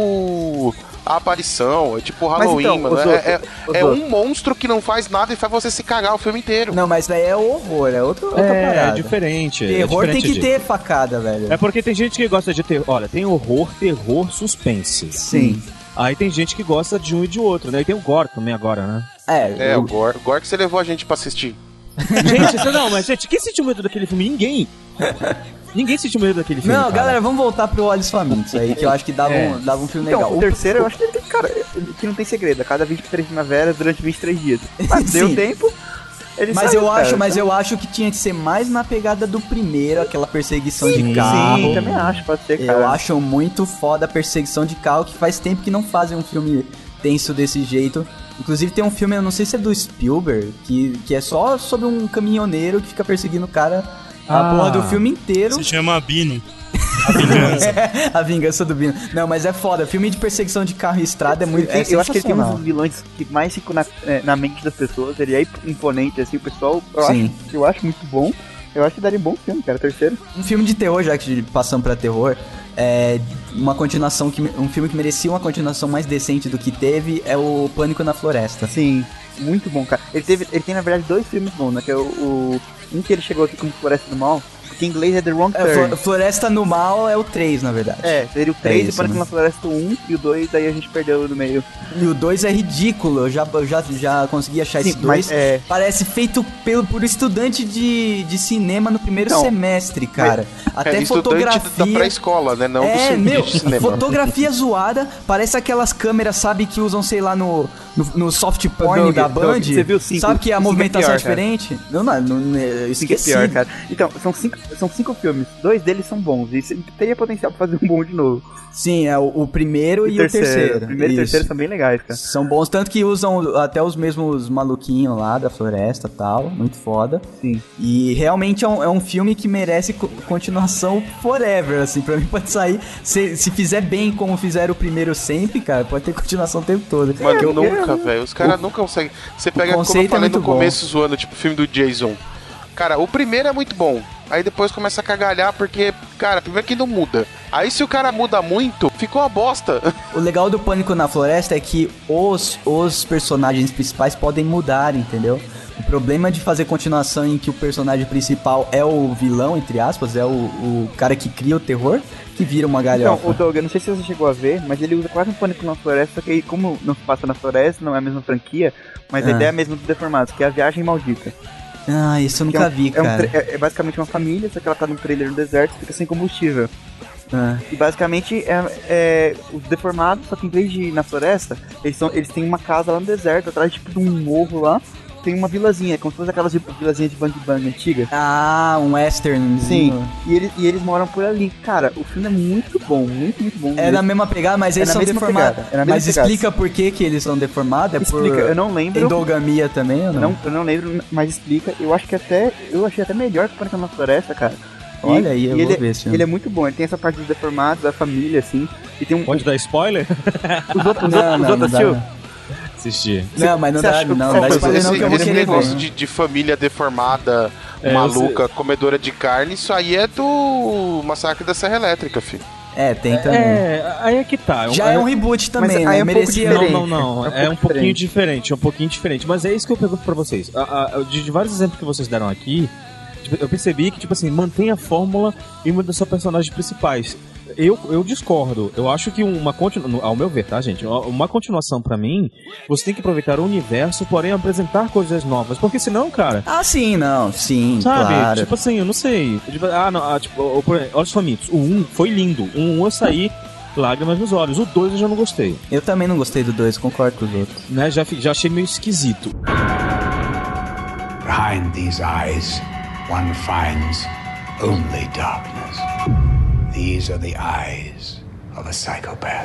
tipo A Aparição, é tipo Halloween, então, mano. os É, outros, é- os é outros. um monstro que não faz nada e faz você se cagar o filme inteiro. Não, mas daí é horror, é outro, outra É, é parada. diferente. é Terror tem diferente que de- ter facada, velho. É porque tem gente que gosta de terror. Olha, tem horror, terror, suspense. Sim. Aí tem gente que gosta de um e de outro, né? E tem o gore também agora, né? É, É, eu- o Gore. O Gore que você levou a gente pra assistir. Gente, você não, mas gente, quem sentiu medo daquele filme? Ninguém. Ninguém sentiu medo daquele filme. Não, cara. galera, vamos voltar pro Olhos Famintos aí, que eu acho que dava, É. um, dava um filme Então, legal. o terceiro eu acho que ele tem, cara, que não tem segredo. A cada vinte e três primaveras durante vinte e três dias. Mas deu Sim. tempo. Ele Mas saiu, eu cara. acho, mas eu acho que tinha que ser mais na pegada do primeiro, aquela perseguição de carro. Sim, também acho, pode ser, cara. Eu acho muito foda a perseguição de carro, que faz tempo que não fazem um filme tenso desse jeito. Inclusive tem um filme, eu não sei se é do Spielberg, que, que é só sobre um caminhoneiro que fica perseguindo o cara a Ah. porra do filme inteiro. Se chama Bino. A vingança. A vingança do Bino. Não, mas é foda. Filme de perseguição de carro e estrada é muito é eu acho que ele tem sensacional. uns vilões que mais ficam na, é, na mente das pessoas. Ele é imponente, assim, o pessoal. Eu, Sim. acho, eu acho muito bom. Eu acho que daria um bom filme, cara. Terceiro. Um filme de terror, já que passamos pra terror, é uma continuação que um filme que merecia uma continuação mais decente do que teve é o Pânico na Floresta. Sim, muito bom, cara. Ele, teve, ele tem, na verdade, dois filmes bons, né? Que é o, o- um que ele chegou aqui como Floresta do Mal, que em inglês é The Wrong É, Turn. Flo- Floresta no Mal é o três, na verdade. É, seria o três É e isso, Pânico né? na Floresta um e o dois, daí a gente perdeu no meio. E o dois é ridículo, eu já, eu já, já consegui achar Sim, esse dois. mas é- Parece feito pelo, por estudante de, de cinema no primeiro Então, semestre, cara. Até é, estudante fotografia. da pré-escola, né? Não do É, filme meu, de cinema. fotografia zoada, parece aquelas câmeras, sabe, que usam, sei lá, no, no, no soft porn Doug, da Doug, Band. você viu cinco? Sabe que a Cinco é movimentação é, pior, cara. diferente? Não, não, não, eu Cinco é esqueci. pior, cara. Então, são cinco, são cinco filmes. Dois deles são bons. E teria potencial pra fazer um bom de novo. Sim, é o, o primeiro e, o terceiro. O primeiro e o Isso. terceiro são bem legais, cara. São bons, tanto que usam até os mesmos maluquinhos lá da floresta e tal, muito foda. Sim. E realmente é um, é um filme que merece co- continuação forever, assim, pra mim pode sair, se, se fizer bem como fizeram o primeiro sempre, cara, pode ter continuação o tempo todo. Mano, Eu- nunca, velho. Os caras nunca conseguem. Você pega, como eu conceito é falei no muito bom. começo, zoando, tipo, o filme do Jason. Cara, o primeiro é muito bom. Aí depois começa a cagalhar porque, cara, primeiro que não muda. Aí se o cara muda muito, ficou uma bosta. O legal do Pânico na Floresta é que os, os personagens principais podem mudar, entendeu? O problema de fazer continuação em que o personagem principal é o vilão, entre aspas, é o, o cara que cria o terror, que vira uma galhofa. Então, o Doug, eu não sei se você chegou a ver, mas ele usa quase um Pânico na Floresta, só que aí, como não se passa na floresta, não é a mesma franquia, mas a Ah. ideia é a mesma dos Deformados, que é a Viagem Maldita. Ah, isso eu Que nunca é um- vi, é, um cara. tra- é- é basicamente uma família, só que ela tá num trailer no deserto e fica sem combustível. Ah. E basicamente é, é os deformados, só que em vez de ir na floresta, eles, são, eles têm uma casa lá no deserto, atrás tipo, de um morro lá, tem uma vilazinha, como se fosse aquelas de- vilazinhas de Bang Bang antiga. Ah, um western. Sim, e eles, e eles moram por ali. Cara, o filme é muito bom, muito, muito bom. É mesmo. na mesma pegada, mas É eles na são mesma deformados. pegada, é na mesma Mas pegada. explica por que, que eles são deformados? É Explica, por eu não lembro. endogamia também ou não? Não, eu não lembro, mas explica. Eu acho que até. Eu achei até melhor que o Pânico na Floresta, cara. E- Olha aí, eu e vou ele, ver esse filme. ele é muito bom, ele tem essa parte dos deformados, da família, assim. E tem um. Pode dar spoiler? Os outros, os Não, outros, não, os não outros dá, assistiu? não. Assistir. Não, mas não Você dá, acha- não, não Qual dá foi spoiler não, esse que eu vou esse querer negócio ver. de, de família deformada, É, maluca, comedora de carne, isso aí é do Massacre da Serra Elétrica, filho. É, tem também. É, aí é que tá. Já é um reboot também, Mas né? aí é um pouco Merecia... diferente. Não, não, não. É um É um pouco pouquinho diferente. diferente, é um pouquinho diferente. Mas é isso que eu pergunto pra vocês. A- a- de, de vários exemplos que vocês deram aqui, tipo, eu percebi que, tipo assim, mantém a fórmula em uma das suas personagens principais. eu, eu discordo. Eu acho que uma continuação, ao meu ver, tá, gente? Uma continuação pra mim, você tem que aproveitar o universo, porém apresentar coisas novas. Porque senão, cara... Ah, sim, não, sim, sabe? claro. Tipo assim, eu não sei. Tipo, ah, não, ah, tipo, olha os famintos. O um foi lindo. O um eu saí... lágrimas nos olhos. O dois eu já não gostei. Eu também não gostei do dois, concordo com os outros. Né? Já, já achei meio esquisito. Behind these eyes, one finds only darkness. These are the eyes of a psychopath.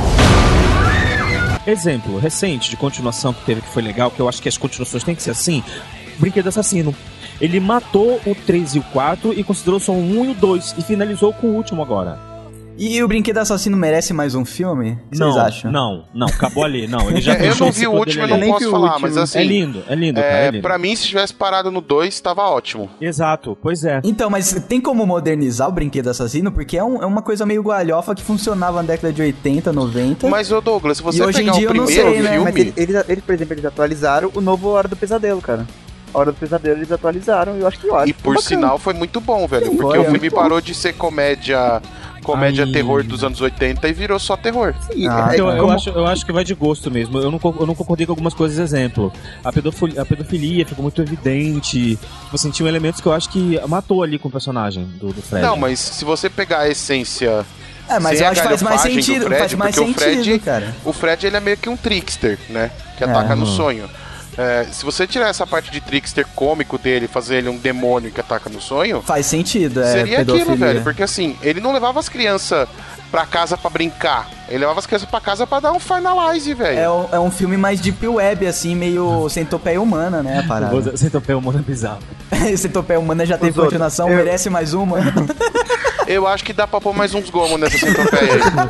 Exemplo recente de continuação que teve que foi legal, que eu acho que as continuações têm que ser assim. Brinquedo Assassino. Ele matou o três e o quatro e considerou só o um e o dois e finalizou com o último agora. E o Brinquedo Assassino merece mais um filme? O que não, vocês acham? Não, não, acabou ali. Não, ele já é, eu não vi o último, eu não posso falar, mas assim... É lindo, é lindo, é, cara, é lindo. Pra mim, se tivesse parado no dois, tava ótimo. Exato, pois é. Então, mas tem como modernizar o Brinquedo Assassino? Porque é, um, é uma coisa meio galhofa que funcionava na década de oitenta, noventa. Mas, ô Douglas, se você e hoje pegar em dia o primeiro eu não sei, né? filme... Mas eles, eles, eles, por exemplo, eles atualizaram o novo Hora do Pesadelo, cara. A Hora do Pesadelo eles atualizaram e eu acho que ótimo. E por bacana. sinal foi muito bom, velho. Sim, porque foi, o filme é parou de ser comédia... Comédia Ai. terror dos anos oitenta e virou só terror. Sim, Ah, é, Então, é eu, como- acho, eu acho que vai de gosto mesmo. Eu não, co- eu não concordei com algumas coisas. Exemplo, a pedofilia, a pedofilia ficou muito evidente. Tipo assim, tinha elementos que eu acho que matou ali com o personagem do, do Fred. Não, mas se você pegar a essência... É, mas sem eu a acho que faz mais galhofagem do sentido, Fred, faz mais porque o sentido, Fred, cara. O Fred, ele é meio que um trickster, né? Que ataca É, no mano. sonho. É, se você tirar essa parte de trickster cômico dele, fazer ele um demônio que ataca no sonho... Faz sentido, é, seria pedofilia. aquilo, velho. Porque assim, ele não levava as crianças pra casa pra brincar. Ele levava as crianças pra casa pra dar um finalize, velho. É um, é um filme mais deep web, assim, meio centopeia humana, né, a parada. Você topou o mundo bizarro. Centopeia humana já teve Os outros, continuação, eu- merece mais uma? Eu acho que dá pra pôr mais uns gomos nessa centopeia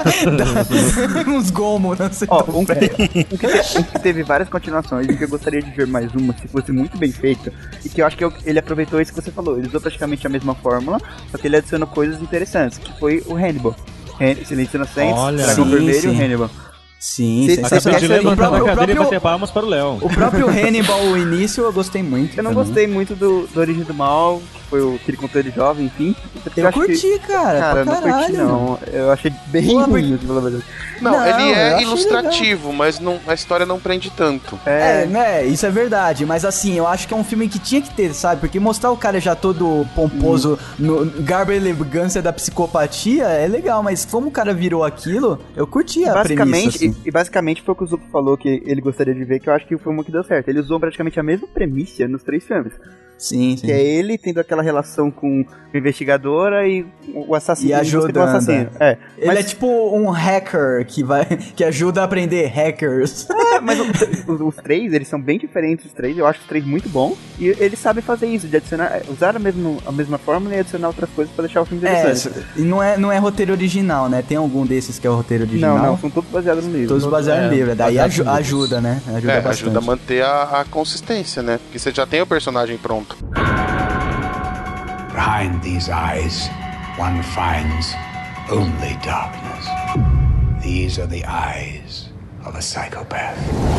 aí. Uns gomos na Ó, um que, centopeia. te- um que te- um que teve várias continuações e que eu gostaria de ver mais uma, se fosse muito bem feita, e que eu acho que eu- ele aproveitou isso que você falou. Ele usou praticamente a mesma fórmula, só que ele adicionou coisas interessantes, que foi o Hannibal. Han- Silêncio Inocentes, Olha. Dragão Sim, Vermelho sim. e o Hannibal. Sim, Cê- sim. cê Acabei de esquece ali, levantar o da próprio- cadeira e o próprio- bater palmas para o Léo. O próprio Hannibal, o início, eu gostei muito. Eu não também. gostei muito do, do Origem do Mal, que foi o que ele contou ele jovem, enfim. Eu acho que- curti, cara. Cara, eu pra não curti caralho. não. Eu achei bem Pô, ruim, pela verdade. Não, Não, ele eu é achei ilustrativo, mas não, a história não prende tanto. É, É, né, isso é verdade, mas assim, eu acho que é um filme que tinha que ter, sabe? Porque mostrar o cara já todo pomposo, no garbo e elegância da psicopatia é legal, mas como o cara virou aquilo, eu curti a basicamente, premissa, assim. e, e basicamente foi o que o Zuko falou que ele gostaria de ver, que eu acho que foi uma que deu certo. Ele usou praticamente a mesma premissa nos três filmes. Sim, sim. Que é ele tendo aquela relação com a investigadora e o assassino. E em busca do ajudando. assassino. É, Ele mas, é tipo um hacker que vai que ajuda a aprender hackers. é, mas o- os, os três, eles são bem diferentes, os três. Eu acho os três muito bons. E eles sabem fazer isso, de adicionar, usar a mesma, a mesma fórmula e adicionar outras coisas pra deixar o filme É, interessante. e não é, não é roteiro original, né? Tem algum desses que é o roteiro original? Não, não, são todos baseados no livro. Todos baseados É, no livro. Daí baseados aju- em livros. ajuda, né? Ajuda É, bastante. ajuda a manter a, a consistência, né? Porque você já tem o personagem pronto. Behind these eyes, one finds only darkness. These are the eyes of a psychopath.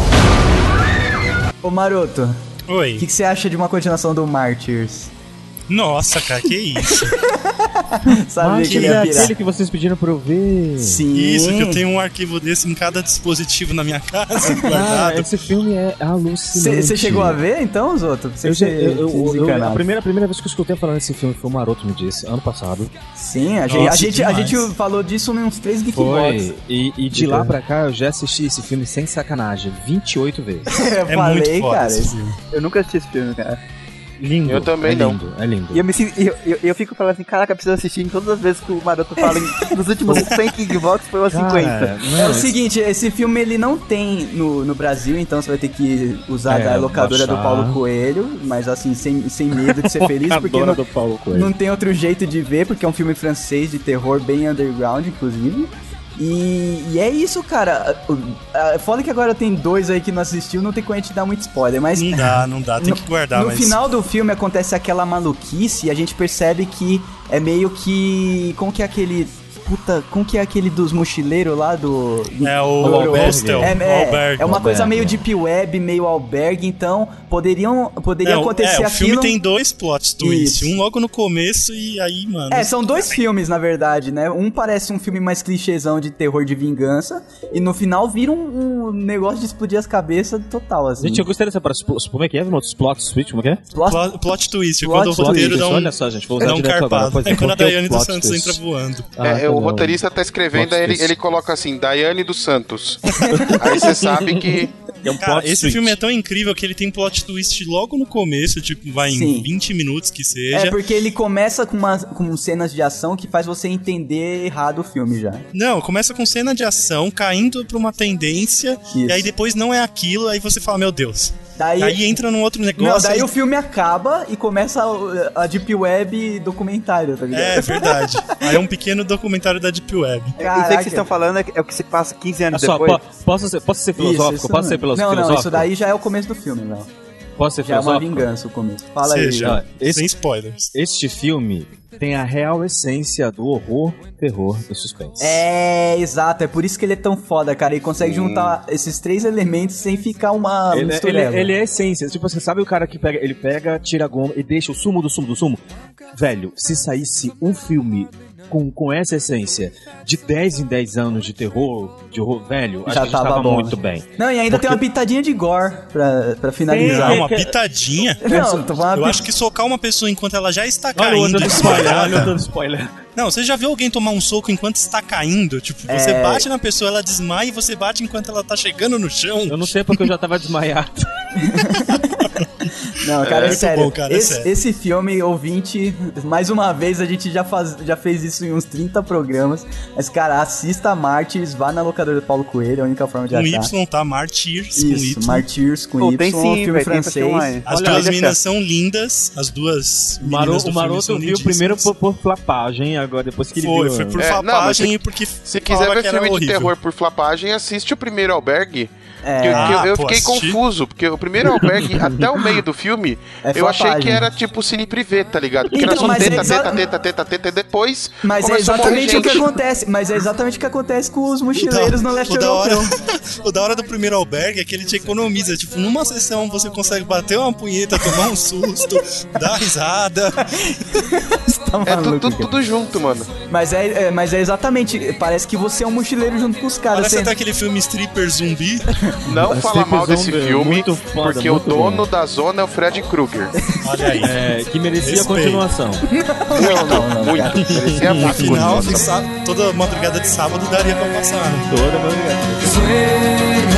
Ô Maroto, Oi. o que, que você acha de uma continuação do Martyrs? Nossa, cara, que isso? Sabia Mas que ele é ia pirar. aquele que vocês pediram pra eu ver. Sim. Isso, que eu tenho um arquivo desse em cada dispositivo na minha casa, Cara, guardado. esse filme é alucinante. Você chegou a ver então, Zoto? Você Eu, que já- cê- eu, eu- que eu- desencanado. a, primeira, a primeira vez que eu escutei falar nesse filme foi o Maroto me disse, ano passado. Sim, a gente, Nossa, a, gente, a demais. gente falou disso em uns três Geekbox. Foi. E, e de lá pra cá eu já assisti esse filme sem sacanagem, vinte e oito vezes. Eu É falei, muito foda cara. esse filme. Eu nunca assisti esse filme, cara. Lindo. Eu também é não. lindo, é lindo. E eu me sinto, eu, eu, eu fico falando assim, caraca, eu preciso assistir em todas as vezes que o Maroto fala em, nos últimos cem Kickbox foi umas Cara, cinquenta. não, É o esse- seguinte, esse filme ele não tem no, no Brasil, então você vai ter que usar É, a locadora baixar. do Paulo Coelho, mas assim, sem, sem medo de ser feliz, porque Adora não, do Paulo Coelho. não tem outro jeito de ver, porque é um filme francês de terror bem underground, inclusive. E, e é isso, cara. É foda que agora tem dois aí que não assistiu, não tem como a gente dar muito spoiler, mas Não dá, não dá, tem no, que guardar, no mas... final do filme acontece aquela maluquice e a gente percebe que é meio que... Como que é aquele... puta, como que é aquele dos mochileiros lá do... É o do- hostel, É, o é, albergue. é uma coisa Albergue. meio deep web, meio albergue, então poderiam, poderia É, o- acontecer é, o filme aquilo... tem dois plot twists, Isso. um logo no começo e aí, mano... É, são dois filmes, na verdade, né? Um parece um filme mais clichêzão de terror de vingança, e no final vira um, um negócio de explodir as cabeças total, assim. Gente, eu gostaria dessa parada. Como é que é? Outros plot switch, como é que é? Plot, plot twist, Plot quando o roteiro twist, dá um, Olha só, gente, vou usar dá um direto agora. carpado. Pois é, É quando a qual que é o Daiane dos plot Santos twist? entra voando. Ah, É, tá o bom. roteirista tá escrevendo, Plot aí ele, twist. ele coloca assim, Daiane dos Santos. Aí você sabe que... É um Cara, plot esse switch. filme é tão incrível que ele tem plot twist logo no começo, tipo, vai em Sim. vinte minutos que seja. É, porque ele começa com, umas, com cenas de ação que faz você entender errado o filme já. Não, começa com cena de ação, caindo pra uma tendência, Isso. e aí depois não é aquilo, aí você fala, meu Deus. Daí, Aí entra num outro não, negócio. daí aí- o filme acaba e começa a, a Deep Web documentário, tá ligado? É verdade. Aí é um pequeno documentário da Deep Web. Isso aí que Caraca. vocês estão falando é, é o que se passa quinze anos Olha só, depois. po- posso ser, posso ser Isso, filosófico? isso Posso ser não. filos- Não, filosófico? não, isso daí já é o começo do filme, Léo. Posso ser Já é uma filosófico? vingança o começo. Fala Seja, aí. ó, esse- sem spoilers. Este filme tem a real essência do horror, terror e suspense. É, exato, é por isso que ele é tão foda, cara. Ele consegue juntar esses três elementos sem ficar uma Ele, ele, mistureba. ele é a essência. Tipo, você sabe o cara que pega, ele pega, tira a goma e deixa o sumo do sumo do sumo? Velho, se saísse um filme com, com essa essência de dez em dez anos de terror, de horror, velho, acho Já que a gente tava tava bom. muito bem. Não, e ainda Porque- tem uma pitadinha de gore pra, pra finalizar. Ah, É, uma que- pitadinha? Não, tô falando Eu uma acho que socar uma pessoa enquanto ela já está Olha o caindo. outro spoiler, olha o outro spoiler. Não, você já viu alguém tomar um soco enquanto está caindo? Tipo, você É. bate na pessoa, ela desmaia e você bate enquanto ela tá chegando no chão. Eu não sei porque eu já tava desmaiado. Não, cara, é, muito sério. bom, cara, é esse, sério. esse filme, ouvinte, mais uma vez a gente já, faz, já fez isso em uns trinta programas. Mas, cara, assista Martyrs, vá na locadora do Paulo Coelho, é a única forma de Com achar. Y, tá? Martyrs com Isso, Y. Martyrs com Pô, Y, tem sim, um filme velho, tem pra francês. assistir online. As Olha, duas deixa- meninas são lindas, as duas O, meninas Maro, do o filme Maroto são viu lindíssimas. primeiro por, por flapagem, agora depois que ele Foi, viu... foi por É, não, mas flapagem se- e porque Se falava quiser ver que era filme de horrível. terror por flapagem, assiste o primeiro Albergue. É. Que, que Ah, eu, eu pô, fiquei assisti. confuso, porque o primeiro Albergue, até o meio do filme, É eu achei flapagem. que era tipo cine privê, tá ligado? Porque Então, era só mas é teta, exa- teta, teta, teta, teta, e depois Mas é começou a morrer exatamente o que gente. acontece. Mas é exatamente o que acontece com os mochileiros no leste o da hora, europeu. o da hora do primeiro albergue é que ele te economiza. Tipo, numa sessão você consegue bater uma punheta, tomar um susto, dar risada. Tá É maluco, tudo, tudo, cara. tudo junto, mano. Mas é, é- mas é exatamente. Parece que você é um mochileiro junto com os caras. Parece Você- até aquele filme Stripper Zumbi. Não Mas fala mal desse Sleep filme, muito foda, porque o muito dono bom. da zona é o Fred Krueger. Olha aí. É, que merecia Respeito. continuação. Muito, muito. Merecia muito. Afinal, continuação. de sá- toda madrugada de sábado daria pra passar. Toda, meu obrigado. Swing